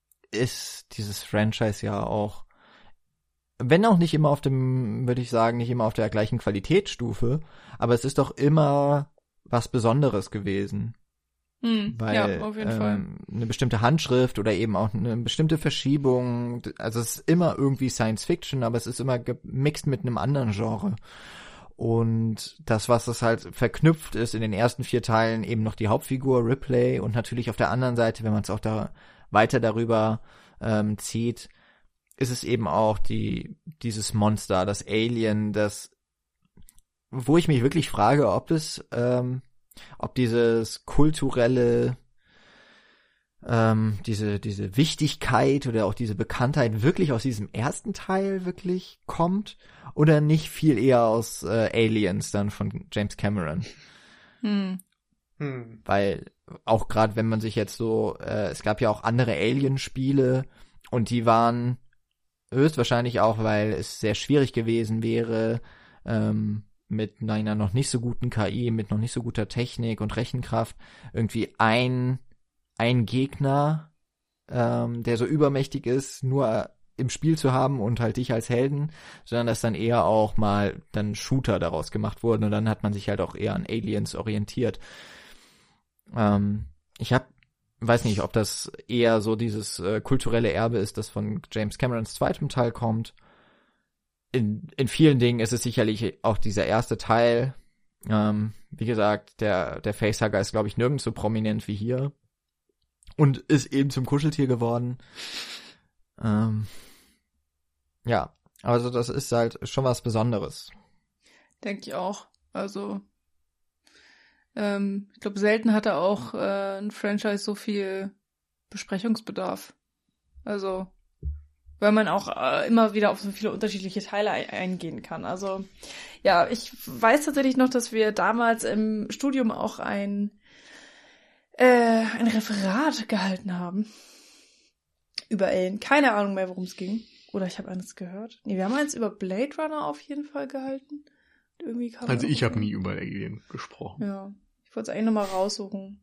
ist dieses Franchise ja auch, wenn auch nicht immer auf dem, würde ich sagen, nicht immer auf der gleichen Qualitätsstufe, aber es ist doch immer was Besonderes gewesen. Hm, weil ja, auf jeden ähm, Fall. eine bestimmte Handschrift oder eben auch eine bestimmte Verschiebung, also es ist immer irgendwie Science Fiction, aber es ist immer gemixt mit einem anderen Genre. Und das, was es halt verknüpft ist in den ersten vier Teilen, eben noch die Hauptfigur Ripley und natürlich auf der anderen Seite, wenn man es auch da weiter darüber ähm, zieht, ist es eben auch die dieses Monster, das Alien, das, wo ich mich wirklich frage, ob das, ähm, ob dieses kulturelle, ähm, diese diese Wichtigkeit oder auch diese Bekanntheit wirklich aus diesem ersten Teil wirklich kommt oder nicht viel eher aus äh, Aliens dann von James Cameron. Hm. Hm. Weil auch gerade wenn man sich jetzt so, äh, es gab ja auch andere Alien-Spiele und die waren höchstwahrscheinlich auch, weil es sehr schwierig gewesen wäre, ähm, mit einer noch nicht so guten K I, mit noch nicht so guter Technik und Rechenkraft, irgendwie ein, ein Gegner, ähm, der so übermächtig ist, nur im Spiel zu haben und halt dich als Helden, sondern dass dann eher auch mal dann Shooter daraus gemacht wurden und dann hat man sich halt auch eher an Aliens orientiert. Ähm, ich hab, weiß nicht, ob das eher so dieses äh, kulturelle Erbe ist, das von James Camerons zweitem Teil kommt. In, in vielen Dingen ist es sicherlich auch dieser erste Teil. Ähm, wie gesagt, der, der Facehugger ist, glaube ich, nirgends so prominent wie hier. Und ist eben zum Kuscheltier geworden. Ähm, ja, also das ist halt schon was Besonderes. Denke ich auch. Also, ähm, ich glaube, selten hatte auch äh, ein Franchise so viel Besprechungsbedarf. Also, weil man auch äh, immer wieder auf so viele unterschiedliche Teile ein- eingehen kann. Also, ja, ich weiß tatsächlich noch, dass wir damals im Studium auch ein, äh, ein Referat gehalten haben. Über Alien. Keine Ahnung mehr, worum es ging. Oder ich habe eines gehört. Nee, wir haben eins über Blade Runner auf jeden Fall gehalten. Irgendwie kam Also auch ich habe so. nie über Alien gesprochen. Ja, ich wollte es eigentlich nochmal raussuchen.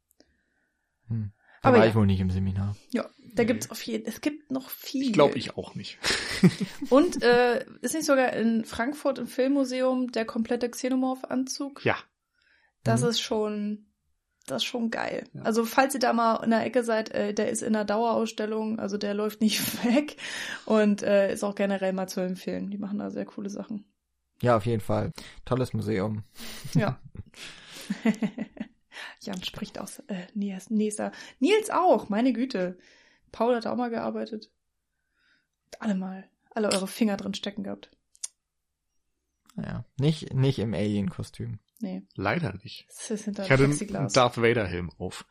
Hm. Da Aber war ja. ich wohl nicht im Seminar. Ja, da Nee. gibt's auf jeden es gibt noch viel. Ich glaube ich auch nicht. Und äh, ist nicht sogar in Frankfurt im Filmmuseum der komplette Xenomorph-Anzug? Ja. Das Mhm. ist schon, das ist schon geil. Ja. Also falls ihr da mal in der Ecke seid, äh, der ist in der Dauerausstellung, also der läuft nicht weg und äh, ist auch generell mal zu empfehlen. Die machen da sehr coole Sachen. Ja, auf jeden Fall. Tolles Museum. Ja. Jan spricht aus äh, Nils, Nisa. Nils auch, meine Güte. Paul hat auch mal gearbeitet. Alle mal, alle eure Finger drin stecken gehabt. Naja, nicht, nicht im Alien-Kostüm. Nee, Leider nicht. das ist hinter Ich hatte einen Plexiglas. Darth Vader Helm auf.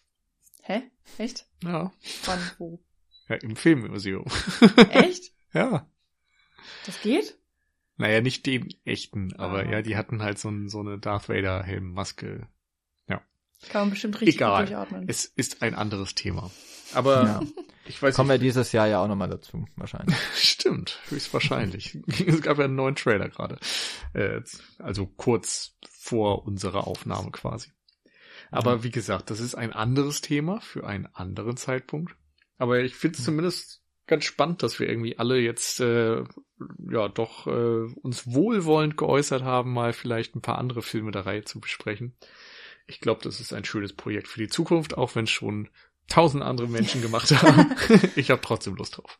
Hä? Echt? Ja. Wann, wo? Ja, im Filmmuseum. Echt? Ja. Das geht? Naja, nicht den echten, aber Ah, ja, die okay. hatten halt so, ein, so eine Darth Vader Helmmaske. Kann man bestimmt richtig Egal. gut durchatmen. Es ist ein anderes Thema. Aber Ja. ich weiß Kommen wir nicht. dieses Jahr ja auch nochmal dazu, wahrscheinlich. Stimmt, höchstwahrscheinlich. Es gab ja einen neuen Trailer gerade. Äh, also kurz vor unserer Aufnahme quasi. Aber Ja. wie gesagt, das ist ein anderes Thema für einen anderen Zeitpunkt. Aber ich finde es zumindest ganz spannend, dass wir irgendwie alle jetzt äh, ja doch äh, uns wohlwollend geäußert haben, mal vielleicht ein paar andere Filme der Reihe zu besprechen. Ich glaube, das ist ein schönes Projekt für die Zukunft, auch wenn es schon tausend andere Menschen gemacht haben. Ich habe trotzdem Lust drauf.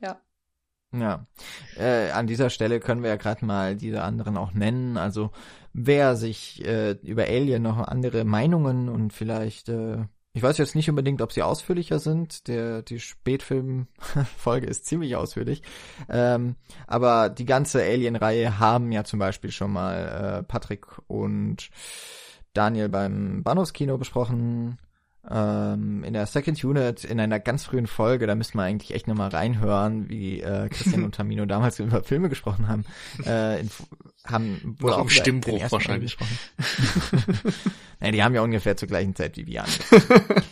Ja, äh, an dieser Stelle können wir ja gerade mal diese anderen auch nennen. Also wer sich äh, über Alien noch andere Meinungen und vielleicht, äh, ich weiß jetzt nicht unbedingt, ob sie ausführlicher sind. Der die Spätfilm-Folge ist ziemlich ausführlich, ähm, aber die ganze Alien-Reihe haben ja zum Beispiel schon mal äh, Patrick und Daniel beim Bahnhofskino besprochen. Ähm, in der Second Unit, in einer ganz frühen Folge, da müsste man eigentlich echt nochmal reinhören, wie äh, Christian und Tamino damals über Filme gesprochen haben. Äh, in, haben wohl Noch auch im über Stimmbruch den ersten wahrscheinlich. Teil gesprochen. Naja, die haben ja ungefähr zur gleichen Zeit wie wir angefangen.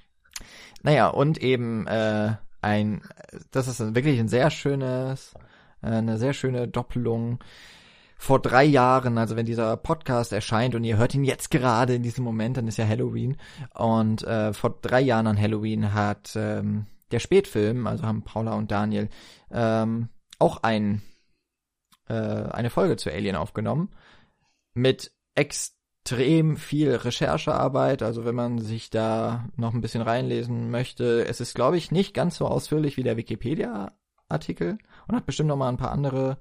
Naja, und eben äh, ein, das ist wirklich ein sehr schönes, äh, eine sehr schöne Doppelung. Vor drei Jahren, also wenn dieser Podcast erscheint und ihr hört ihn jetzt gerade in diesem Moment, dann ist ja Halloween. Und äh, vor drei Jahren an Halloween hat ähm, der Spätfilm, also haben Paula und Daniel, ähm, auch ein, äh, eine Folge zu Alien aufgenommen. Mit extrem extrem viel Recherchearbeit, also wenn man sich da noch ein bisschen reinlesen möchte. Es ist, glaube ich, nicht ganz so ausführlich wie der Wikipedia-Artikel und hat bestimmt noch mal ein paar andere,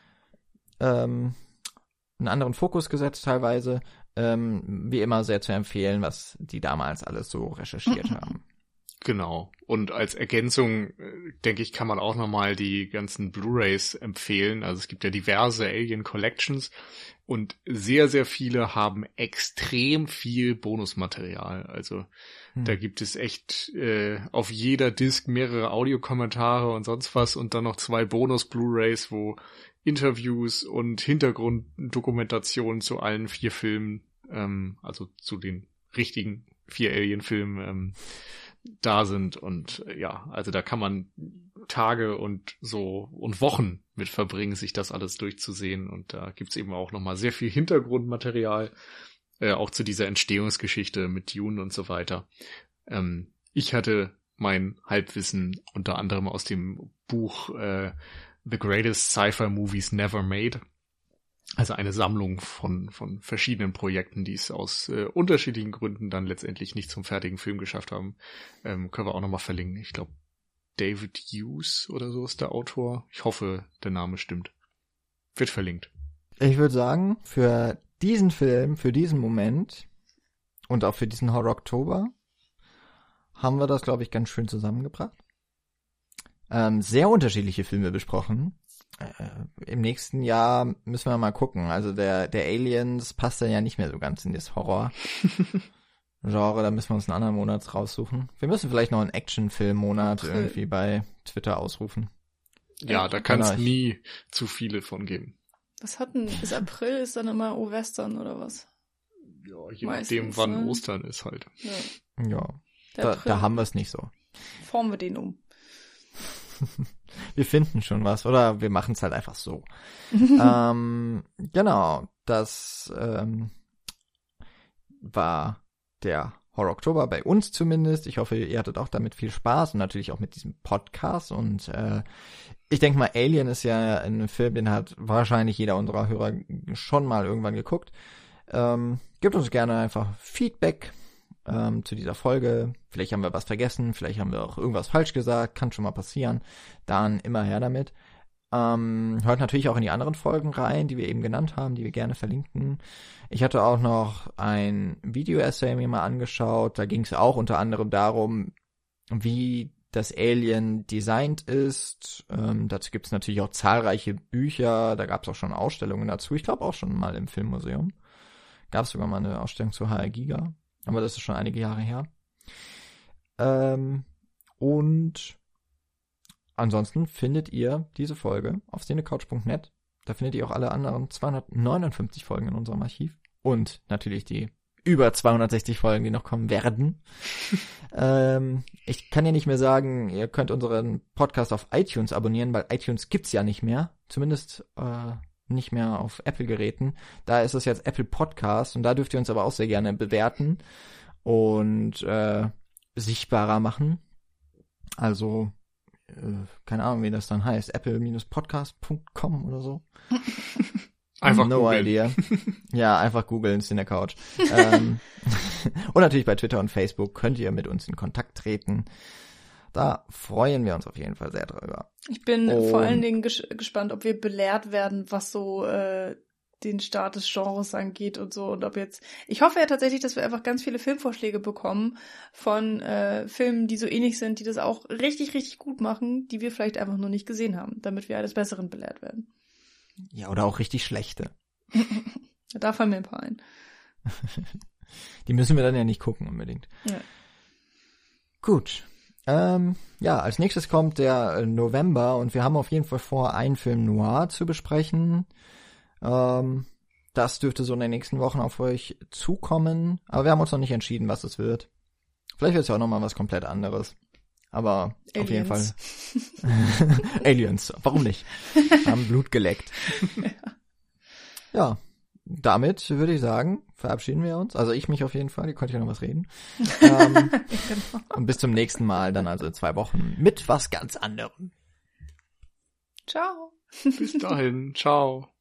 ähm, einen anderen Fokus gesetzt teilweise. Ähm, wie immer sehr zu empfehlen, was die damals alles so recherchiert haben. Genau. Und als Ergänzung, denke ich, kann man auch nochmal die ganzen Blu-rays empfehlen. Also es gibt ja diverse Alien Collections und sehr, sehr viele haben extrem viel Bonusmaterial. Also hm. da gibt es echt äh, auf jeder Disc mehrere Audiokommentare und sonst was und dann noch zwei Bonus-Blu-rays, wo Interviews und Hintergrunddokumentationen zu allen vier Filmen, ähm, also zu den richtigen vier Alien-Filmen, ähm, da sind und ja, also da kann man Tage und so und Wochen mit verbringen, sich das alles durchzusehen und da gibt's eben auch nochmal sehr viel Hintergrundmaterial, äh, auch zu dieser Entstehungsgeschichte mit Dune und so weiter. Ähm, ich hatte mein Halbwissen unter anderem aus dem Buch äh, The Greatest Sci-Fi Movies Never Made. Also eine Sammlung von von verschiedenen Projekten, die es aus äh, unterschiedlichen Gründen dann letztendlich nicht zum fertigen Film geschafft haben. Ähm, können wir auch nochmal verlinken. Ich glaube, David Hughes oder so ist der Autor. Ich hoffe, der Name stimmt. Wird verlinkt. Ich würde sagen, für diesen Film, für diesen Moment und auch für diesen Horror-Oktober haben wir das, glaube ich, ganz schön zusammengebracht. Ähm, sehr unterschiedliche Filme besprochen. Äh, Im nächsten Jahr müssen wir mal gucken. Also der der Aliens passt dann ja nicht mehr so ganz in das Horror-Genre. Da müssen wir uns einen anderen Monat raussuchen. Wir müssen vielleicht noch einen Action-Film-Monat Okay. irgendwie bei Twitter ausrufen. Ja, da kann es Genau. nie zu viele von geben. Was hat denn, ist April, ist dann immer O-Western oder was? Ja, je Meistens, nachdem, wann ne? Ostern ist halt. Ja, Ja, der da, April. da haben wir es nicht so. Formen wir den um. Wir finden schon was oder wir machen es halt einfach so. ähm, genau, das ähm, war der Horror-Oktober bei uns zumindest. Ich hoffe, ihr hattet auch damit viel Spaß und natürlich auch mit diesem Podcast. Und äh, ich denke mal, Alien ist ja ein Film, den hat wahrscheinlich jeder unserer Hörer schon mal irgendwann geguckt. Ähm, gebt uns gerne einfach Feedback ähm, zu dieser Folge. Vielleicht haben wir was vergessen, vielleicht haben wir auch irgendwas falsch gesagt, kann schon mal passieren. Dann immer her damit. Ähm, hört natürlich auch in die anderen Folgen rein, die wir eben genannt haben, die wir gerne verlinken. Ich hatte auch noch ein Video-Essay mir mal angeschaut. Da ging es auch unter anderem darum, wie das Alien designt ist. Ähm, dazu gibt es natürlich auch zahlreiche Bücher. Da gab es auch schon Ausstellungen dazu. Ich glaube auch schon mal im Filmmuseum. Gab es sogar mal eine Ausstellung zu H R Giga. Aber das ist schon einige Jahre her. Ähm, und ansonsten findet ihr diese Folge auf cinecouch punkt net. Da findet ihr auch alle anderen zweihundertneunundfünfzig Folgen in unserem Archiv. Und natürlich die über zweihundertsechzig Folgen, die noch kommen werden. ähm, ich kann ja nicht mehr sagen, ihr könnt unseren Podcast auf iTunes abonnieren, weil iTunes gibt's ja nicht mehr. Zumindest äh, nicht mehr auf Apple-Geräten. Da ist es jetzt Apple Podcast und da dürft ihr uns aber auch sehr gerne bewerten und äh, sichtbarer machen. Also äh, keine Ahnung, wie das dann heißt. apple podcast punkt com oder so. Einfach no googeln. idea. Ja, einfach googeln, Cinecouch. ähm, und natürlich bei Twitter und Facebook könnt ihr mit uns in Kontakt treten. Da freuen wir uns auf jeden Fall sehr drüber. Ich bin Und- vor allen Dingen ges- gespannt, ob wir belehrt werden, was so äh, den Start des Genres angeht und so. Und ob jetzt, ich hoffe ja tatsächlich, dass wir einfach ganz viele Filmvorschläge bekommen von äh, Filmen, die so ähnlich sind, die das auch richtig, richtig gut machen, die wir vielleicht einfach nur nicht gesehen haben, damit wir eines Besseren belehrt werden. Ja, oder auch richtig schlechte. Da fallen mir ein paar ein. Die müssen wir dann ja nicht gucken unbedingt. Ja. Gut. Ähm, ja, als nächstes kommt der äh, November und wir haben auf jeden Fall vor, einen Film noir zu besprechen. Ähm, das dürfte so in den nächsten Wochen auf euch zukommen. Aber wir haben uns noch nicht entschieden, was es wird. Vielleicht wird es ja auch nochmal was komplett anderes. Aber Aliens. auf jeden Fall. Aliens, warum nicht? Haben Blut geleckt. Ja, damit würde ich sagen, verabschieden wir uns. Also ich mich auf jeden Fall, ihr könnt ja noch was reden. ähm, Genau. und bis zum nächsten Mal, dann also in zwei Wochen, mit was ganz anderem. Ciao. Bis dahin. Ciao.